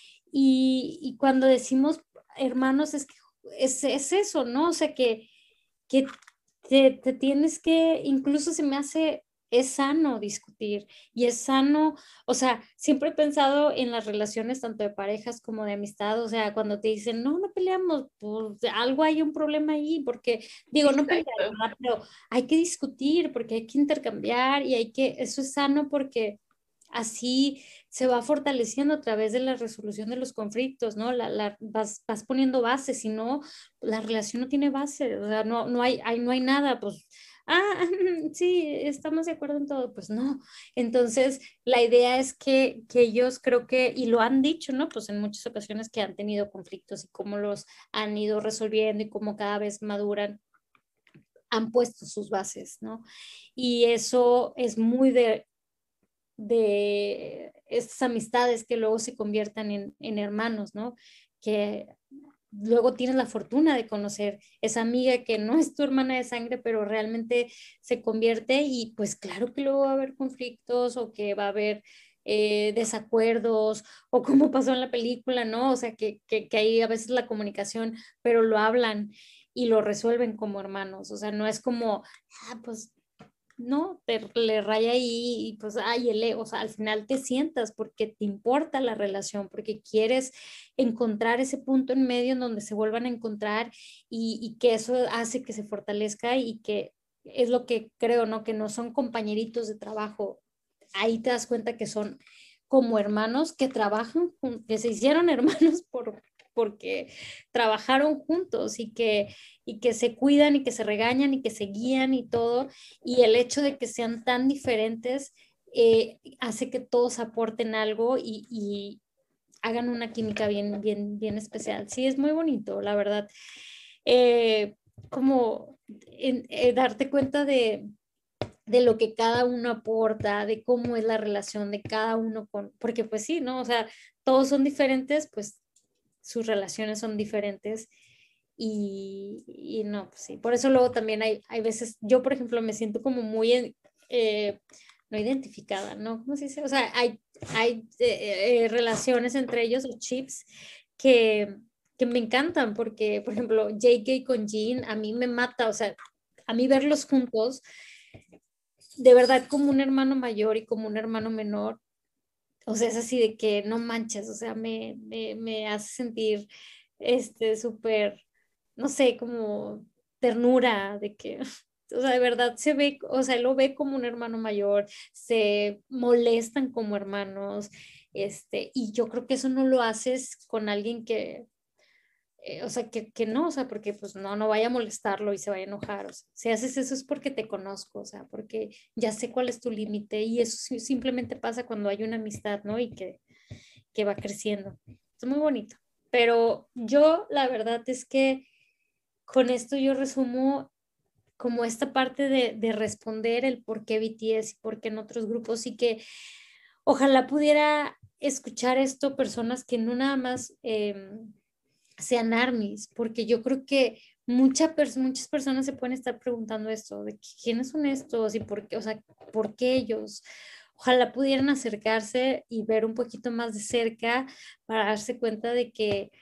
y, y cuando decimos hermanos, es que es, es eso, ¿no? O sea, que, que te, te tienes que, incluso se me hace, es sano discutir y es sano, o sea, siempre he pensado en las relaciones tanto de parejas como de amistad, o sea, cuando te dicen, no, no peleamos, pues algo hay un problema ahí, porque digo, no pelear,
Exacto.
¿verdad? Pero hay que discutir, porque hay que intercambiar y hay que, eso es sano porque así se va fortaleciendo a través de la resolución de los conflictos, ¿no? La, la, vas, vas poniendo bases, si no, la relación no tiene base, o sea, no, no hay, hay, no hay nada, pues, ah, sí, estamos de acuerdo en todo, pues no. Entonces, la idea es que, que ellos creo que, y lo han dicho, ¿no? Pues en muchas ocasiones que han tenido conflictos y cómo los han ido resolviendo y cómo cada vez maduran, han puesto sus bases, ¿no? Y eso es muy de, de estas amistades que luego se conviertan en, en hermanos, ¿no? Que luego tienes la fortuna de conocer esa amiga que no es tu hermana de sangre, pero realmente se convierte y pues claro que luego va a haber conflictos o que va a haber eh, desacuerdos o como pasó en la película, ¿no? O sea, que, que, que hay a veces la comunicación, pero lo hablan y lo resuelven como hermanos, o sea, no es como, ah, pues no, te le raya ahí y pues, ay, el ego, o sea, al final te sientas porque te importa la relación, porque quieres encontrar ese punto en medio en donde se vuelvan a encontrar y, y que eso hace que se fortalezca y que es lo que creo, ¿no? Que no son compañeritos de trabajo. Ahí te das cuenta que son como hermanos que trabajan, que se hicieron hermanos por, porque trabajaron juntos y que, y que se cuidan y que se regañan y que se guían y todo. Y el hecho de que sean tan diferentes eh, hace que todos aporten algo y, y, hagan una química bien, bien, bien especial. Sí, es muy bonito, la verdad. Eh, como en, eh, darte cuenta de, de lo que cada uno aporta, de cómo es la relación de cada uno con, porque pues sí, ¿no? O sea, todos son diferentes, pues sus relaciones son diferentes y, y no, pues sí, por eso luego también hay, hay veces, yo por ejemplo me siento como muy, eh, no identificada, ¿no? ¿Cómo se dice? O sea, hay, hay eh, eh, relaciones entre ellos o chips que, que me encantan porque, por ejemplo, J K con Jean a mí me mata, o sea, a mí verlos juntos, de verdad como un hermano mayor y como un hermano menor, o sea, es así de que no manches, o sea, me, me, me hace sentir este súper, no sé, como ternura de que, o sea, de verdad se ve, o sea, él lo ve como un hermano mayor, se molestan como hermanos, este, y yo creo que eso no lo haces con alguien que, eh, o sea, que, que no, o sea, porque pues no, no vaya a molestarlo y se vaya a enojar, o sea, si haces eso es porque te conozco, o sea, porque ya sé cuál es tu límite y eso sí- simplemente pasa cuando hay una amistad, ¿no? Y que, que va creciendo. Es muy bonito. Pero yo, la verdad es que con esto yo resumo como esta parte de, de responder el por qué B T S y por qué en otros grupos y que ojalá pudiera escuchar esto personas que no nada más eh, sean armies, porque yo creo que mucha pers- muchas personas se pueden estar preguntando esto, de quiénes son estos y por qué, o sea, por qué ellos. Ojalá pudieran acercarse y ver un poquito más de cerca para darse cuenta de que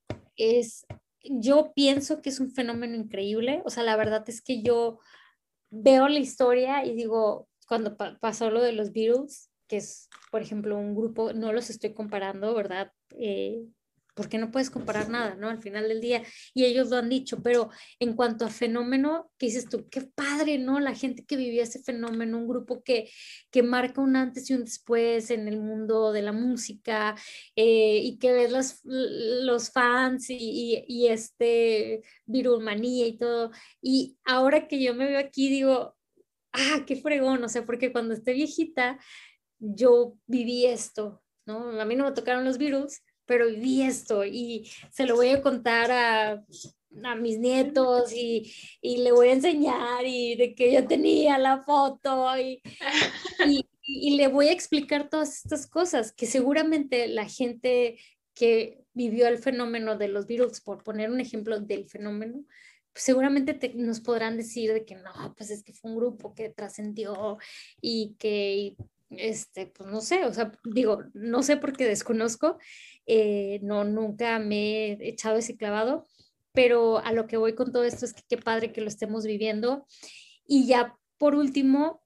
es, yo pienso que es un fenómeno increíble, o sea, la verdad es que yo veo la historia y digo, cuando pa- pasó lo de los Beatles, que es, por ejemplo, un grupo, no los estoy comparando, ¿verdad? Eh, porque no puedes comparar nada, ¿no? Al final del día, y ellos lo han dicho, pero en cuanto a fenómeno, ¿qué dices tú? Qué padre, ¿no? La gente que vivía ese fenómeno, un grupo que, que marca un antes y un después en el mundo de la música, eh, y que ves los, los fans y, y, y este Beatlemanía y todo, y ahora que yo me veo aquí, digo, ah, qué fregón, o sea, porque cuando esté viejita, yo viví esto, ¿no? A mí no me tocaron los Beatles, pero viví esto y se lo voy a contar a, a mis nietos y, y le voy a enseñar y de que yo tenía la foto y, y, y le voy a explicar todas estas cosas que seguramente la gente que vivió el fenómeno de los Beatles, por poner un ejemplo del fenómeno, pues seguramente te- nos podrán decir de que no, pues es que fue un grupo que trascendió y que, este, pues no sé, o sea, digo, no sé porque desconozco, eh, no, nunca me he echado ese clavado, pero a lo que voy con todo esto es que qué padre que lo estemos viviendo. Y ya por último,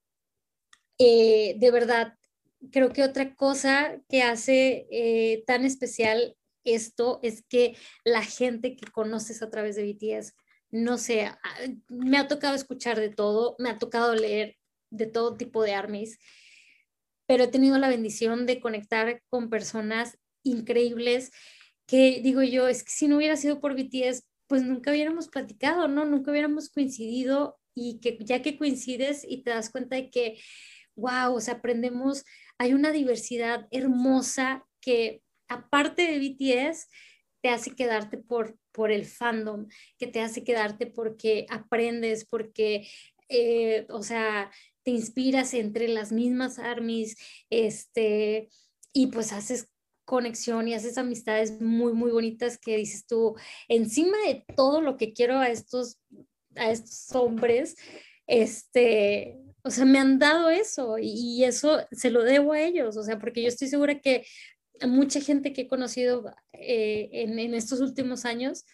eh, de verdad, creo que otra cosa que hace eh, tan especial esto es que la gente que conoces a través de B T S, no sé, ah, me ha tocado escuchar de todo, me ha tocado leer de todo tipo de armies, pero he tenido la bendición de conectar con personas increíbles que digo yo, es que si no hubiera sido por B T S, pues nunca hubiéramos platicado, ¿no? Nunca hubiéramos coincidido y que ya que coincides y te das cuenta de que wow, o sea, aprendemos, hay una diversidad hermosa que aparte de B T S, te hace quedarte por, por el fandom, que te hace quedarte porque aprendes, porque, eh, o sea, te inspiras entre las mismas armies, este, y pues haces conexión y haces amistades muy, muy bonitas que dices tú, encima de todo lo que quiero a estos, a estos hombres, este, o sea, me han dado eso y, y eso se lo debo a ellos, o sea, porque yo estoy segura que mucha gente que he conocido eh, en, en estos últimos años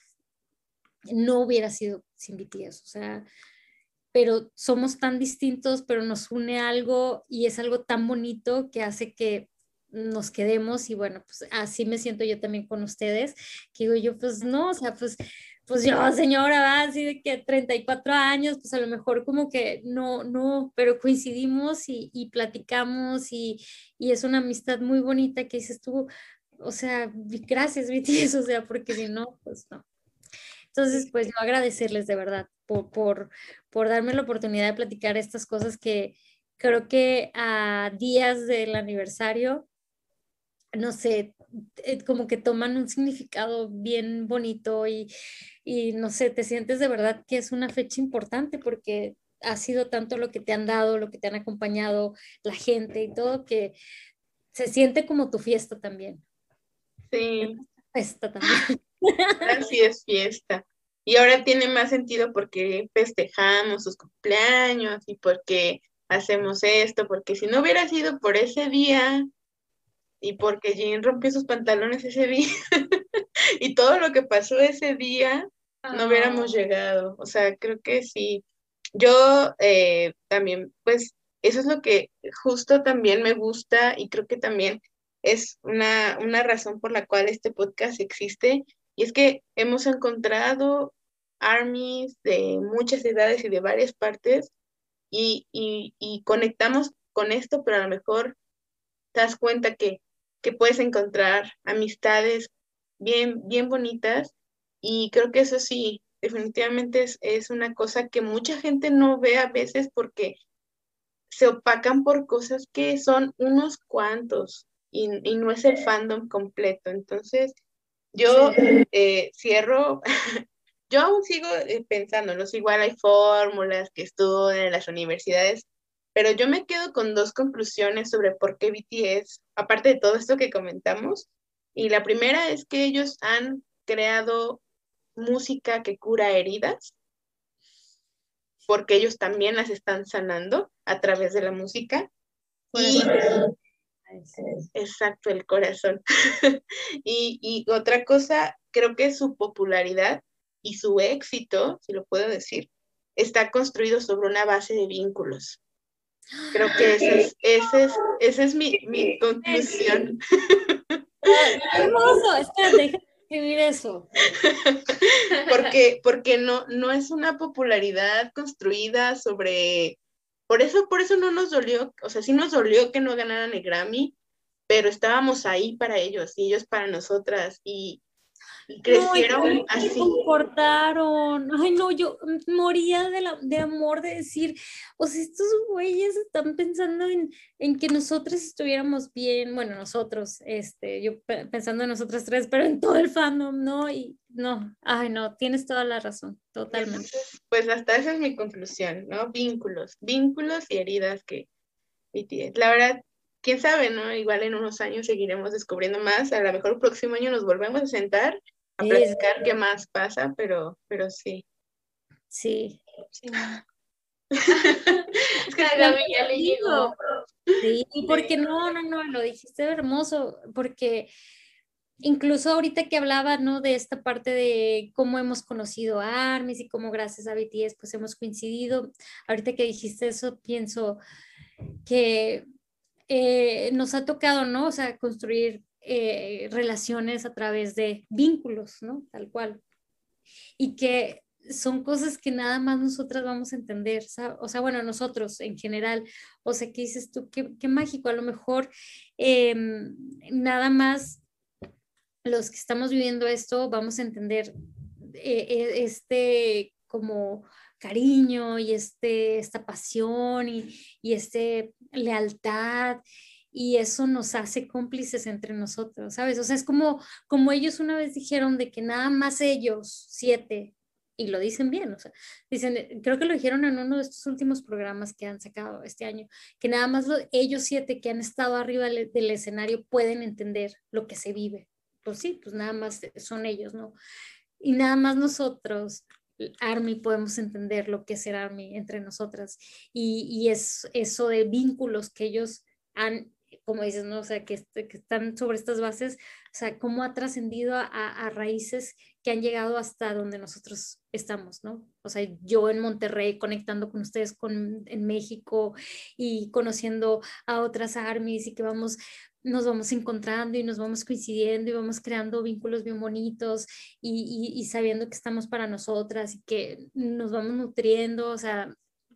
no hubiera sido sin B T S, o sea, pero somos tan distintos, pero nos une algo y es algo tan bonito que hace que nos quedemos y bueno, pues así me siento yo también con ustedes, que digo yo, pues no, o sea, pues, pues yo, señora, va así de que treinta y cuatro años, pues a lo mejor como que no, no, pero coincidimos y, y platicamos y, y es una amistad muy bonita que dices tú, o sea, gracias, B T S, o sea, porque si no, pues no. Entonces, pues yo agradecerles de verdad por, por, por darme la oportunidad de platicar estas cosas que creo que a días del aniversario, no sé, eh, como que toman un significado bien bonito y, y no sé, te sientes de verdad que es una fecha importante porque ha sido tanto lo que te han dado, lo que te han acompañado, la gente y todo, que se siente como tu fiesta también. Es
Sí,
nuestra fiesta también.
ahora sí es fiesta. Y ahora tiene más sentido porque festejamos sus cumpleaños y porque hacemos esto, porque si no hubiera sido por ese día y porque Jean rompió sus pantalones ese día y todo lo que pasó ese día, no hubiéramos
Oh.
llegado. O sea, creo que sí. Yo eh, también, pues, eso es lo que justo también me gusta y creo que también es una, una razón por la cual este podcast existe. Y es que hemos encontrado armies de muchas edades y de varias partes y, y, y conectamos con esto, pero a lo mejor te das cuenta que, que puedes encontrar amistades bien, bien bonitas Y creo que eso sí, definitivamente es, es una cosa que mucha gente no ve a veces porque se opacan por cosas que son unos cuantos y, y no es el fandom completo. Entonces, yo
Sí.
eh, cierro, yo aún sigo eh, pensándolos, igual hay fórmulas que estudian en las universidades, pero yo me quedo con dos conclusiones sobre por qué B T S, aparte de todo esto que comentamos, y la primera es que ellos han creado música que cura heridas, porque ellos también las están sanando a través de la música. Y exacto, el corazón. y, y otra cosa, creo que su popularidad y su éxito, si lo puedo decir, está construido sobre una base de vínculos. Creo que esa es, ese es, esa es mi, mi conclusión.
¡Qué hermoso! Espera, deja de escribir eso.
porque porque no, no es una popularidad construida sobre... Por eso, por eso no nos dolió, o sea, sí nos dolió que no ganaran el Grammy, pero estábamos ahí para ellos y ellos para nosotras y, y crecieron
no,
así.
Se comportaron. Ay, no, yo moría de, la, de amor de decir, o sea, estos güeyes están pensando en, en que nosotros estuviéramos bien, bueno, nosotros, este, yo pensando en nosotras tres, pero en todo el fandom, ¿no? Y no, ay, no, tienes toda la razón, totalmente.
Entonces, pues hasta esa es mi conclusión, ¿no? Vínculos, vínculos y heridas que B T S. La verdad, quién sabe, ¿no? Igual en unos años seguiremos descubriendo más, a lo mejor el próximo año nos volvemos a sentar a
Sí,
platicar qué más pasa, pero, pero sí.
sí.
Sí.
Es que
A Gaby ya le llegó.
Sí, porque no, no, no, lo dijiste hermoso, porque incluso ahorita que hablaba, ¿no? De esta parte de cómo hemos conocido a ARMYs y cómo gracias a B T S pues hemos coincidido, ahorita que dijiste eso, pienso que eh, nos ha tocado, ¿no? O sea, construir eh, relaciones a través de vínculos, ¿no? Tal cual. Y que son cosas que nada más nosotras vamos a entender, ¿sabes? O sea, bueno, nosotros en general, o sea, ¿qué dices tú? Qué, qué mágico, a lo mejor eh, nada más los que estamos viviendo esto vamos a entender eh, este como cariño y este, esta pasión y, y este lealtad y eso nos hace cómplices entre nosotros, ¿sabes? O sea, es como, como ellos una vez dijeron de que nada más ellos, siete, y lo dicen bien, o sea, dicen, creo que lo dijeron en uno de estos últimos programas que han sacado este año, que nada más lo, ellos siete que han estado arriba del, del escenario pueden entender lo que se vive. Pues sí, pues nada más son ellos, ¿no? Y nada más nosotros, ARMY, podemos entender lo que es ser ARMY entre nosotras. Y, y es eso de vínculos que ellos han, como dices, ¿no? O sea, que, que están sobre estas bases, o sea, cómo ha trascendido a, a raíces que han llegado hasta donde nosotros estamos, ¿no? O sea, yo en Monterrey conectando con ustedes con, en México y conociendo a otras ARMYs y que vamos nos vamos encontrando y nos vamos coincidiendo y vamos creando vínculos bien bonitos y, y, y sabiendo que estamos para nosotras y que nos vamos nutriendo, o sea,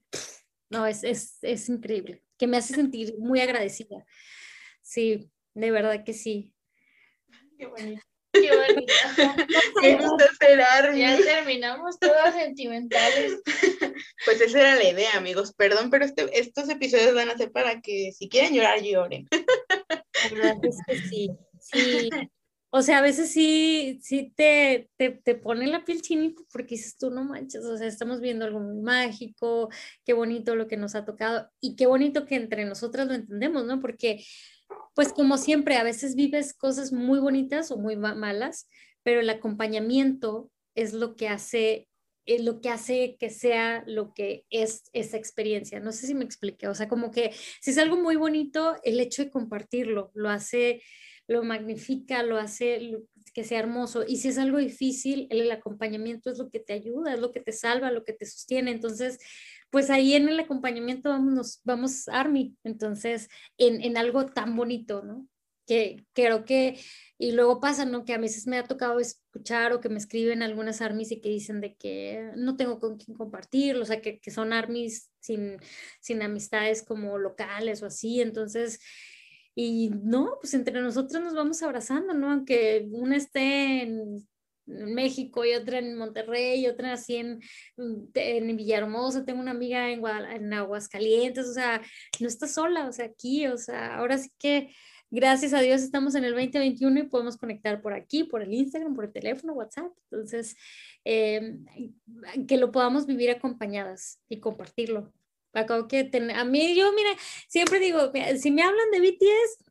no, es, es, es increíble, que me hace sentir muy agradecida. Sí, de verdad que sí.
Qué bonito.
Qué bonito.
Me gusta ser ARMY.
Ya terminamos todas sentimentales.
Pues esa era la idea, amigos. Perdón, pero este, estos episodios van a ser para que si quieren llorar, lloren.
La verdad es que sí, sí. O sea, a veces sí, sí te, te, te pone la piel chinita porque dices tú, no manches, o sea, estamos viendo algo muy mágico, qué bonito lo que nos ha tocado y qué bonito que entre nosotras lo entendemos, ¿no? Porque, pues como siempre, a veces vives cosas muy bonitas o muy ma- malas, pero el acompañamiento es lo que hace, es lo que hace que sea lo que es esa experiencia. No sé si me expliqué, o sea, como que si es algo muy bonito, el hecho de compartirlo lo hace lo magnifica, lo hace lo, que sea hermoso. Y si es algo difícil, el, el, acompañamiento es lo que te ayuda, es lo que te salva, lo que te sostiene. Entonces, pues ahí en el acompañamiento vamos, nos, vamos ARMY, entonces, en, en algo tan bonito, ¿no? Que creo que, y luego pasa, ¿no? Que a veces me ha tocado escuchar o que me escriben algunas ARMYs y que dicen de que no tengo con quién compartirlo, o sea, que, que son ARMYs sin, sin amistades como locales o así, entonces y no, pues entre nosotros nos vamos abrazando, ¿no? Aunque una esté en en México y otra en Monterrey y otra así en, en Villahermosa, tengo una amiga en, Guadal en Aguascalientes, o sea, no estás sola, o sea, aquí, o sea, ahora sí que gracias a Dios estamos en el veinte veintiuno y podemos conectar por aquí, por el Instagram, por el teléfono, WhatsApp, entonces, eh, que lo podamos vivir acompañadas y compartirlo. Acabo que tener, a mí, yo, mira, siempre digo, si me hablan de B T S,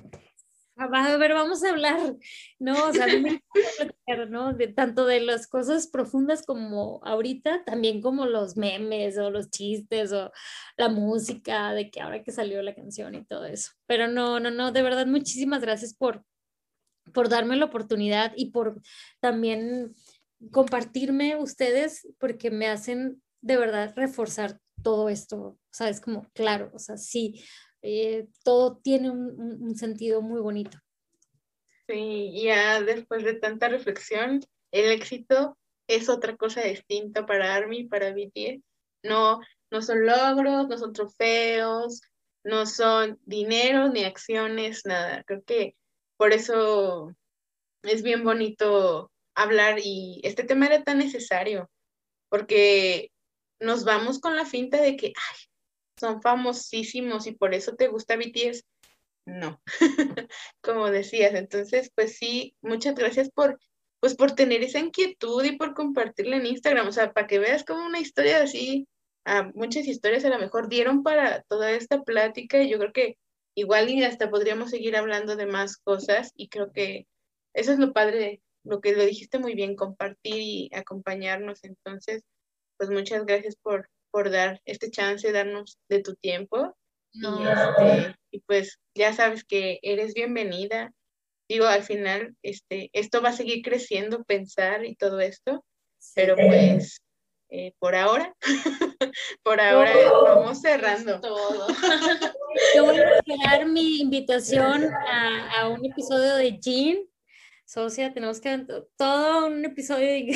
a ver, vamos a hablar, ¿no? O sea, a mí me encanta platicar, ¿no? De, tanto de las cosas profundas como ahorita, también como los memes o los chistes o la música, de que ahora que salió la canción y todo eso. Pero no, no, no, de verdad, muchísimas gracias por, por darme la oportunidad y por también compartirme ustedes, porque me hacen de verdad reforzar todo esto, o sea, es como, claro, o sea, sí, eh, todo tiene un, un, un sentido muy bonito.
Sí, ya después de tanta reflexión, el éxito es otra cosa distinta para ARMY, para B T S. No, no son logros, no son trofeos, no son dinero ni acciones, nada. Creo que por eso es bien bonito hablar y este tema era tan necesario, porque nos vamos con la finta de que ay, son famosísimos y por eso te gusta B T S. No, como decías, entonces, pues sí, muchas gracias por, pues por tener esa inquietud y por compartirla en Instagram, o sea, para que veas como una historia así, ah, muchas historias a lo mejor dieron para toda esta plática y yo creo que igual y hasta podríamos seguir hablando de más cosas y creo que eso es lo padre, lo que lo dijiste muy bien, compartir y acompañarnos, entonces, pues muchas gracias por, por dar este chance, darnos de tu tiempo.
No.
Y, este, y pues ya sabes que eres bienvenida. Digo, al final, este, esto va a seguir creciendo, pensar y todo esto, sí. Pero pues eh, por ahora, por ahora oh, vamos cerrando
todo. Yo voy a esperar mi invitación a, a un episodio de Jean. Socia, tenemos que todo un episodio de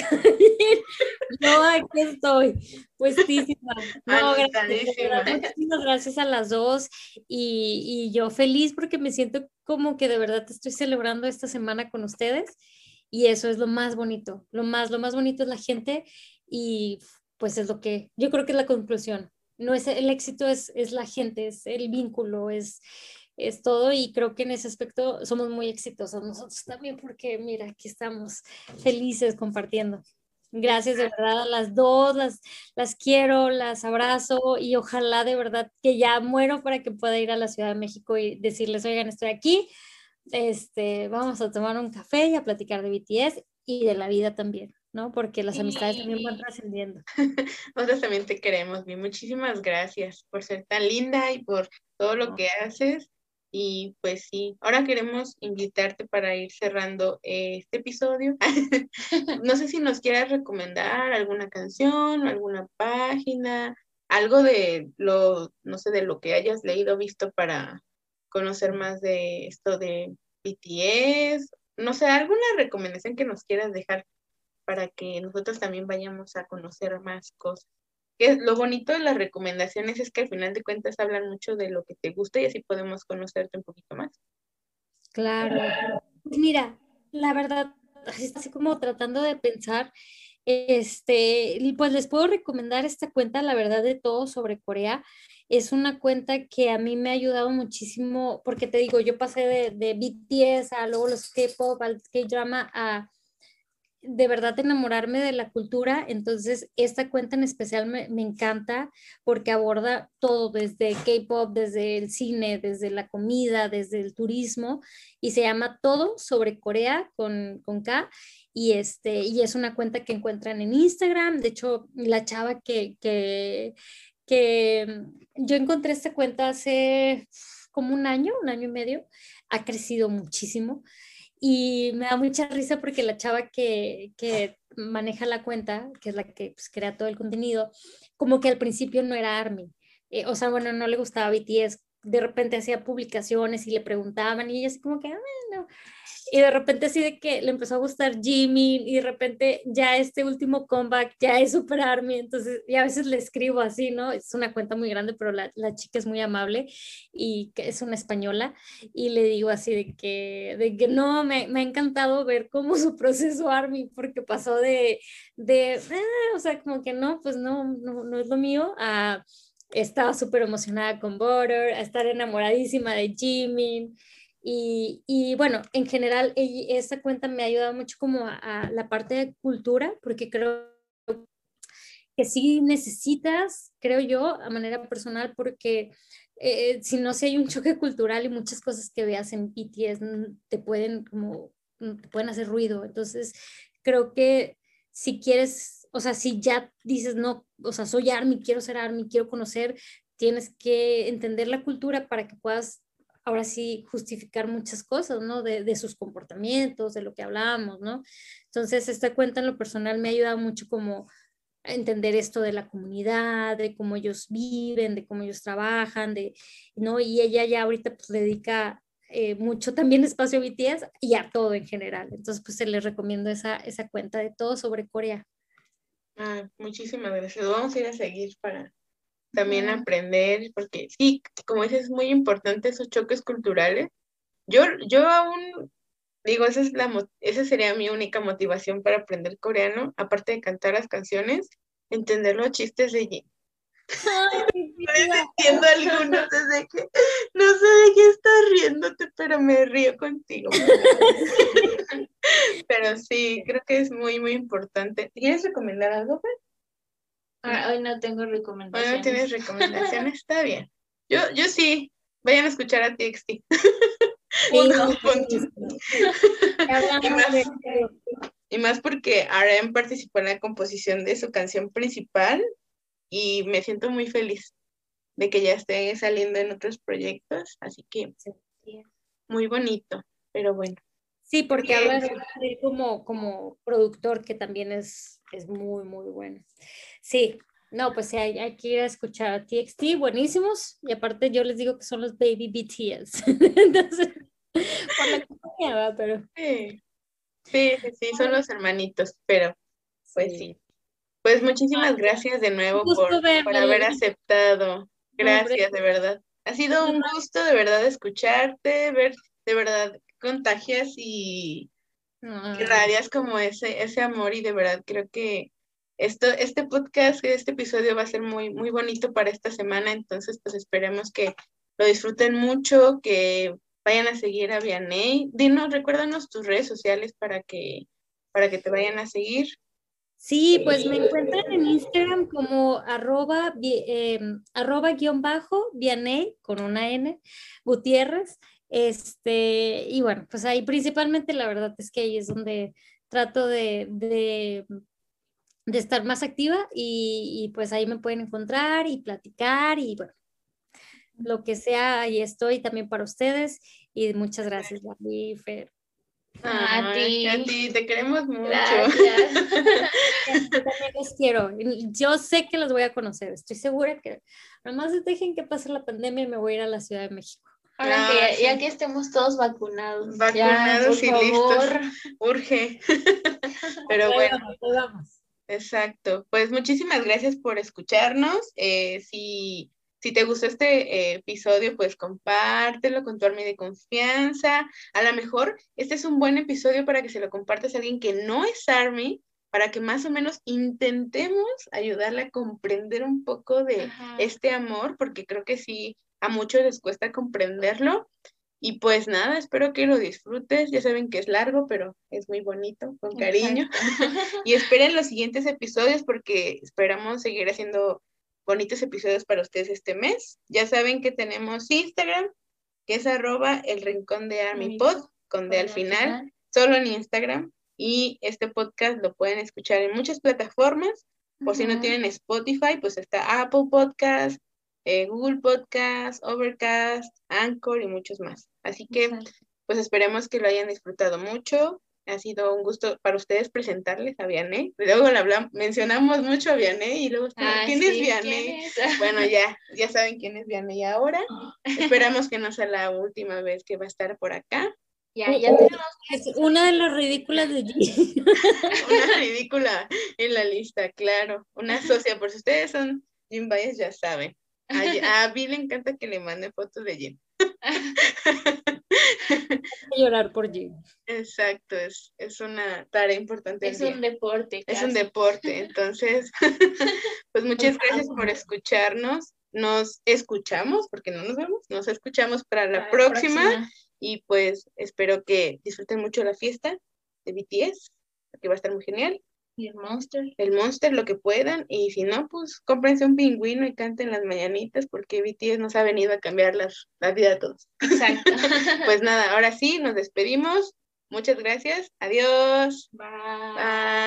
no, aquí estoy, puestísima. No, gracias, muchísimas gracias a las dos y, y yo feliz porque me siento como que de verdad te estoy celebrando esta semana con ustedes y eso es lo más bonito, lo más, lo más bonito es la gente y pues es lo que yo creo que es la conclusión. No es el éxito, es, es la gente, es el vínculo, es es todo y creo que en ese aspecto somos muy exitosos nosotros también porque mira, aquí estamos felices compartiendo. Gracias de verdad a las dos, las, las quiero, las abrazo y ojalá de verdad que ya muero para que pueda ir a la Ciudad de México y decirles, oigan, estoy aquí, este, vamos a tomar un café y a platicar de B T S y de la vida también, ¿no? Porque las amistades también van trascendiendo.
Nosotros también te queremos, bien. Muchísimas gracias por ser tan linda y por todo lo que haces. Y pues sí, ahora queremos invitarte para ir cerrando este episodio. No sé si nos quieras recomendar alguna canción, alguna página, algo de lo, no sé, de lo que hayas leído o visto para conocer más de esto de B T S. No sé, alguna recomendación que nos quieras dejar para que nosotros también vayamos a conocer más cosas. Que lo bonito de las recomendaciones es que al final de cuentas hablan mucho de lo que te gusta y así podemos conocerte un poquito más.
Claro. Mira, la verdad, así como tratando de pensar, este, pues les puedo recomendar esta cuenta, La Verdad de Todo sobre Corea. Es una cuenta que a mí me ha ayudado muchísimo, porque te digo, yo pasé de, de B T S a luego los K-pop, al K-drama, a de verdad enamorarme de la cultura, entonces esta cuenta en especial me, me encanta porque aborda todo desde K-pop, desde el cine, desde la comida, desde el turismo y se llama Todo sobre Corea con, con K y, este, y es una cuenta que encuentran en Instagram, de hecho la chava que, que, que yo encontré esta cuenta hace como un año, un año y medio, ha crecido muchísimo. Y me da mucha risa porque la chava que, que maneja la cuenta, que es la que pues, crea todo el contenido, como que al principio no era ARMY. Eh, o sea, bueno, no le gustaba B T S de repente hacía publicaciones y le preguntaban y ella así como que, ah, no. Y de repente así de que le empezó a gustar Jimmy y de repente ya este último comeback ya es Super Army, entonces y a veces le escribo así, ¿no? Es una cuenta muy grande, pero la, la chica es muy amable y que es una española y le digo así de que, de que no, me, me ha encantado ver cómo su proceso Army, porque pasó de, de ah, o sea, como que no, pues no, no, no es lo mío, a estaba súper emocionada con Butter, a estar enamoradísima de Jimmy. Y, y bueno, en general, ella, esta cuenta me ha ayudado mucho como a, a la parte de cultura, porque creo que sí necesitas, creo yo, a manera personal, porque eh, si no, si hay un choque cultural y muchas cosas que veas en B T S te pueden como, te pueden hacer ruido. Entonces, creo que si quieres, o sea, si ya dices, no, o sea, soy ARMY, quiero ser ARMY, quiero conocer, tienes que entender la cultura para que puedas ahora sí justificar muchas cosas, ¿no? De, de sus comportamientos, de lo que hablábamos, ¿no? Entonces, esta cuenta en lo personal me ha ayudado mucho como a entender esto de la comunidad, de cómo ellos viven, de cómo ellos trabajan, de, ¿no? Y ella ya ahorita pues dedica eh, mucho también espacio a B T S y a todo en general. Entonces, pues se les recomiendo esa, esa cuenta de todo sobre Corea.
Ah, muchísimas gracias. Vamos a ir a seguir para también uh-huh. aprender, porque sí, como dices, es muy importante esos choques culturales. Yo, yo aún digo, esa, es la, esa sería mi única motivación para aprender coreano, aparte de cantar las canciones, entender los chistes de Jin.
Ay,
entiendo algunos desde que no sé de qué estás riéndote, pero me río contigo. Pero sí, creo que es muy, muy importante. ¿Quieres recomendar algo, Fer?
Ah, hoy no tengo recomendaciones.
Hoy no tienes recomendaciones, está bien. Yo, yo sí, vayan a escuchar a T X T.
Sí,
y, más, y más porque R M participó en la composición de su canción principal y me siento muy feliz de que ya esté saliendo en otros proyectos, así que muy bonito, pero bueno.
Sí, porque habla de él como, como productor, que también es, es muy, muy bueno. Sí, no, pues sí, hay, hay que ir a escuchar a T X T, buenísimos, y aparte yo les digo que son los baby B T S. Entonces, por la compañía, ¿verdad? Pero...
Sí. sí, sí, sí, son los hermanitos, pero pues sí. sí. Pues muchísimas gracias de nuevo por, por haber aceptado. Gracias, de verdad. Ha sido un gusto de verdad escucharte, ver de verdad contagias y, y radias como ese, ese amor y de verdad creo que esto, este podcast, este episodio va a ser muy, muy bonito para esta semana, entonces pues esperemos que lo disfruten mucho, que vayan a seguir a Vianney. Dinos, recuérdanos tus redes sociales para que, para que te vayan a seguir.
Sí, pues me encuentran en Instagram como arroba, eh, arroba guión bajo, Vianney, con una N, Gutiérrez. Este, y bueno, pues ahí principalmente la verdad es que ahí es donde trato de, de, de estar más activa y, y pues ahí me pueden encontrar y platicar y bueno, lo que sea, ahí estoy también para ustedes y muchas gracias, Gaby, Fer.
A ti.
A ti, te queremos mucho.
Gracias.
También los quiero. Yo sé que los voy a conocer. Estoy segura que nomás dejen que pase la pandemia y me voy a ir a la Ciudad de México.
Ahora ah, que ya, sí. ya que estemos todos vacunados.
Vacunados
ya,
y
favor.
listos. Urge. Pero bueno.
Vamos, vamos.
Exacto. Pues muchísimas gracias por escucharnos. Eh, si... Si te gustó este eh, episodio, pues compártelo con tu ARMY de confianza. A lo mejor este es un buen episodio para que se lo compartas a alguien que no es ARMY, para que más o menos intentemos ayudarle a comprender un poco de Ajá. este amor, porque creo que sí, a muchos les cuesta comprenderlo. Y pues nada, espero que lo disfrutes. Ya saben que es largo, pero es muy bonito, con cariño. Y esperen los siguientes episodios porque esperamos seguir haciendo bonitos episodios para ustedes este mes. Ya saben que tenemos Instagram, que es arroba el rincón de Army Pod, con D al final, final, solo en Instagram. Y este podcast lo pueden escuchar en muchas plataformas. Por uh-huh. si no tienen Spotify, pues está Apple Podcast, eh, Google Podcast, Overcast, Anchor y muchos más. Así que, pues esperemos que lo hayan disfrutado mucho. ha sido un gusto para ustedes presentarles a Vianney. Luego le hablamos, mencionamos mucho a Vianney y luego,
Ah,
¿quién
sí,
es Vianney?
¿quién es?
Bueno, ya, ya saben quién es Vianney ahora. Esperamos que no sea la última vez que va a estar por acá.
Ya, ya tenemos
Es una de las ridículas de Jim.
Una ridícula en la lista, claro. Una socia, por si ustedes son Jim Bias, ya saben. A, a Bill le encanta que le mande fotos de Jim.
Llorar por Jim.
Exacto, es, es una tarea importante.
Es un deporte.
Es
casi.
un deporte, entonces, pues muchas gracias por escucharnos. Nos escuchamos, porque no nos vemos, nos escuchamos para la
Para
próxima.
próxima.
Y pues espero que disfruten mucho la fiesta de B T S, que va a estar muy genial.
Y el Monster.
El Monster, lo que puedan, y si no, pues cómprense un pingüino y canten las mañanitas, porque B T S nos ha venido a cambiar las, la vida a todos.
Exacto.
Pues nada, ahora sí, nos despedimos. Muchas gracias. Adiós.
Bye.
Bye.